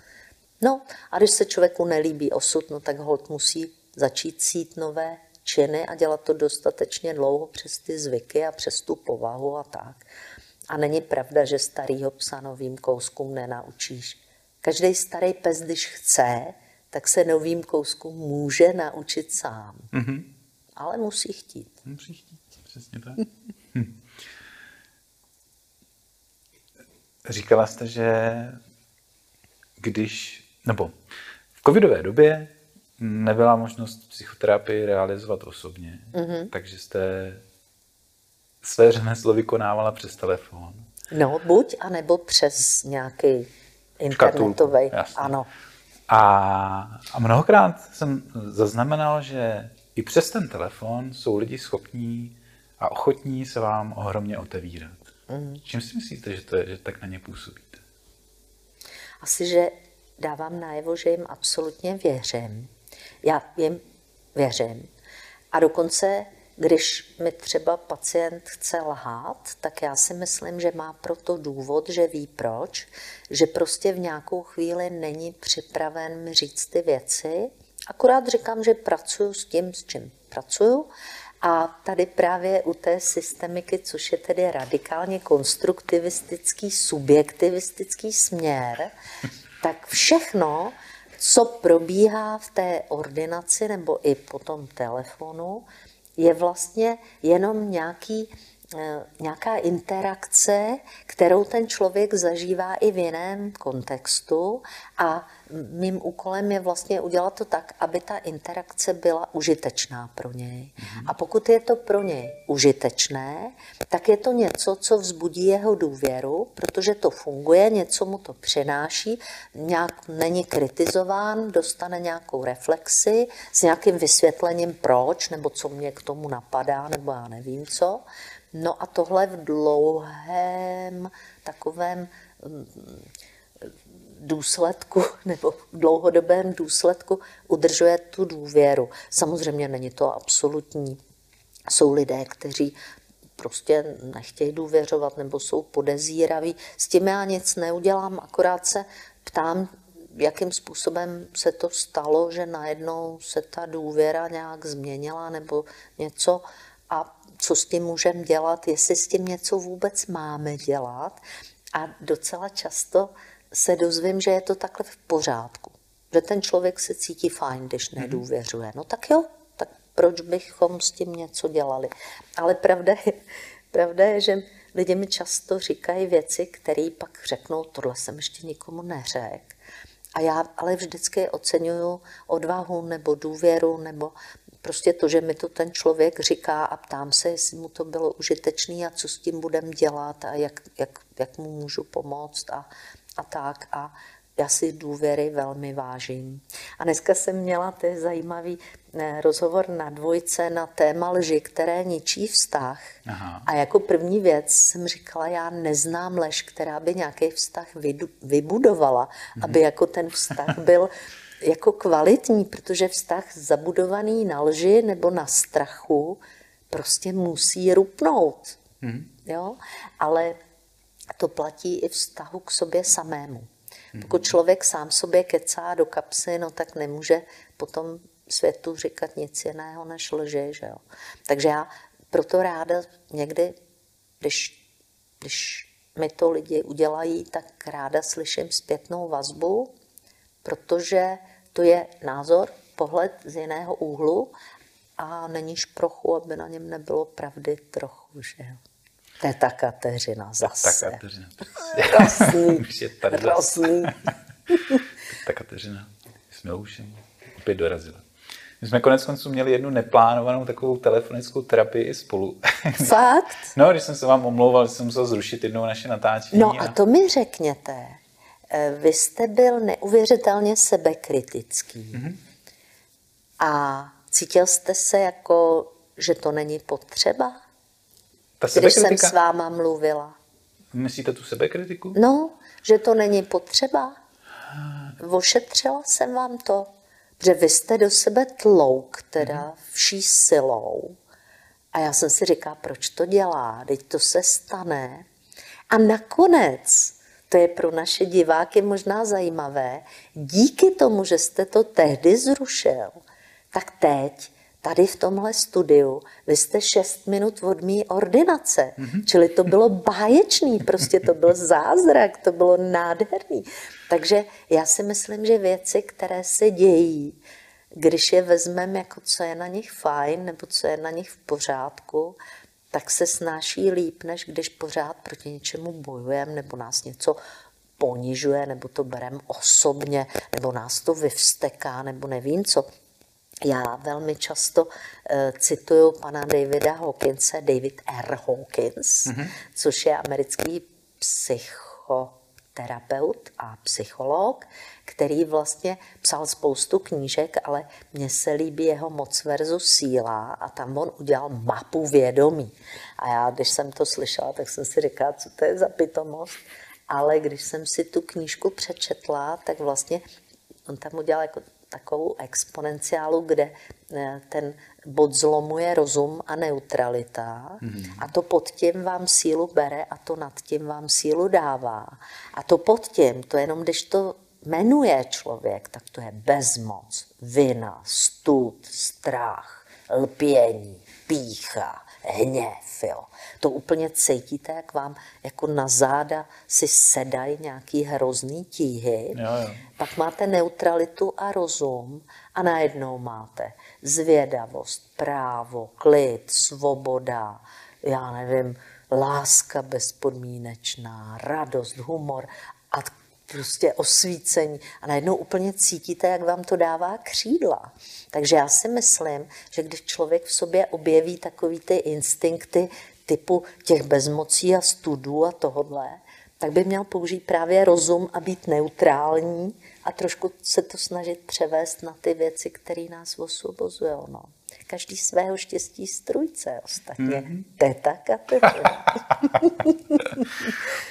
No a když se člověku nelíbí osud, no tak holt musí začít cít nové činy a dělat to dostatečně dlouho přes ty zvyky a přes tu povahu a tak. A není pravda, že starýho psa novým kouskům nenaučíš. Každý starý pes, když chce, tak se novým kouskům může naučit sám. Mm-hmm. Ale musí chtít. Musí chtít, přesně tak. Říkala jste, že když, nebo v covidové době nebyla možnost psychoterapii realizovat osobně, mm-hmm. takže jste své řemeslo vykonávala přes telefon. No, buď, anebo přes nějaký internetový. Ano. A, a mnohokrát jsem zaznamenal, že i přes ten telefon jsou lidi schopní a ochotní se vám ohromně otevírat. Mm. Čím si myslíte, že, to je, že tak na ně působíte? Asi, že dávám najevo, že jim absolutně věřím. Já jim věřím. A dokonce, když mi třeba pacient chce lhát, tak já si myslím, že má proto důvod, že ví proč, že prostě v nějakou chvíli není připraven mi říct ty věci. Akorát říkám, že pracuju s tím, s čím pracuju. A tady právě u té systemiky, což je tedy radikálně konstruktivistický, subjektivistický směr, tak všechno, co probíhá v té ordinaci nebo i po tom telefonu, je vlastně jenom nějaký, nějaká interakce, kterou ten člověk zažívá i v jiném kontextu a mým úkolem je vlastně udělat to tak, aby ta interakce byla užitečná pro něj. Mm-hmm. A pokud je to pro něj užitečné, tak je to něco, co vzbudí jeho důvěru, protože to funguje, něco mu to přináší, nějak není kritizován, dostane nějakou reflexi s nějakým vysvětlením proč, nebo co mě k tomu napadá, nebo já nevím co. No a tohle v dlouhém takovém důsledku nebo v dlouhodobém důsledku udržuje tu důvěru. Samozřejmě není to absolutní. Jsou lidé, kteří prostě nechtějí důvěřovat nebo jsou podezíraví. S tím já nic neudělám, akorát se ptám, jakým způsobem se to stalo, že najednou se ta důvěra nějak změnila nebo něco a co s tím můžeme dělat, jestli s tím něco vůbec máme dělat. A docela často se dozvím, že je to takhle v pořádku. Že ten člověk se cítí fajn, když nedůvěřuje. No tak jo, tak proč bychom s tím něco dělali? Ale pravda je, pravda je, že lidi mi často říkají věci, které pak řeknou, tohle jsem ještě nikomu neřekl. A já ale vždycky oceňuju odvahu nebo důvěru, nebo prostě to, že mi to ten člověk říká a ptám se, jestli mu to bylo užitečné a co s tím budeme dělat a jak, jak, jak mu můžu pomoct a, a tak. A já si důvěry velmi vážím. A dneska jsem měla, to je zajímavý rozhovor na dvojce na téma lži, které ničí vztah. Aha. A jako první věc jsem říkala, já neznám lež, která by nějaký vztah vybudovala, mhm. aby jako ten vztah byl jako kvalitní, protože vztah zabudovaný na lži nebo na strachu prostě musí rupnout. Mhm. Jo? Ale to platí i vztahu k sobě samému. Pokud člověk sám sobě kecá do kapsy, no tak nemůže potom světu říkat nic jiného než lži, že jo. Takže já proto ráda někdy, když, když mi to lidi udělají, tak ráda slyším zpětnou vazbu, protože to je názor, pohled z jiného úhlu a není šprochu, aby na něm nebylo pravdy trochu, že jo. Teta Kateřina zase. Teta Kateřina. Krásný, krásný. Teta Kateřina s Miloušem opět dorazila. My jsme konec konců měli jednu neplánovanou takovou telefonickou terapii spolu. Fakt? No, když jsem se vám omlouval, že jsem musel zrušit jednou naše natáčení. No a to mi řekněte. Vy jste byl neuvěřitelně sebekritický. Mm-hmm. A cítil jste se jako, že to není potřeba? Když jsem s váma mluvila. Myslíte tu sebekritiku? No, že to není potřeba. Ošetřila jsem vám to. Že vy jste do sebe tlouk, teda vší silou. A já jsem si říkala, proč to dělá? Teď to se stane. A nakonec, to je pro naše diváky možná zajímavé, díky tomu, že jste to tehdy zrušil, tak teď tady v tomhle studiu, vy jste šest minut od mý ordinace, mm-hmm. čili to bylo báječný, prostě to byl zázrak, to bylo nádherný. Takže já si myslím, že věci, které se dějí, když je vezmeme jako co je na nich fajn, nebo co je na nich v pořádku, tak se snáší líp, než když pořád proti něčemu bojujeme, nebo nás něco ponižuje, nebo to bereme osobně, nebo nás to vyvsteká, nebo nevím co. Já velmi často uh, cituju pana Davida Hawkinse, David R. Hawkins, mm-hmm. což je americký psychoterapeut a psycholog, který vlastně psal spoustu knížek, ale mně se líbí jeho Moc versus síla a tam on udělal mapu vědomí. A já, když jsem to slyšela, tak jsem si říkala, co to je za pitomost. Ale když jsem si tu knížku přečetla, tak vlastně on tam udělal jako takovou exponenciálu, kde ten bod zlomu je rozum a neutralita. Mm. A to pod tím vám sílu bere a to nad tím vám sílu dává. A to pod tím, to jenom když to jmenuje člověk, tak to je bezmoc, vina, stud, strach, lpění, pýcha, hněv. Jo. To úplně cítíte, jak vám jako na záda si sedají nějaký hrozný tíhy. Jo, jo. Pak máte neutralitu a rozum a najednou máte zvědavost, právo, klid, svoboda, já nevím, láska bezpodmínečná, radost, humor a prostě osvícení. A najednou úplně cítíte, jak vám to dává křídla. Takže já si myslím, že když člověk v sobě objeví takový ty instinkty typu těch bezmocí a studů a tohodle, tak by měl použít právě rozum a být neutrální a trošku se to snažit převést na ty věci, které nás osvobozují. No. Každý svého štěstí strůjce ostatně. Mm-hmm. Teta Kateřina.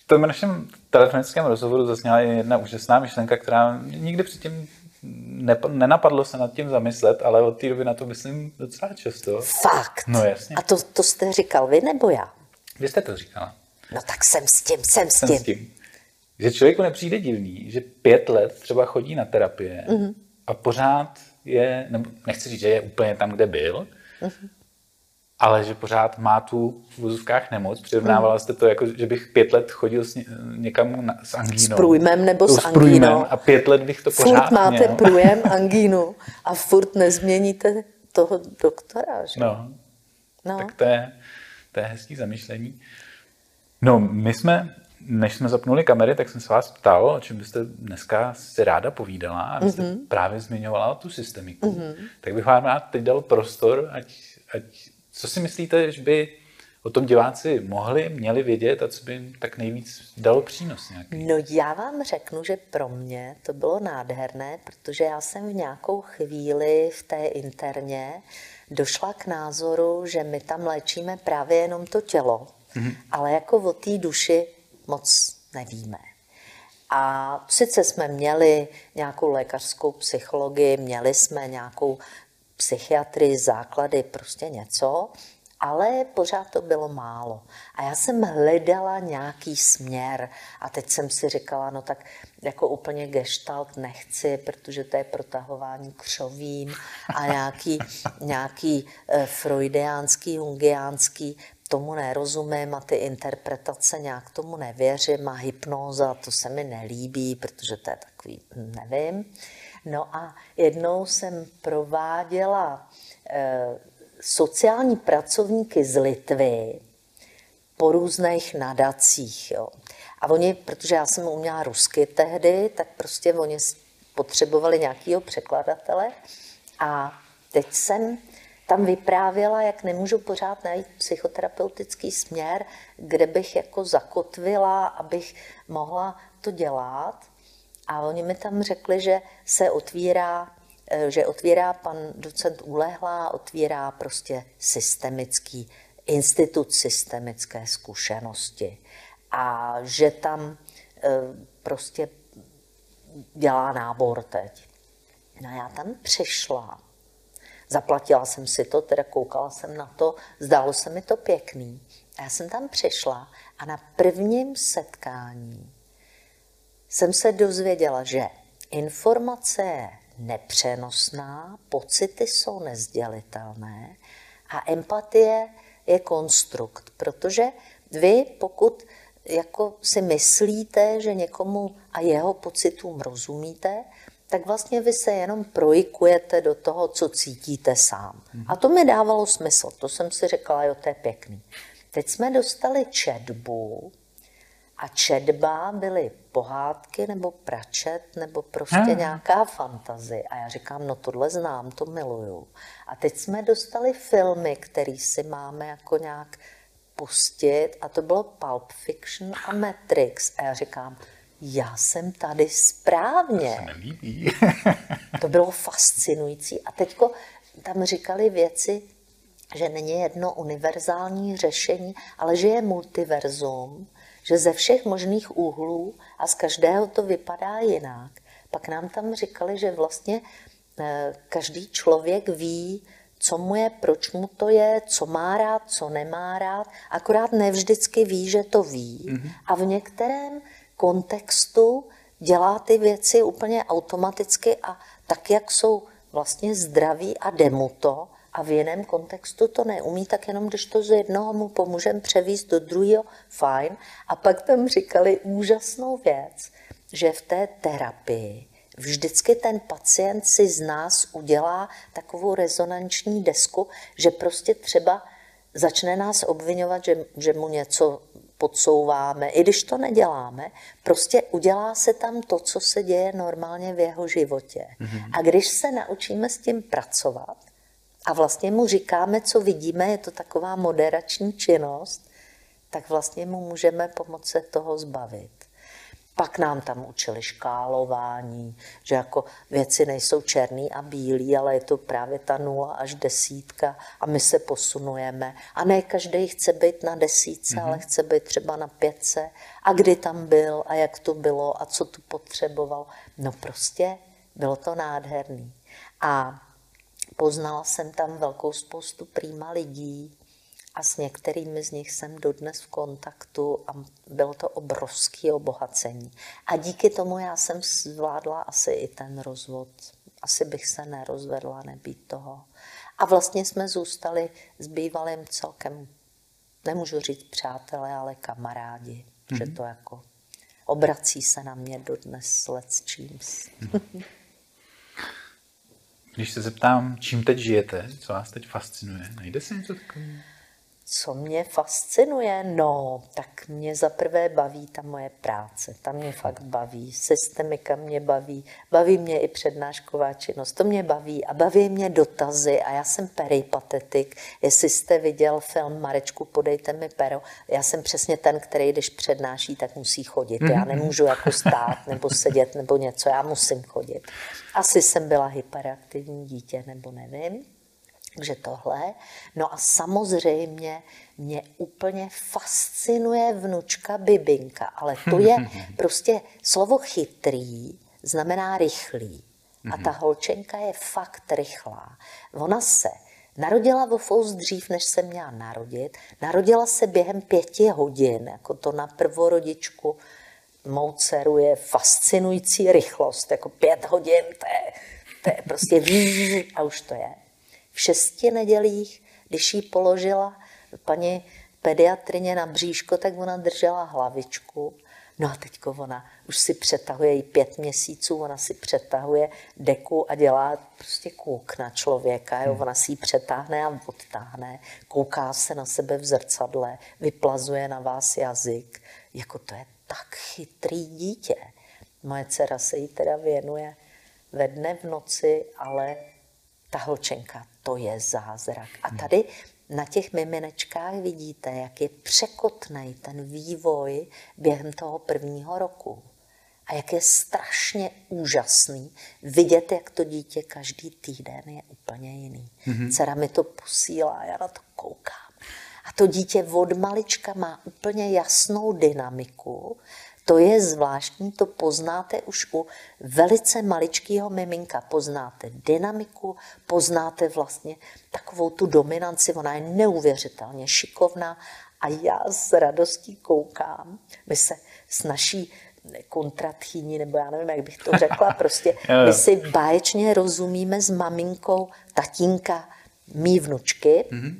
v tom našem telefonickém rozhovoru zazněla jedna úžasná myšlenka, která nikdy předtím ne, nenapadlo se nad tím zamyslet, ale od té doby na to myslím docela často. Fakt? No jasně. A to, to jste říkal vy nebo já? Vy jste to říkala. No tak jsem s tím, jsem s Jsem tím. s tím. Že člověku nepřijde divný, že pět let třeba chodí na terapie mm-hmm. a pořád je, nebo nechci říct, že je úplně tam, kde byl, mm-hmm. ale že pořád má tu v vozovkách nemoc. Přirovnávala jste to jako, že bych pět let chodil s ně, někam na, s angínou. S průjmem nebo s, s angínou. A pět let bych to furt pořád máte měl. průjem, angínu a furt nezměníte toho doktora, že? No, no. Tak to je, to je hezký zamýšlení. No, my jsme, než jsme zapnuli kamery, tak jsem se vás ptal, o čem byste dneska si ráda povídala a vy jste mm-hmm. právě zmiňovala tu systemiku. Mm-hmm. Tak bych vám rád teď dal prostor, ať, ať co si myslíte, že by o tom diváci mohli, měli vědět a co by jim tak nejvíc dalo přínos nějaký? No já vám řeknu, že pro mě to bylo nádherné, protože já jsem v nějakou chvíli v té interně došla k názoru, že my tam léčíme právě jenom to tělo, mm-hmm. ale jako o té duši moc nevíme. A sice jsme měli nějakou lékařskou psychologii, měli jsme nějakou psychiatrii, základy, prostě něco, ale pořád to bylo málo. A já jsem hledala nějaký směr a teď jsem si říkala, no tak jako úplně gestalt nechci, protože to je protahování křovím a nějaký, nějaký eh, freudiánský, jungiánský, tomu nerozumím a ty interpretace nějak tomu nevěřím a hypnóza, to se mi nelíbí, protože to je takový, nevím. No a jednou jsem prováděla eh, sociální pracovníky z Litvy po různých nadacích. Jo. A oni, protože já jsem uměla rusky tehdy, tak prostě oni potřebovali nějakého překladatele a teď jsem tam vyprávěla, jak nemůžu pořád najít psychoterapeutický směr, kde bych jako zakotvila, abych mohla to dělat. A oni mi tam řekli, že se otvírá, že otvírá pan docent Ulehla, otvírá prostě systemický institut systemické zkušenosti. A že tam prostě dělá nábor teď. No já tam přišla. Zaplatila jsem si to, teda koukala jsem na to, zdálo se mi to pěkný. A já jsem tam přišla a na prvním setkání jsem se dozvěděla, že informace je nepřenosná, pocity jsou nezdělitelné a empatie je konstrukt, protože vy, pokud jako si myslíte, že někomu a jeho pocitům rozumíte, tak vlastně vy se jenom projikujete do toho, co cítíte sám. A to mi dávalo smysl, to jsem si říkala, jo, to je pěkný. Teď jsme dostali četbu a četba byly pohádky nebo pračet nebo prostě hmm. nějaká fantazie. A já říkám, no tohle znám, to miluju. A teď jsme dostali filmy, které si máme jako nějak pustit a to bylo Pulp Fiction a Matrix. A já říkám, já jsem tady správně. To se nelíbí. To bylo fascinující. A teďko tam říkali věci, že není jedno univerzální řešení, ale že je multiverzum, že ze všech možných úhlů a z každého to vypadá jinak. Pak nám tam říkali, že vlastně každý člověk ví, co mu je, proč mu to je, co má rád, co nemá rád, akorát nevždycky ví, že to ví. Mm-hmm. A v některém kontextu dělá ty věci úplně automaticky a tak, jak jsou vlastně zdraví a jde mu to, a v jiném kontextu to neumí, tak jenom když to z jednoho mu pomůžeme převíst do druhého, fajn. A pak tam říkali úžasnou věc, že v té terapii vždycky ten pacient si z nás udělá takovou rezonanční desku, že prostě třeba začne nás obvinovat, že, že mu něco podsouváme, i když to neděláme, prostě udělá se tam to, co se děje normálně v jeho životě. Mm-hmm. A když se naučíme s tím pracovat a vlastně mu říkáme, co vidíme, je to taková moderační činnost, tak vlastně mu můžeme pomoci se toho zbavit. Pak nám tam učili škálování, že jako věci nejsou černý a bílý, ale je to právě ta nula až desítka a my se posunujeme. A ne každý chce být na desítce, mm-hmm. ale chce být třeba na pětce. A kdy tam byl a jak to bylo a co tu potřeboval. No prostě bylo to nádherný. A poznala jsem tam velkou spoustu prýma lidí, a s některými z nich jsem dodnes v kontaktu a bylo to obrovské obohacení. A díky tomu já jsem zvládla asi i ten rozvod. Asi bych se nerozvedla nebýt toho. A vlastně jsme zůstali s bývalým celkem, nemůžu říct přátelé, ale kamarádi. Mm-hmm. Že to jako obrací se na mě dodnes letčím. Mm-hmm. Když se zeptám, čím teď žijete, co vás teď fascinuje, najde se něco takového? Co mě fascinuje? No, tak mě zaprvé baví ta moje práce. Ta mě fakt baví. Systemika mě baví. Baví mě i přednášková činnost. To mě baví. A baví mě dotazy. A já jsem peripatetik. Jestli jste viděl film Marečku, podejte mi pero. Já jsem přesně ten, který když přednáší, tak musí chodit. Já nemůžu jako stát nebo sedět nebo něco. Já musím chodit. Asi jsem byla hyperaktivní dítě, nebo nevím. Takže tohle. No a samozřejmě mě úplně fascinuje vnučka Bibinka, ale to je prostě slovo chytrý, znamená rychlý. A ta holčenka je fakt rychlá. Ona se narodila o fous dřív, než se měla narodit. Narodila se během pěti hodin, jako to na prvorodičku. Mou dceru je fascinující rychlost, jako pět hodin, to je, to je prostě víc a už to je. V šesti nedělích, když jí položila paní pediatrině na bříško, tak ona držela hlavičku. No a teďko ona už si přetahuje jí pět měsíců, ona si přetahuje deku a dělá prostě kůk na člověka. Jo? Ona si ji přetáhne a odtáhne, kouká se na sebe v zrcadle, vyplazuje na vás jazyk. Jako to je tak chytrý dítě. Moje dcera se jí teda věnuje ve dne, v noci, ale ta holčenka, to je zázrak. A tady na těch miminečkách vidíte, jak je překotnej ten vývoj během toho prvního roku. A jak je strašně úžasný vidět, jak to dítě každý týden je úplně jiný. Mm-hmm. Dcera mi to posílá, já na to koukám. A to dítě od malička má úplně jasnou dynamiku. To je zvláštní, to poznáte už u velice maličkého miminka. Poznáte dynamiku, poznáte vlastně takovou tu dominanci, ona je neuvěřitelně šikovná a já s radostí koukám. My se s naší kontratchýní, nebo já nevím, jak bych to řekla, prostě my si báječně rozumíme s maminkou tatínka mý vnučky, mm-hmm.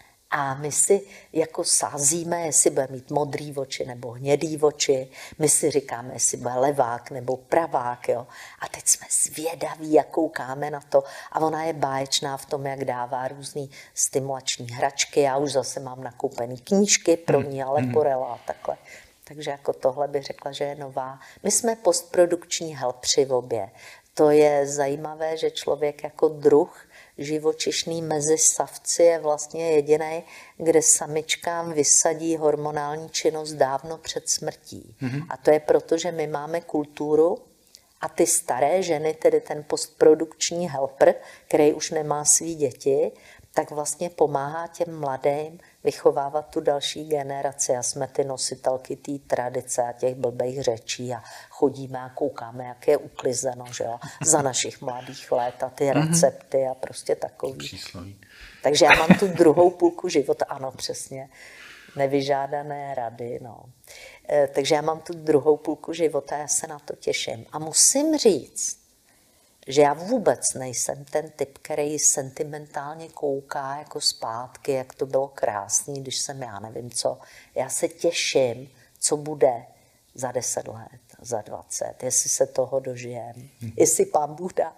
A my si jako sázíme, jestli bude mít modrý oči nebo hnědý oči. My si říkáme, jestli bude levák nebo pravák. Jo? A teď jsme zvědaví, jak koukáme na to. A ona je báječná v tom, jak dává různý stimulační hračky. Já už zase mám nakoupený knížky pro ní, ale porela a takhle. Takže jako tohle bych řekla, že je nová. My jsme postprodukční helpři v obě. To je zajímavé, že člověk jako druh živočišný mezi savci je vlastně jediný, kde samičkám vysadí hormonální činnost dávno před smrtí. Mm-hmm. A to je proto, že my máme kulturu a ty staré ženy, tedy ten postprodukční helper, který už nemá svý děti, tak vlastně pomáhá těm mladým vychovávat tu další generaci a jsme ty nositelky té tradice a těch blbých řečí a chodíme a koukáme, jak je uklizeno, že jo, za našich mladých let a ty recepty a prostě takový. Přísloví. Takže já mám tu druhou půlku života, ano, přesně, nevyžádané rady, no. E, takže já mám tu druhou půlku života, já se na to těším. A musím říct, že já vůbec nejsem ten typ, který sentimentálně kouká jako zpátky, jak to bylo krásný, když jsem já nevím co. Já se těším, co bude za deset let, za dvacet, jestli se toho dožijem, hmm. jestli pán Bůh dá.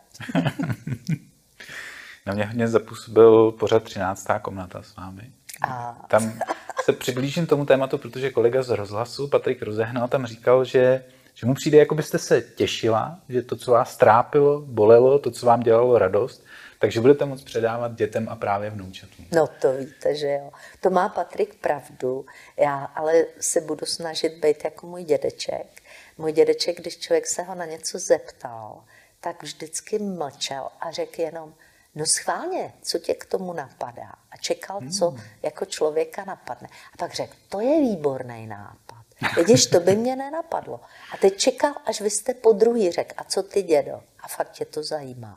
Na mě hodně zapůsobil pořad třináctá komnata s vámi. A... Tam se přiblížím tomu tématu, protože kolega z rozhlasu, Patrik Rozehnal, tam říkal, že Že mu přijde, jako byste se těšila, že to, co vás trápilo, bolelo, to, co vám dělalo radost, takže budete moct předávat dětem a právě vnoučatům. No to víte, že jo. To má Patrik pravdu, já ale se budu snažit být jako můj dědeček. Můj dědeček, když člověk se ho na něco zeptal, tak vždycky mlčel a řekl jenom, no schválně, co tě k tomu napadá? A čekal, co jako člověka napadne. A pak řekl, to je výborný nápad. Vidíš, to by mě nenapadlo. A teď čekal, až vy jste po druhý řekl, a co ty, dědo? A fakt tě to zajímá.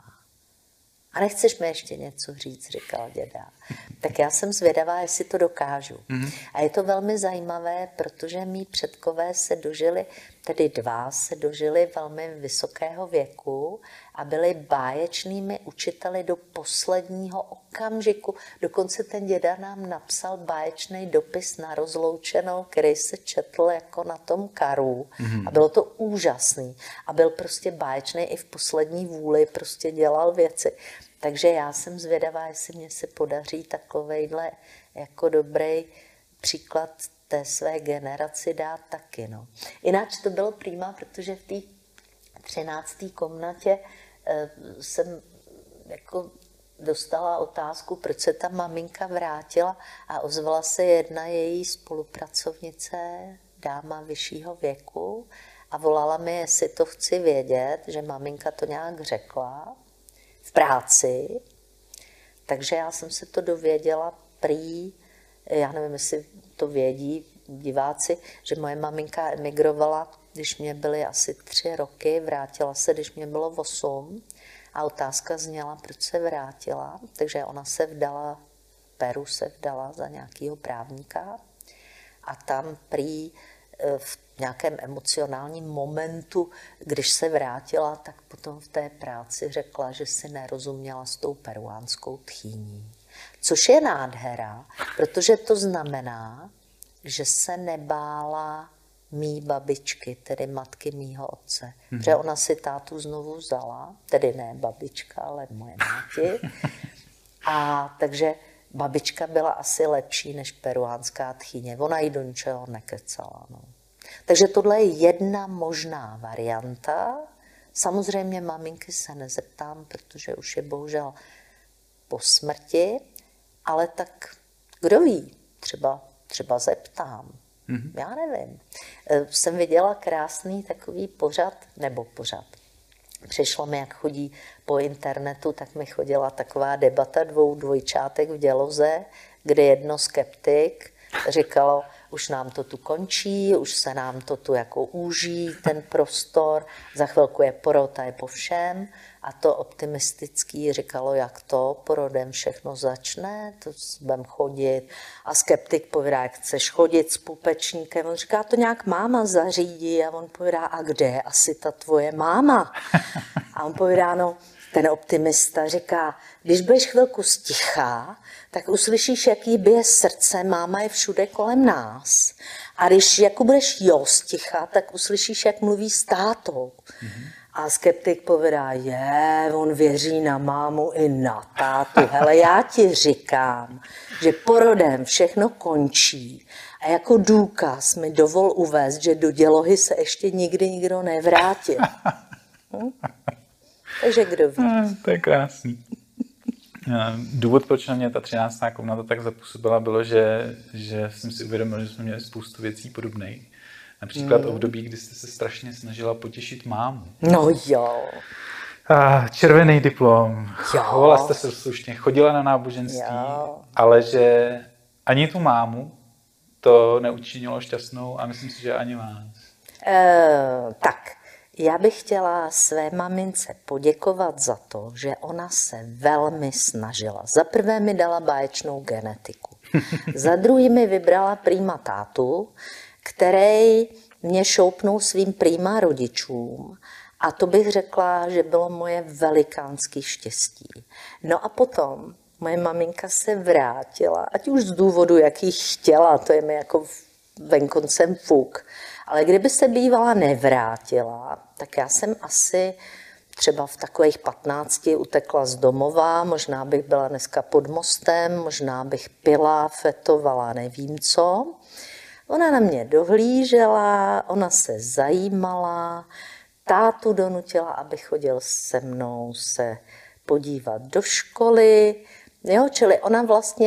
A nechceš mi ještě něco říct, říkal děda. Tak já jsem zvědavá, jestli to dokážu. Mm-hmm. A je to velmi zajímavé, protože mý předkové se dožili, tedy dva se dožili velmi vysokého věku a byli báječnými učiteli do posledního okamžiku. Dokonce ten děda nám napsal báječný dopis na rozloučenou, který se četl jako na tom karu. Mm-hmm. A bylo to úžasný. A byl prostě báječný i v poslední vůli, prostě dělal věci. Takže já jsem zvědavá, jestli mě se podaří takovejhle jako dobrý příklad té své generaci dát taky. No. Jináč to bylo prima, protože v té třinácté komnatě e, jsem jako dostala otázku, proč se ta maminka vrátila a ozvala se jedna její spolupracovnice, dáma vyššího věku a volala mi, jestli to chci vědět, že maminka to nějak řekla v práci, takže já jsem se to dověděla prý, já nevím, jestli to vědí diváci, že moje maminka emigrovala, když mě byly asi tři roky, vrátila se, když mě bylo osm a otázka zněla, proč se vrátila, takže ona se vdala, Peru se vdala za nějakého právníka a tam prý v nějakém emocionálním momentu, když se vrátila, tak potom v té práci řekla, že si nerozuměla s tou peruánskou tchýní. Což je nádhera, protože to znamená, že se nebála mý babičky, tedy matky mýho otce. Mm-hmm. Protože ona si tátu znovu vzala, tedy ne babička, ale moje máti. A takže babička byla asi lepší než peruánská tchýně. Ona jí do ničeho nekecala. No. Takže tohle je jedna možná varianta. Samozřejmě maminky se nezeptám, protože už je bohužel po smrti, ale tak kdo ví, třeba, třeba zeptám. Mm-hmm. Já nevím. Jsem viděla krásný takový pořad, nebo pořad. Přišlo mi, jak chodí po internetu, tak mi chodila taková debata dvou dvojčátek v děloze, kde jedno skeptik říkalo, už nám to tu končí, už se nám to tu jako úží, ten prostor, za chvilku je porota, je po všem. A to optimistický říkalo, jak to, porodem všechno začne, to budem chodit. A skeptik povídá, jak chceš chodit s pupečníkem. On říká, to nějak máma zařídí. A on povídá, a kde je asi ta tvoje máma? A on povídá, no, ten optimista říká, když budeš chvilku stichá, tak uslyšíš, jaký bije srdce, máma je všude kolem nás. A když jako budeš jo sticha, tak uslyšíš, jak mluví s tátou. Mm-hmm. A skeptik povídá, je, on věří na mámu i na tátu. Hele, já ti říkám, že porodem všechno končí. A jako důkaz mi dovol uvést, že do dělohy se ještě nikdy nikdo nevrátil. Hm? Takže kdo ví. No, to je krásný. Důvod, proč na mě ta třináctá komnata tak zapůsobila, bylo, že, že jsem si uvědomil, že jsme měli spoustu věcí podobných. Například mm. období, kdy jste se strašně snažila potěšit mámu. No jo. A červený diplom, chovala jste se slušně, chodila na náboženství, jo. Ale že ani tu mámu to neučinilo šťastnou a myslím si, že ani vás. Uh, tak. Já bych chtěla své mamince poděkovat za to, že ona se velmi snažila. Za prvé mi dala báječnou genetiku. Za druhý mi vybrala prýma tátu, který mě šoupnul svým prýma rodičům. A to bych řekla, že bylo moje velikánské štěstí. No a potom moje maminka se vrátila, ať už z důvodu, jaký chtěla, to je mi jako venkoncem fuk. Ale kdyby se bývala nevrátila, tak já jsem asi třeba v takových patnácti utekla z domova, možná bych byla dneska pod mostem, možná bych pila, fetovala, nevím co. Ona na mě dohlížela, ona se zajímala, tátu donutila, aby chodil se mnou se podívat do školy, jo, čili ona vlastně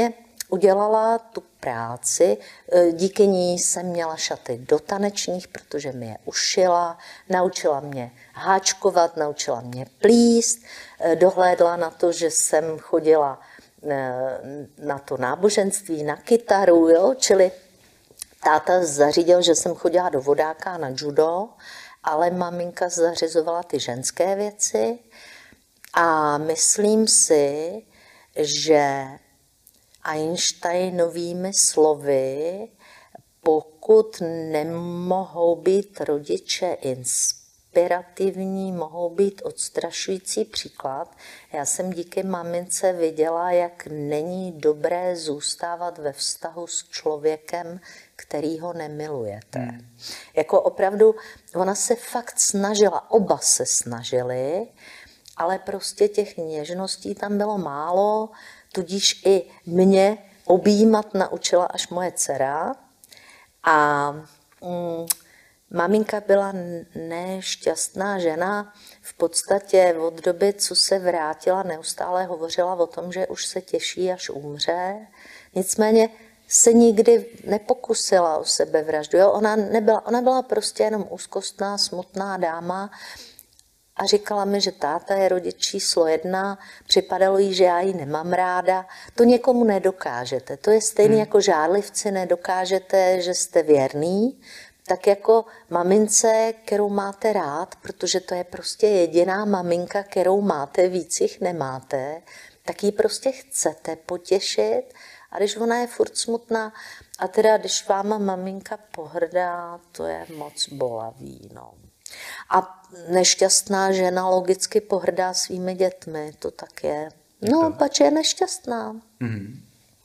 udělala tu práci, díky ní jsem měla šaty do tanečních, protože mi je ušila, naučila mě háčkovat, naučila mě plíst, dohlédla na to, že jsem chodila na to náboženství, na kytaru, jo? Čili táta zařídil, že jsem chodila do vodáka na judo, ale maminka zařizovala ty ženské věci a myslím si, že Einsteinovými slovy, pokud nemohou být rodiče inspirativní, mohou být odstrašující příklad. Já jsem díky mamince viděla, jak není dobré zůstávat ve vztahu s člověkem, který ho nemilujete. Hmm. Jako opravdu, ona se fakt snažila, oba se snažili, ale prostě těch něžností tam bylo málo, tudíž i mě objímat naučila až moje dcera. A mm, maminka byla nešťastná žena, v podstatě od doby, co se vrátila, neustále hovořila o tom, že už se těší, až umře. Nicméně se nikdy nepokusila o sebevraždu. Jo? Ona, nebyla, ona byla prostě jenom úzkostná, smutná dáma a říkala mi, že táta je rodič číslo jedna, připadalo jí, že já ji nemám ráda. To někomu nedokážete. To je stejné hmm. jako žárlivci, nedokážete, že jste věrný, tak jako mamince, kterou máte rád, protože to je prostě jediná maminka, kterou máte, víc jich nemáte, tak ji prostě chcete potěšit. A když ona je furt smutná, a teda když váma maminka pohrdá, to je moc bolavý, no. A nešťastná žena logicky pohrdá svými dětmi, to tak je. No, pač je nešťastná. Mm-hmm.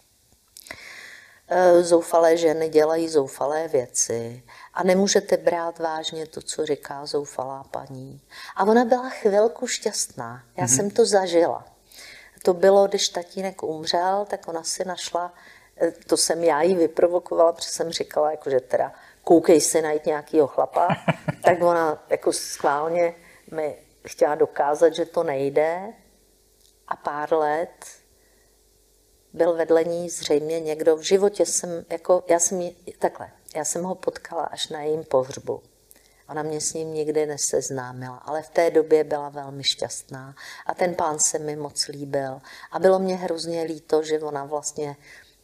Zoufalé ženy dělají zoufalé věci a nemůžete brát vážně to, co říká zoufalá paní. A ona byla chvilku šťastná, já mm-hmm. jsem to zažila. To bylo, když tatínek umřel, tak ona si našla, to jsem já jí vyprovokovala, protože jsem říkala, jako, že teda koukej si najít nějakýho chlapa, tak ona jako schválně mi chtěla dokázat, že to nejde a pár let byl vedle ní zřejmě někdo. V životě jsem, jako, já jsem, takhle, já jsem ho potkala až na jejím pohřbu. Ona mě s ním nikdy neseznámila, ale v té době byla velmi šťastná a ten pán se mi moc líbil a bylo mě hrozně líto, že ona vlastně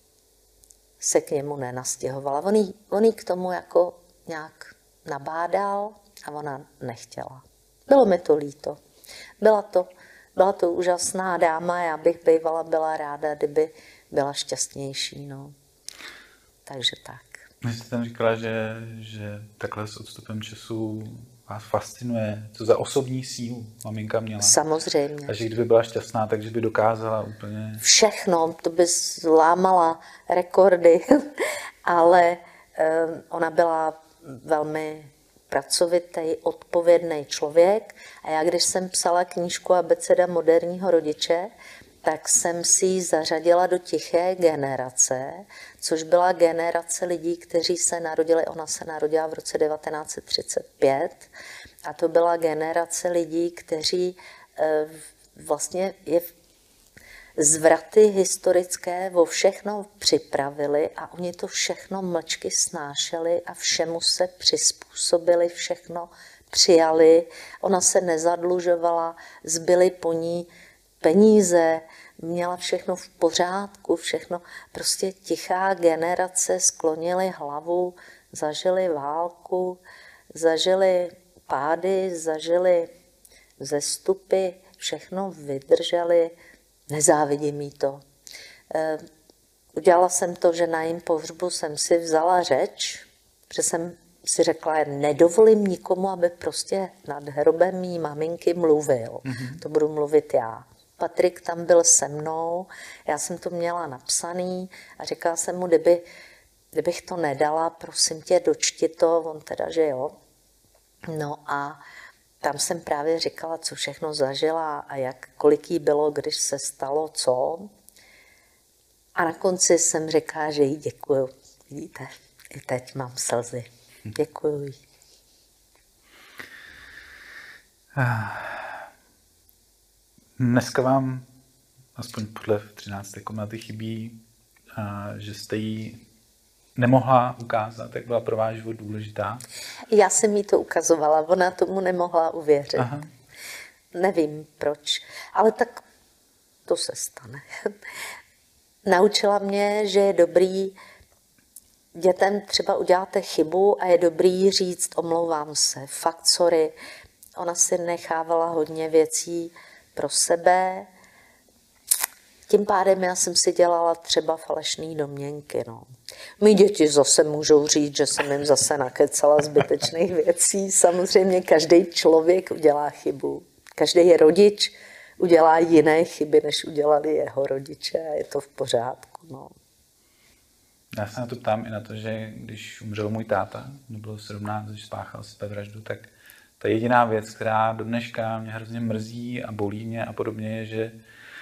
se k němu nenastěhovala. On jí, on jí k tomu jako nějak nabádal a ona nechtěla. Bylo mi to líto. Byla to, byla to úžasná dáma, já bych bývala byla ráda, kdyby byla šťastnější. No. Takže tak. Vy jste tam říkala, že, že takhle s odstupem času vás fascinuje, co za osobní sílu maminka měla. Samozřejmě. A že kdyby byla šťastná, takže by dokázala úplně... Všechno, to by zlámala rekordy, ale um, ona byla velmi pracovitý, odpovědný člověk a já, když jsem psala knížku Abeceda moderního rodiče, tak jsem si ji zařadila do tiché generace, což byla generace lidí, kteří se narodili, ona se narodila v roce devatenáct set třicet pět, a to byla generace lidí, kteří vlastně je zvraty historické o všechno připravili a oni to všechno mlčky snášeli a všemu se přizpůsobili, všechno přijali. Ona se nezadlužovala, zbyly po ní peníze, měla všechno v pořádku, všechno, prostě tichá generace, sklonili hlavu, zažili válku, zažili pády, zažili vzestupy, všechno vydrželi, nezávidím jí to. Udělala jsem to, že na jím pohřbu jsem si vzala řeč, protože jsem si řekla, nedovolím nikomu, aby prostě nad hrobem mý maminky mluvil. Mm-hmm. To budu mluvit já. Patrik tam byl se mnou, já jsem to měla napsaný a říkala jsem mu, kdyby, kdybych to nedala, prosím tě, dočti to, on teda, že jo. No a tam jsem právě říkala, co všechno zažila a jak, kolik jí bylo, když se stalo co. A na konci jsem říkala, že jí děkuju. Vidíte, i teď mám slzy. Děkuju jí. Dneska vám, aspoň podle třinácté komnaty, chybí a že jste jí nemohla ukázat, jak byla pro váš život důležitá? Já jsem jí to ukazovala, ona tomu nemohla uvěřit. Aha. Nevím proč, ale tak to se stane. Naučila mě, že je dobrý, dětem třeba uděláte chybu a je dobrý říct omlouvám se, fakt sorry. Ona si nechávala hodně věcí pro sebe. Tím pádem já jsem si dělala třeba falešné domněnky. No. Mí děti zase můžou říct, že jsem jim zase nakecala zbytečných věcí. Samozřejmě každý člověk udělá chybu. Každý rodič udělá jiné chyby, než udělali jeho rodiče a je to v pořádku. No. Já se na to ptám i na to, že když umřel můj táta, bylo sedmnáct, když spáchal sebevraždu, tak ta jediná věc, která do dneška mě hrozně mrzí a bolí mě a podobně, je, že,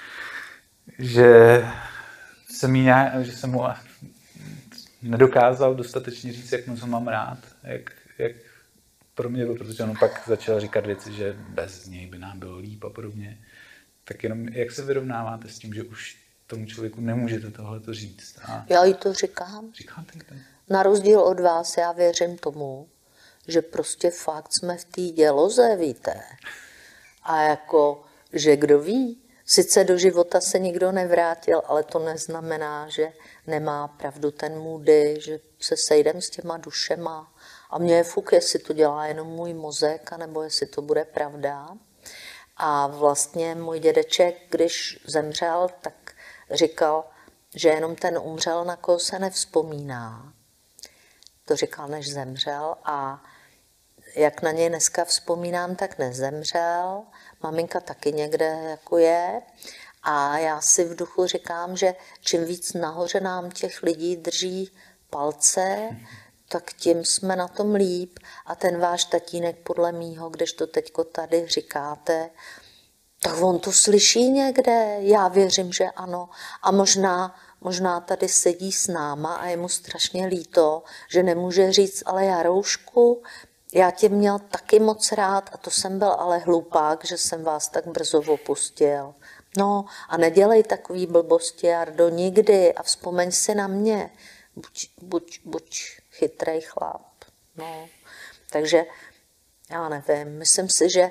že, jsem, jí nějak, že jsem mu nedokázal dostatečně říct, jak moc ho mám rád, jak, jak pro mě byl, protože on pak začal říkat věci, že bez něj by nám bylo líp a podobně. Tak jenom jak se vyrovnáváte s tím, že už tomu člověku nemůžete tohleto říct? A... Já jí to říkám. Říkáte to? Na rozdíl od vás, já věřím tomu, že prostě fakt jsme v té děloze, víte. A jako, že kdo ví, sice do života se nikdo nevrátil, ale to neznamená, že nemá pravdu ten Moody, že se sejdem s těma dušema. A mně je fuk, jestli to dělá jenom můj mozek, anebo jestli to bude pravda. A vlastně můj dědeček, když zemřel, tak říkal, že jenom ten umřel, na koho se nevzpomíná. To říkal, než zemřel. A jak na něj dneska vzpomínám, tak nezemřel. Maminka taky někde jako je. A já si v duchu říkám, že čím víc nahoře nám těch lidí drží palce, tak tím jsme na tom líp. A ten váš tatínek podle mýho, když to teďko tady říkáte, tak on to slyší někde. Já věřím, že ano. A možná, možná tady sedí s náma a je mu strašně líto, že nemůže říct, ale Jaroušku, já tě měl taky moc rád a to jsem byl ale hlupák, že jsem vás tak brzo opustil. No a nedělej takový blbosti, Jardo, nikdy a vzpomeň si na mě. Buď, buď, buď chytrej chlap. No. Takže já nevím, myslím si, že,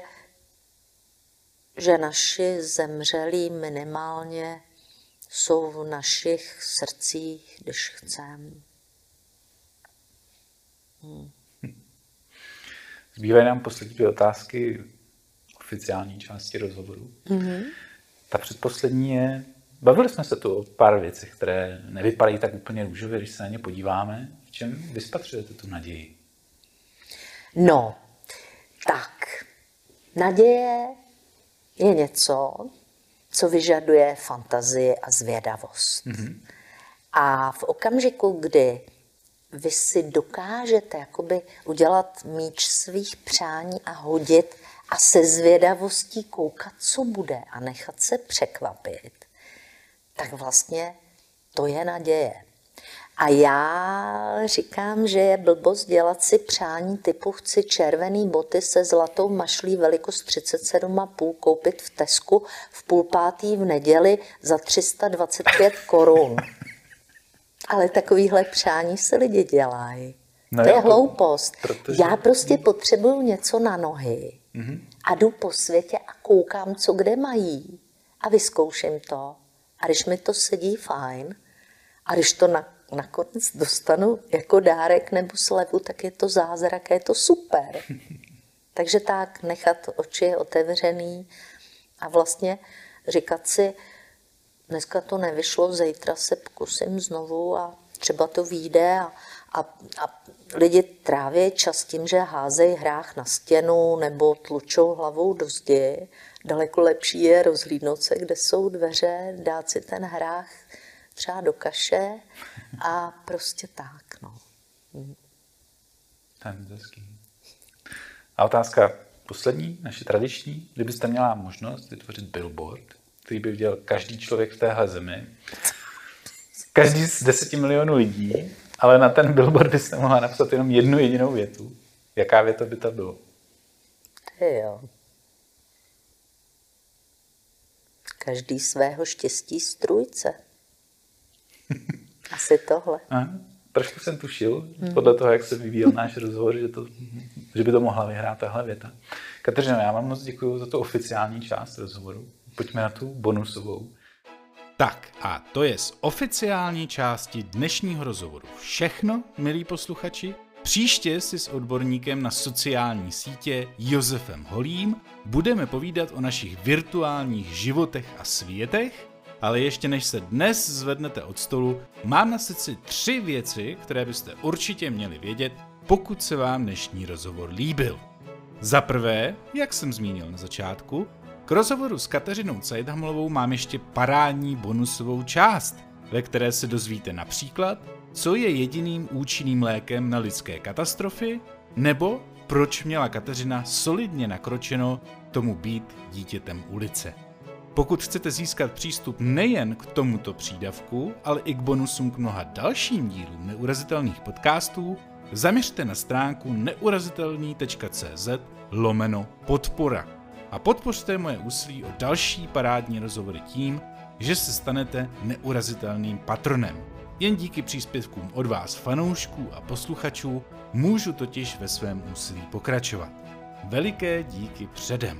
že naši zemřelí minimálně jsou v našich srdcích, když chceme. Hmm. Zbývají nám poslední dvě otázky oficiální části rozhovoru. Mm-hmm. Ta předposlední je, bavili jsme se tu o pár věcech, které nevypadají tak úplně růžově, když se na ně podíváme. V čem vy spatřujete tu naději? No, tak, naděje je něco, co vyžaduje fantazii a zvědavost. Mm-hmm. A v okamžiku, kdy vy si dokážete jakoby udělat míč svých přání a hodit a se zvědavostí koukat, co bude a nechat se překvapit, tak vlastně to je naděje. A já říkám, že je blbost dělat si přání typu chci červený boty se zlatou mašlí velikost třicet sedm a půl koupit v Tesku v půl pátý v neděli za tři sta dvacet pět korun. Ale takovýhle přání se lidi dělají. No to jo, je hloupost. Protože... Já prostě potřebuju něco na nohy mm-hmm. a jdu po světě a koukám, co kde mají. A vyzkouším to. A když mi to sedí, fajn. A když to na, nakonec dostanu jako dárek nebo slevu, tak je to zázrak, je to super. Takže tak nechat oči otevřený a vlastně říkat si, dneska to nevyšlo, zítra se pokusím znovu a třeba to vyjde a, a, a lidi tráví čas tím, že házejí hrách na stěnu nebo tlučou hlavou do zdi. Daleko lepší je rozhlídnout se, kde jsou dveře, dát si ten hrách třeba do kaše a prostě tak. No. Hm. A otázka poslední, naše tradiční. Kdybyste měla možnost vytvořit billboard, který by viděl každý člověk v téhle zemi, každý z deseti milionů lidí, ale na ten billboard byste mohla napsat jenom jednu jedinou větu. Jaká věta by to bylo? Ty jo. Každý svého štěstí strůjce. Asi tohle. A, trošku jsem tušil, hmm. podle toho, jak se vyvíjel náš rozhovor, že, to, že by to mohla vyhrát tahle věta. Kateřino, já vám moc děkuji za tu oficiální část rozhovoru. Pojďme na tu bonusovou. Tak a to je z oficiální části dnešního rozhovoru všechno, milí posluchači. Příště si s odborníkem na sociální sítě Josefem Holým budeme povídat o našich virtuálních životech a světech, ale ještě než se dnes zvednete od stolu, mám na srdci tři věci, které byste určitě měli vědět, pokud se vám dnešní rozhovor líbil. Za prvé, jak jsem zmínil na začátku, k rozhovoru s Kateřinou Cajthamlovou mám ještě parádní bonusovou část, ve které se dozvíte například, co je jediným účinným lékem na lidské katastrofy, nebo proč měla Kateřina solidně nakročeno tomu být dítětem ulice. Pokud chcete získat přístup nejen k tomuto přídavku, ale i k bonusům k mnoha dalším dílům neurazitelných podcastů, zaměřte na stránku neurazitelný tečka cé zet lomeno podpora. A podpořte moje úsilí o další parádní rozhovory tím, že se stanete neurazitelným patronem. Jen díky příspěvkům od vás fanoušků a posluchačů můžu totiž ve svém úsilí pokračovat. Veliké díky předem.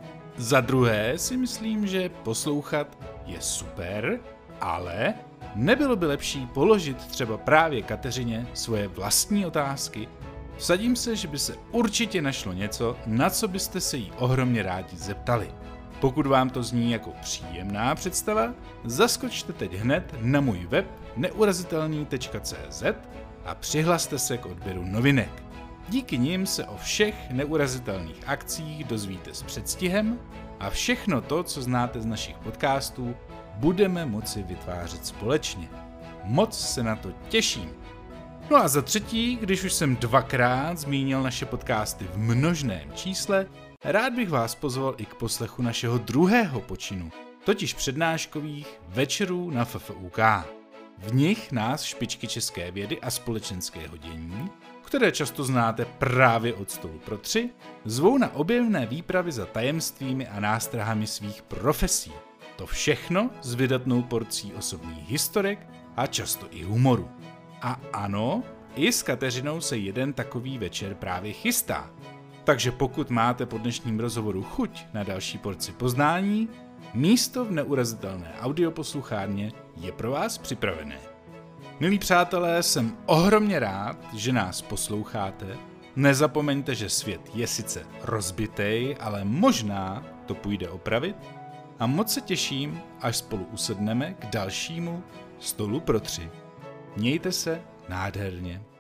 Za druhé si myslím, že poslouchat je super, ale nebylo by lepší položit třeba právě Kateřině svoje vlastní otázky? Vsadím se, že by se určitě našlo něco, na co byste se jí ohromně rádi zeptali. Pokud vám to zní jako příjemná představa, zaskočte teď hned na můj web neurazitelný tečka cé zet a přihlaste se k odběru novinek. Díky nim se o všech neurazitelných akcích dozvíte s předstihem a všechno to, co znáte z našich podcastů, budeme moci vytvářet společně. Moc se na to těším. No a za třetí, když už jsem dvakrát zmínil naše podcasty v množném čísle, rád bych vás pozval i k poslechu našeho druhého počinu, totiž přednáškových večerů na F F U K. V nich nás špičky české vědy a společenského dění, které často znáte právě od stolu pro tři, zvou na objevné výpravy za tajemstvími a nástrahami svých profesí. To všechno s vydatnou porcí osobních historek a často i humoru. A ano, i s Kateřinou se jeden takový večer právě chystá. Takže pokud máte po dnešním rozhovoru chuť na další porci poznání, místo v neurazitelné audioposluchárně je pro vás připravené. Milí přátelé, jsem ohromně rád, že nás posloucháte. Nezapomeňte, že svět je sice rozbitej, ale možná to půjde opravit. A moc se těším, až spolu usedneme k dalšímu stolu pro tři. Mějte se nádherně.